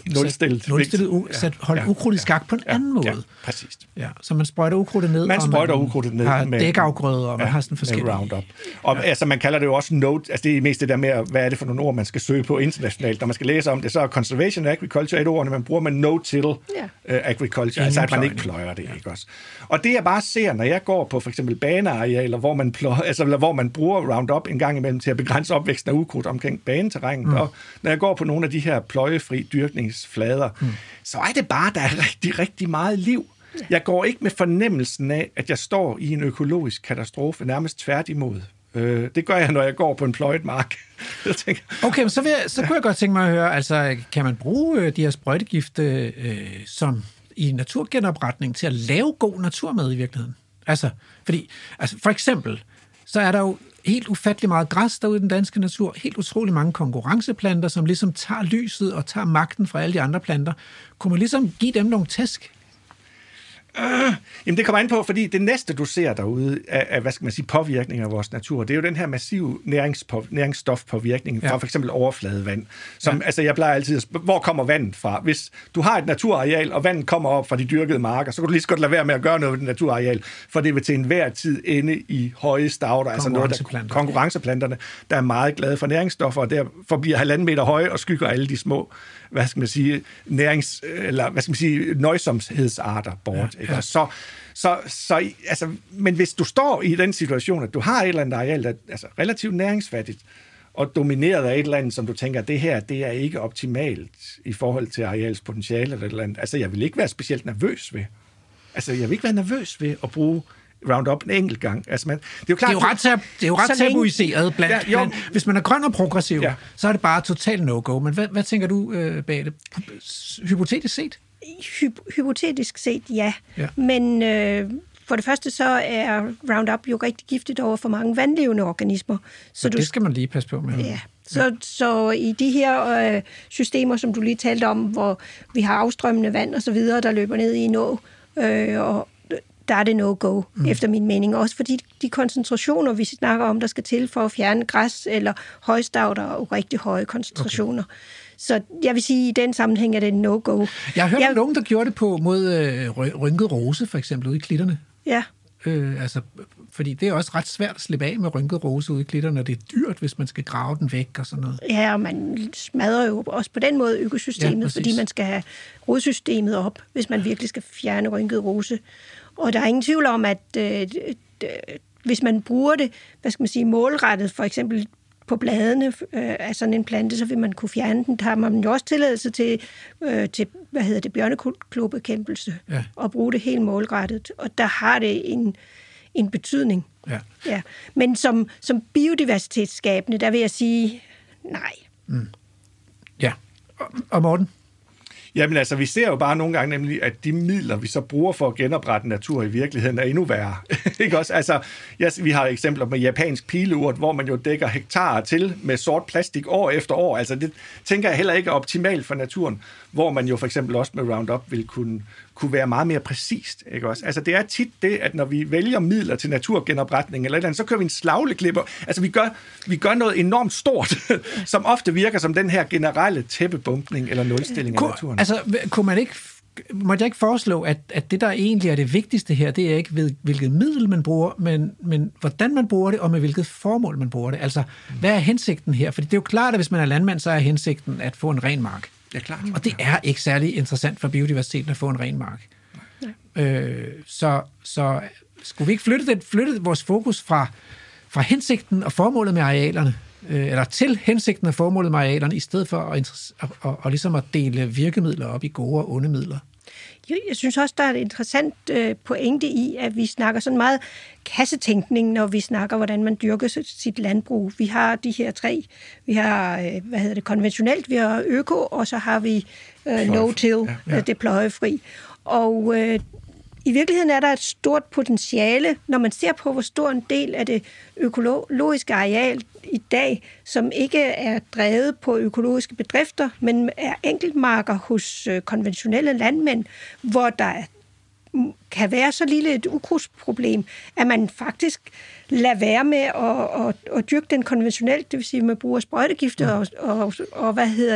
holdt ukrudt i skak på en anden måde. Ja, præcis. Ja, så man sprøjter ukrudtet ned. Man sprøjter ukrudtet ned. Har dækafgrøder, og man har sådan forskellige. Roundup. Og altså, man kalder det jo også altså det er mest det der med, hvad er det for nogle ord, man skal søge på internationalt. Når man skal læse om det, så er conservation agriculture et ord, når man bruger med no-till agriculture, altså at man ikke pløjer det, ikke også. Og det jeg bare ser, når jeg går på for eksempel banearealer, hvor man hvor man bruger Roundup en gang imellem til at begrænse opvæksten af ukrudt omkring baneterrænet, og når jeg går på nogle af de her pløjefri dyrkningsflader, så er det bare, der er rigtig, rigtig meget liv. Jeg går ikke med fornemmelsen af, at jeg står i en økologisk katastrofe, nærmest tværtimod. Det gør jeg, når jeg går på en pløjet mark. Okay, men så kunne jeg godt tænke mig at høre, altså kan man bruge de her sprøjtegifte som i naturgenopretning til at lave god natur med i virkeligheden? Altså, fordi, for eksempel, så er der jo helt ufattelig meget græs derude i den danske natur, helt utrolig mange konkurrenceplanter, som ligesom tager lyset og tager magten fra alle de andre planter. Kunne man ligesom give dem nogle tæsk? Jamen det kommer an på, fordi det næste, du ser derude af hvad skal man sige, påvirkning af vores natur, det er jo den her massive næringsstofpåvirkning fra for eksempel overfladevand. Som, altså jeg plejer altid at hvor kommer vandet fra? Hvis du har et naturareal, og vandet kommer op fra de dyrkede marker, så kan du lige så godt lade være med at gøre noget ved det naturareal, for det vil til enhver tid ende i høje stauder, altså noget der konkurrenceplanterne, der er meget glade for næringsstoffer, og derfor bliver 1,5 meter høje og skygger alle de små, hvad skal man sige, nøjsomhedsarter bort. Ja. Så altså, men hvis du står i den situation, at du har et eller andet areal, der er altså, relativt næringsfattigt, og domineret af et eller andet, som du tænker, det her, det er ikke optimalt i forhold til areals potentiale eller et eller andet. Altså, jeg vil ikke være specielt nervøs ved. Altså, jeg vil ikke være nervøs ved at bruge Roundup en enkelt gang. Altså, det er jo klart, det er jo ret tabuiseret blandt. Hvis man er grøn og progressiv, så er det bare totalt no-go. Men hvad tænker du, Beate? Hypotetisk set? Hypotetisk set, ja. Men for det første så er Roundup jo rigtig giftigt over for mange vandlevende organismer. Så det skal man lige passe på med. Ja. Så i de her systemer, som du lige talte om, hvor vi har afstrømmende vand og så videre, der løber ned i en å, og der er det no-go, efter min mening. Også fordi de koncentrationer, vi snakker om, der skal til for at fjerne græs eller højstavter og rigtig høje koncentrationer. Okay. Så jeg vil sige, at i den sammenhæng er det no-go. Jeg har hørt nogen, der gjorde det mod rynket rose, for eksempel, ude i klitterne. Ja. Fordi det er også ret svært at slippe af med rynket rose ude i klitterne, og det er dyrt, hvis man skal grave den væk og sådan noget. Ja, og man smadrer jo også på den måde økosystemet, fordi man skal have rodsystemet op, hvis man virkelig skal fjerne rynket rose. Og der er ingen tvivl om, at hvis man bruger det, målrettet, for eksempel på bladene af sådan en plante, så vil man kunne fjerne den. Der har man jo også tilladelse til bjørneklobekæmpelse, og bruge det helt målrettet. Og der har det en betydning. Ja. Ja. Men som biodiversitetsskabende, der vil jeg sige nej. Ja. Og Morten? Jamen altså, vi ser jo bare nogle gange nemlig, at de midler, vi så bruger for at genoprette natur i virkeligheden, er endnu værre. Ikke også? Altså, vi har eksempler med japansk pileurt, hvor man jo dækker hektarer til med sort plastik år efter år. Altså, det tænker jeg heller ikke er optimalt for naturen, hvor man jo for eksempel også med Roundup vil kunne være meget mere præcist. Ikke også? Altså, det er tit det, at når vi vælger midler til naturgenopretning eller et eller andet, så kører vi en slagleklipper. Altså, vi gør noget enormt stort, som ofte virker som den her generelle tæppebumpning eller nulstilling af naturen. Altså, måtte jeg ikke foreslå, at det, der egentlig er det vigtigste her, det er ikke hvilket middel man bruger, men hvordan man bruger det, og med hvilket formål man bruger det. Altså, hvad er hensigten her? Fordi det er jo klart, at hvis man er landmand, så er hensigten at få en ren mark. Ja, klart. Og det er ikke særlig interessant for biodiversiteten at få en ren mark. Så skulle vi ikke flytte vores fokus fra hensigten og formålet med arealerne, eller til hensigten og formålet med arealerne, i stedet for at ligesom at dele virkemidler op i gode og onde midler? Jeg synes også, der er et interessant pointe i, at vi snakker sådan meget kassetænkning, når vi snakker, hvordan man dyrker sit landbrug. Vi har de her tre. Vi har, konventionelt, vi har øko, og så har vi no-till, det pløjefri. Og i virkeligheden er der et stort potentiale, når man ser på, hvor stor en del af det økologiske areal i dag, som ikke er drevet på økologiske bedrifter, men er enkeltmarker hos konventionelle landmænd, hvor der kan være så lille et ukrudtsproblem, at man faktisk lader være med at dyrke den konventionelt, det vil sige med brug af sprøjtegifter og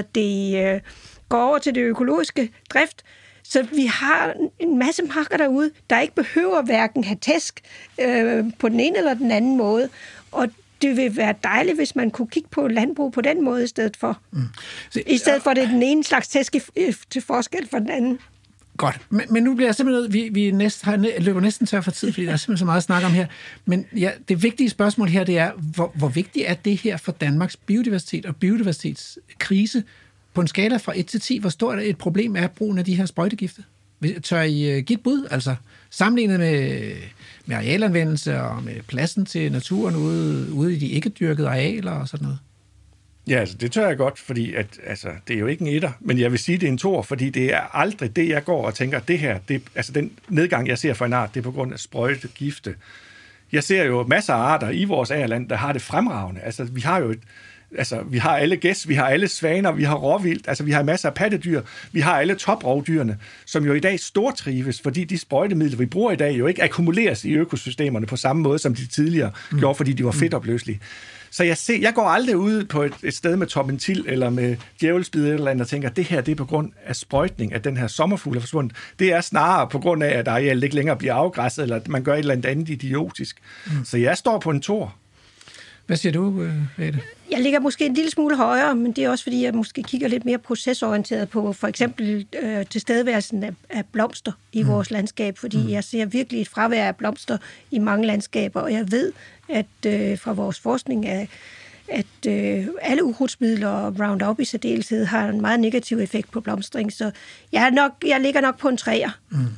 går over til det økologiske drift. Så vi har en masse marker derude, der ikke behøver hverken have tæsk på den ene eller den anden måde. Og det vil være dejligt, hvis man kunne kigge på landbrug på den måde i stedet for. I stedet for, det er den ene slags tæsk til forskel for den anden. Godt, men nu bliver jeg simpelthen vi løber næsten tør for tid, fordi der er simpelthen så meget at snakke om her. Men ja, det vigtige spørgsmål her, det er, hvor vigtigt er det her for Danmarks biodiversitet og biodiversitetskrise? På en skala fra 1 til 10, hvor stort et problem er brugen af de her sprøjtegifte? Tør I give et bud? Altså sammenlignet med arealanvendelse og med pladsen til naturen ude i de ikke-dyrkede arealer og sådan noget? Ja, altså det tør jeg godt, fordi det er jo ikke en etter, men jeg vil sige, det er en toer, fordi det er aldrig det, jeg går og tænker, det her, den nedgang, jeg ser for en art, det er på grund af sprøjtegifte. Jeg ser jo masser af arter i vores agerland, der har det fremragende. Altså vi har jo vi har alle gæs, vi har alle svaner, vi har råvildt, altså vi har masser af pattedyr, vi har alle toprovdyrene, som jo i dag stortrives, fordi de sprøjtemidler, vi bruger i dag, jo ikke akkumuleres i økosystemerne på samme måde, som de tidligere gjorde, fordi de var fedtopløselige. Så jeg går aldrig ud på et sted med tormentil eller med djævelsbid eller andet og tænker, at det her det er på grund af sprøjtning, at den her sommerfugl er forsvundet. Det er snarere på grund af, at arealet ikke længere bliver afgræsset, eller at man gør et eller andet idiotisk. Så jeg står på en toer. Hvad siger du, Ade? Jeg ligger måske en lille smule højere, men det er også, fordi jeg måske kigger lidt mere procesorienteret på for eksempel tilstedeværelsen af blomster i vores landskab, fordi jeg ser virkelig et fravær af blomster i mange landskaber, og jeg ved, at fra vores forskning, at alle ukrudtsmidler og Roundup i særdeleshed har en meget negativ effekt på blomstring, så jeg ligger nok på en 3'er.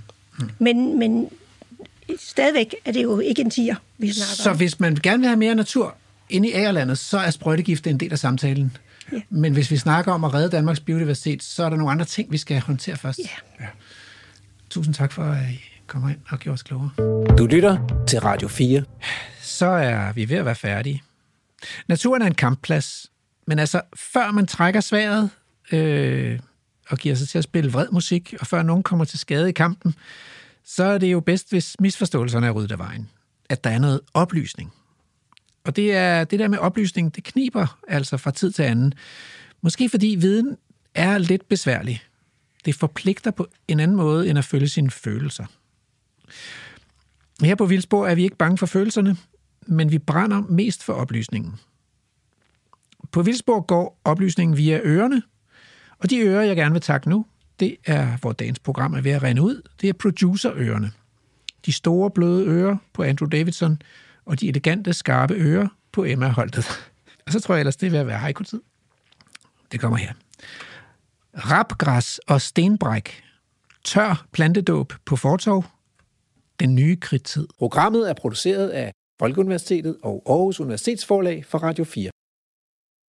Men stadigvæk er det jo ikke en 10'er, vi snakker om. Så hvis man gerne vil have mere natur inde i agerlandet, så er sprøjtegifte en del af samtalen. Ja. Men hvis vi snakker om at redde Danmarks biodiversitet, så er der nogle andre ting, vi skal håndtere først. Ja. Tusind tak for, at I kommer ind og giver os klogere. Du lytter til Radio 4. Så er vi ved at være færdige. Naturen er en kampplads, men altså, før man trækker sværdet og giver sig til at spille vred musik, og før nogen kommer til skade i kampen, så er det jo bedst, hvis misforståelserne er ryddet af vejen. At der er noget oplysning. Og det der med oplysning, det kniber altså fra tid til anden. Måske fordi viden er lidt besværlig. Det forpligter på en anden måde, end at følge sine følelser. Her på Vildspor er vi ikke bange for følelserne, men vi brænder mest for oplysningen. På Vildspor går oplysningen via ørerne, og de ører, jeg gerne vil takke nu, det er, hvor dagens program er ved at rende ud, det er producerørerne. De store, bløde ører på Andrew Davidson, og de elegante, skarpe ører på Emma Holtet. Og så tror jeg ellers, det er ved at være haiku-tid. Det kommer her. Rapgræs og stenbræk. Tør plantedåb på fortov. Den nye kridttid. Programmet er produceret af Folkeuniversitetet og Aarhus Universitetsforlag for Radio 4.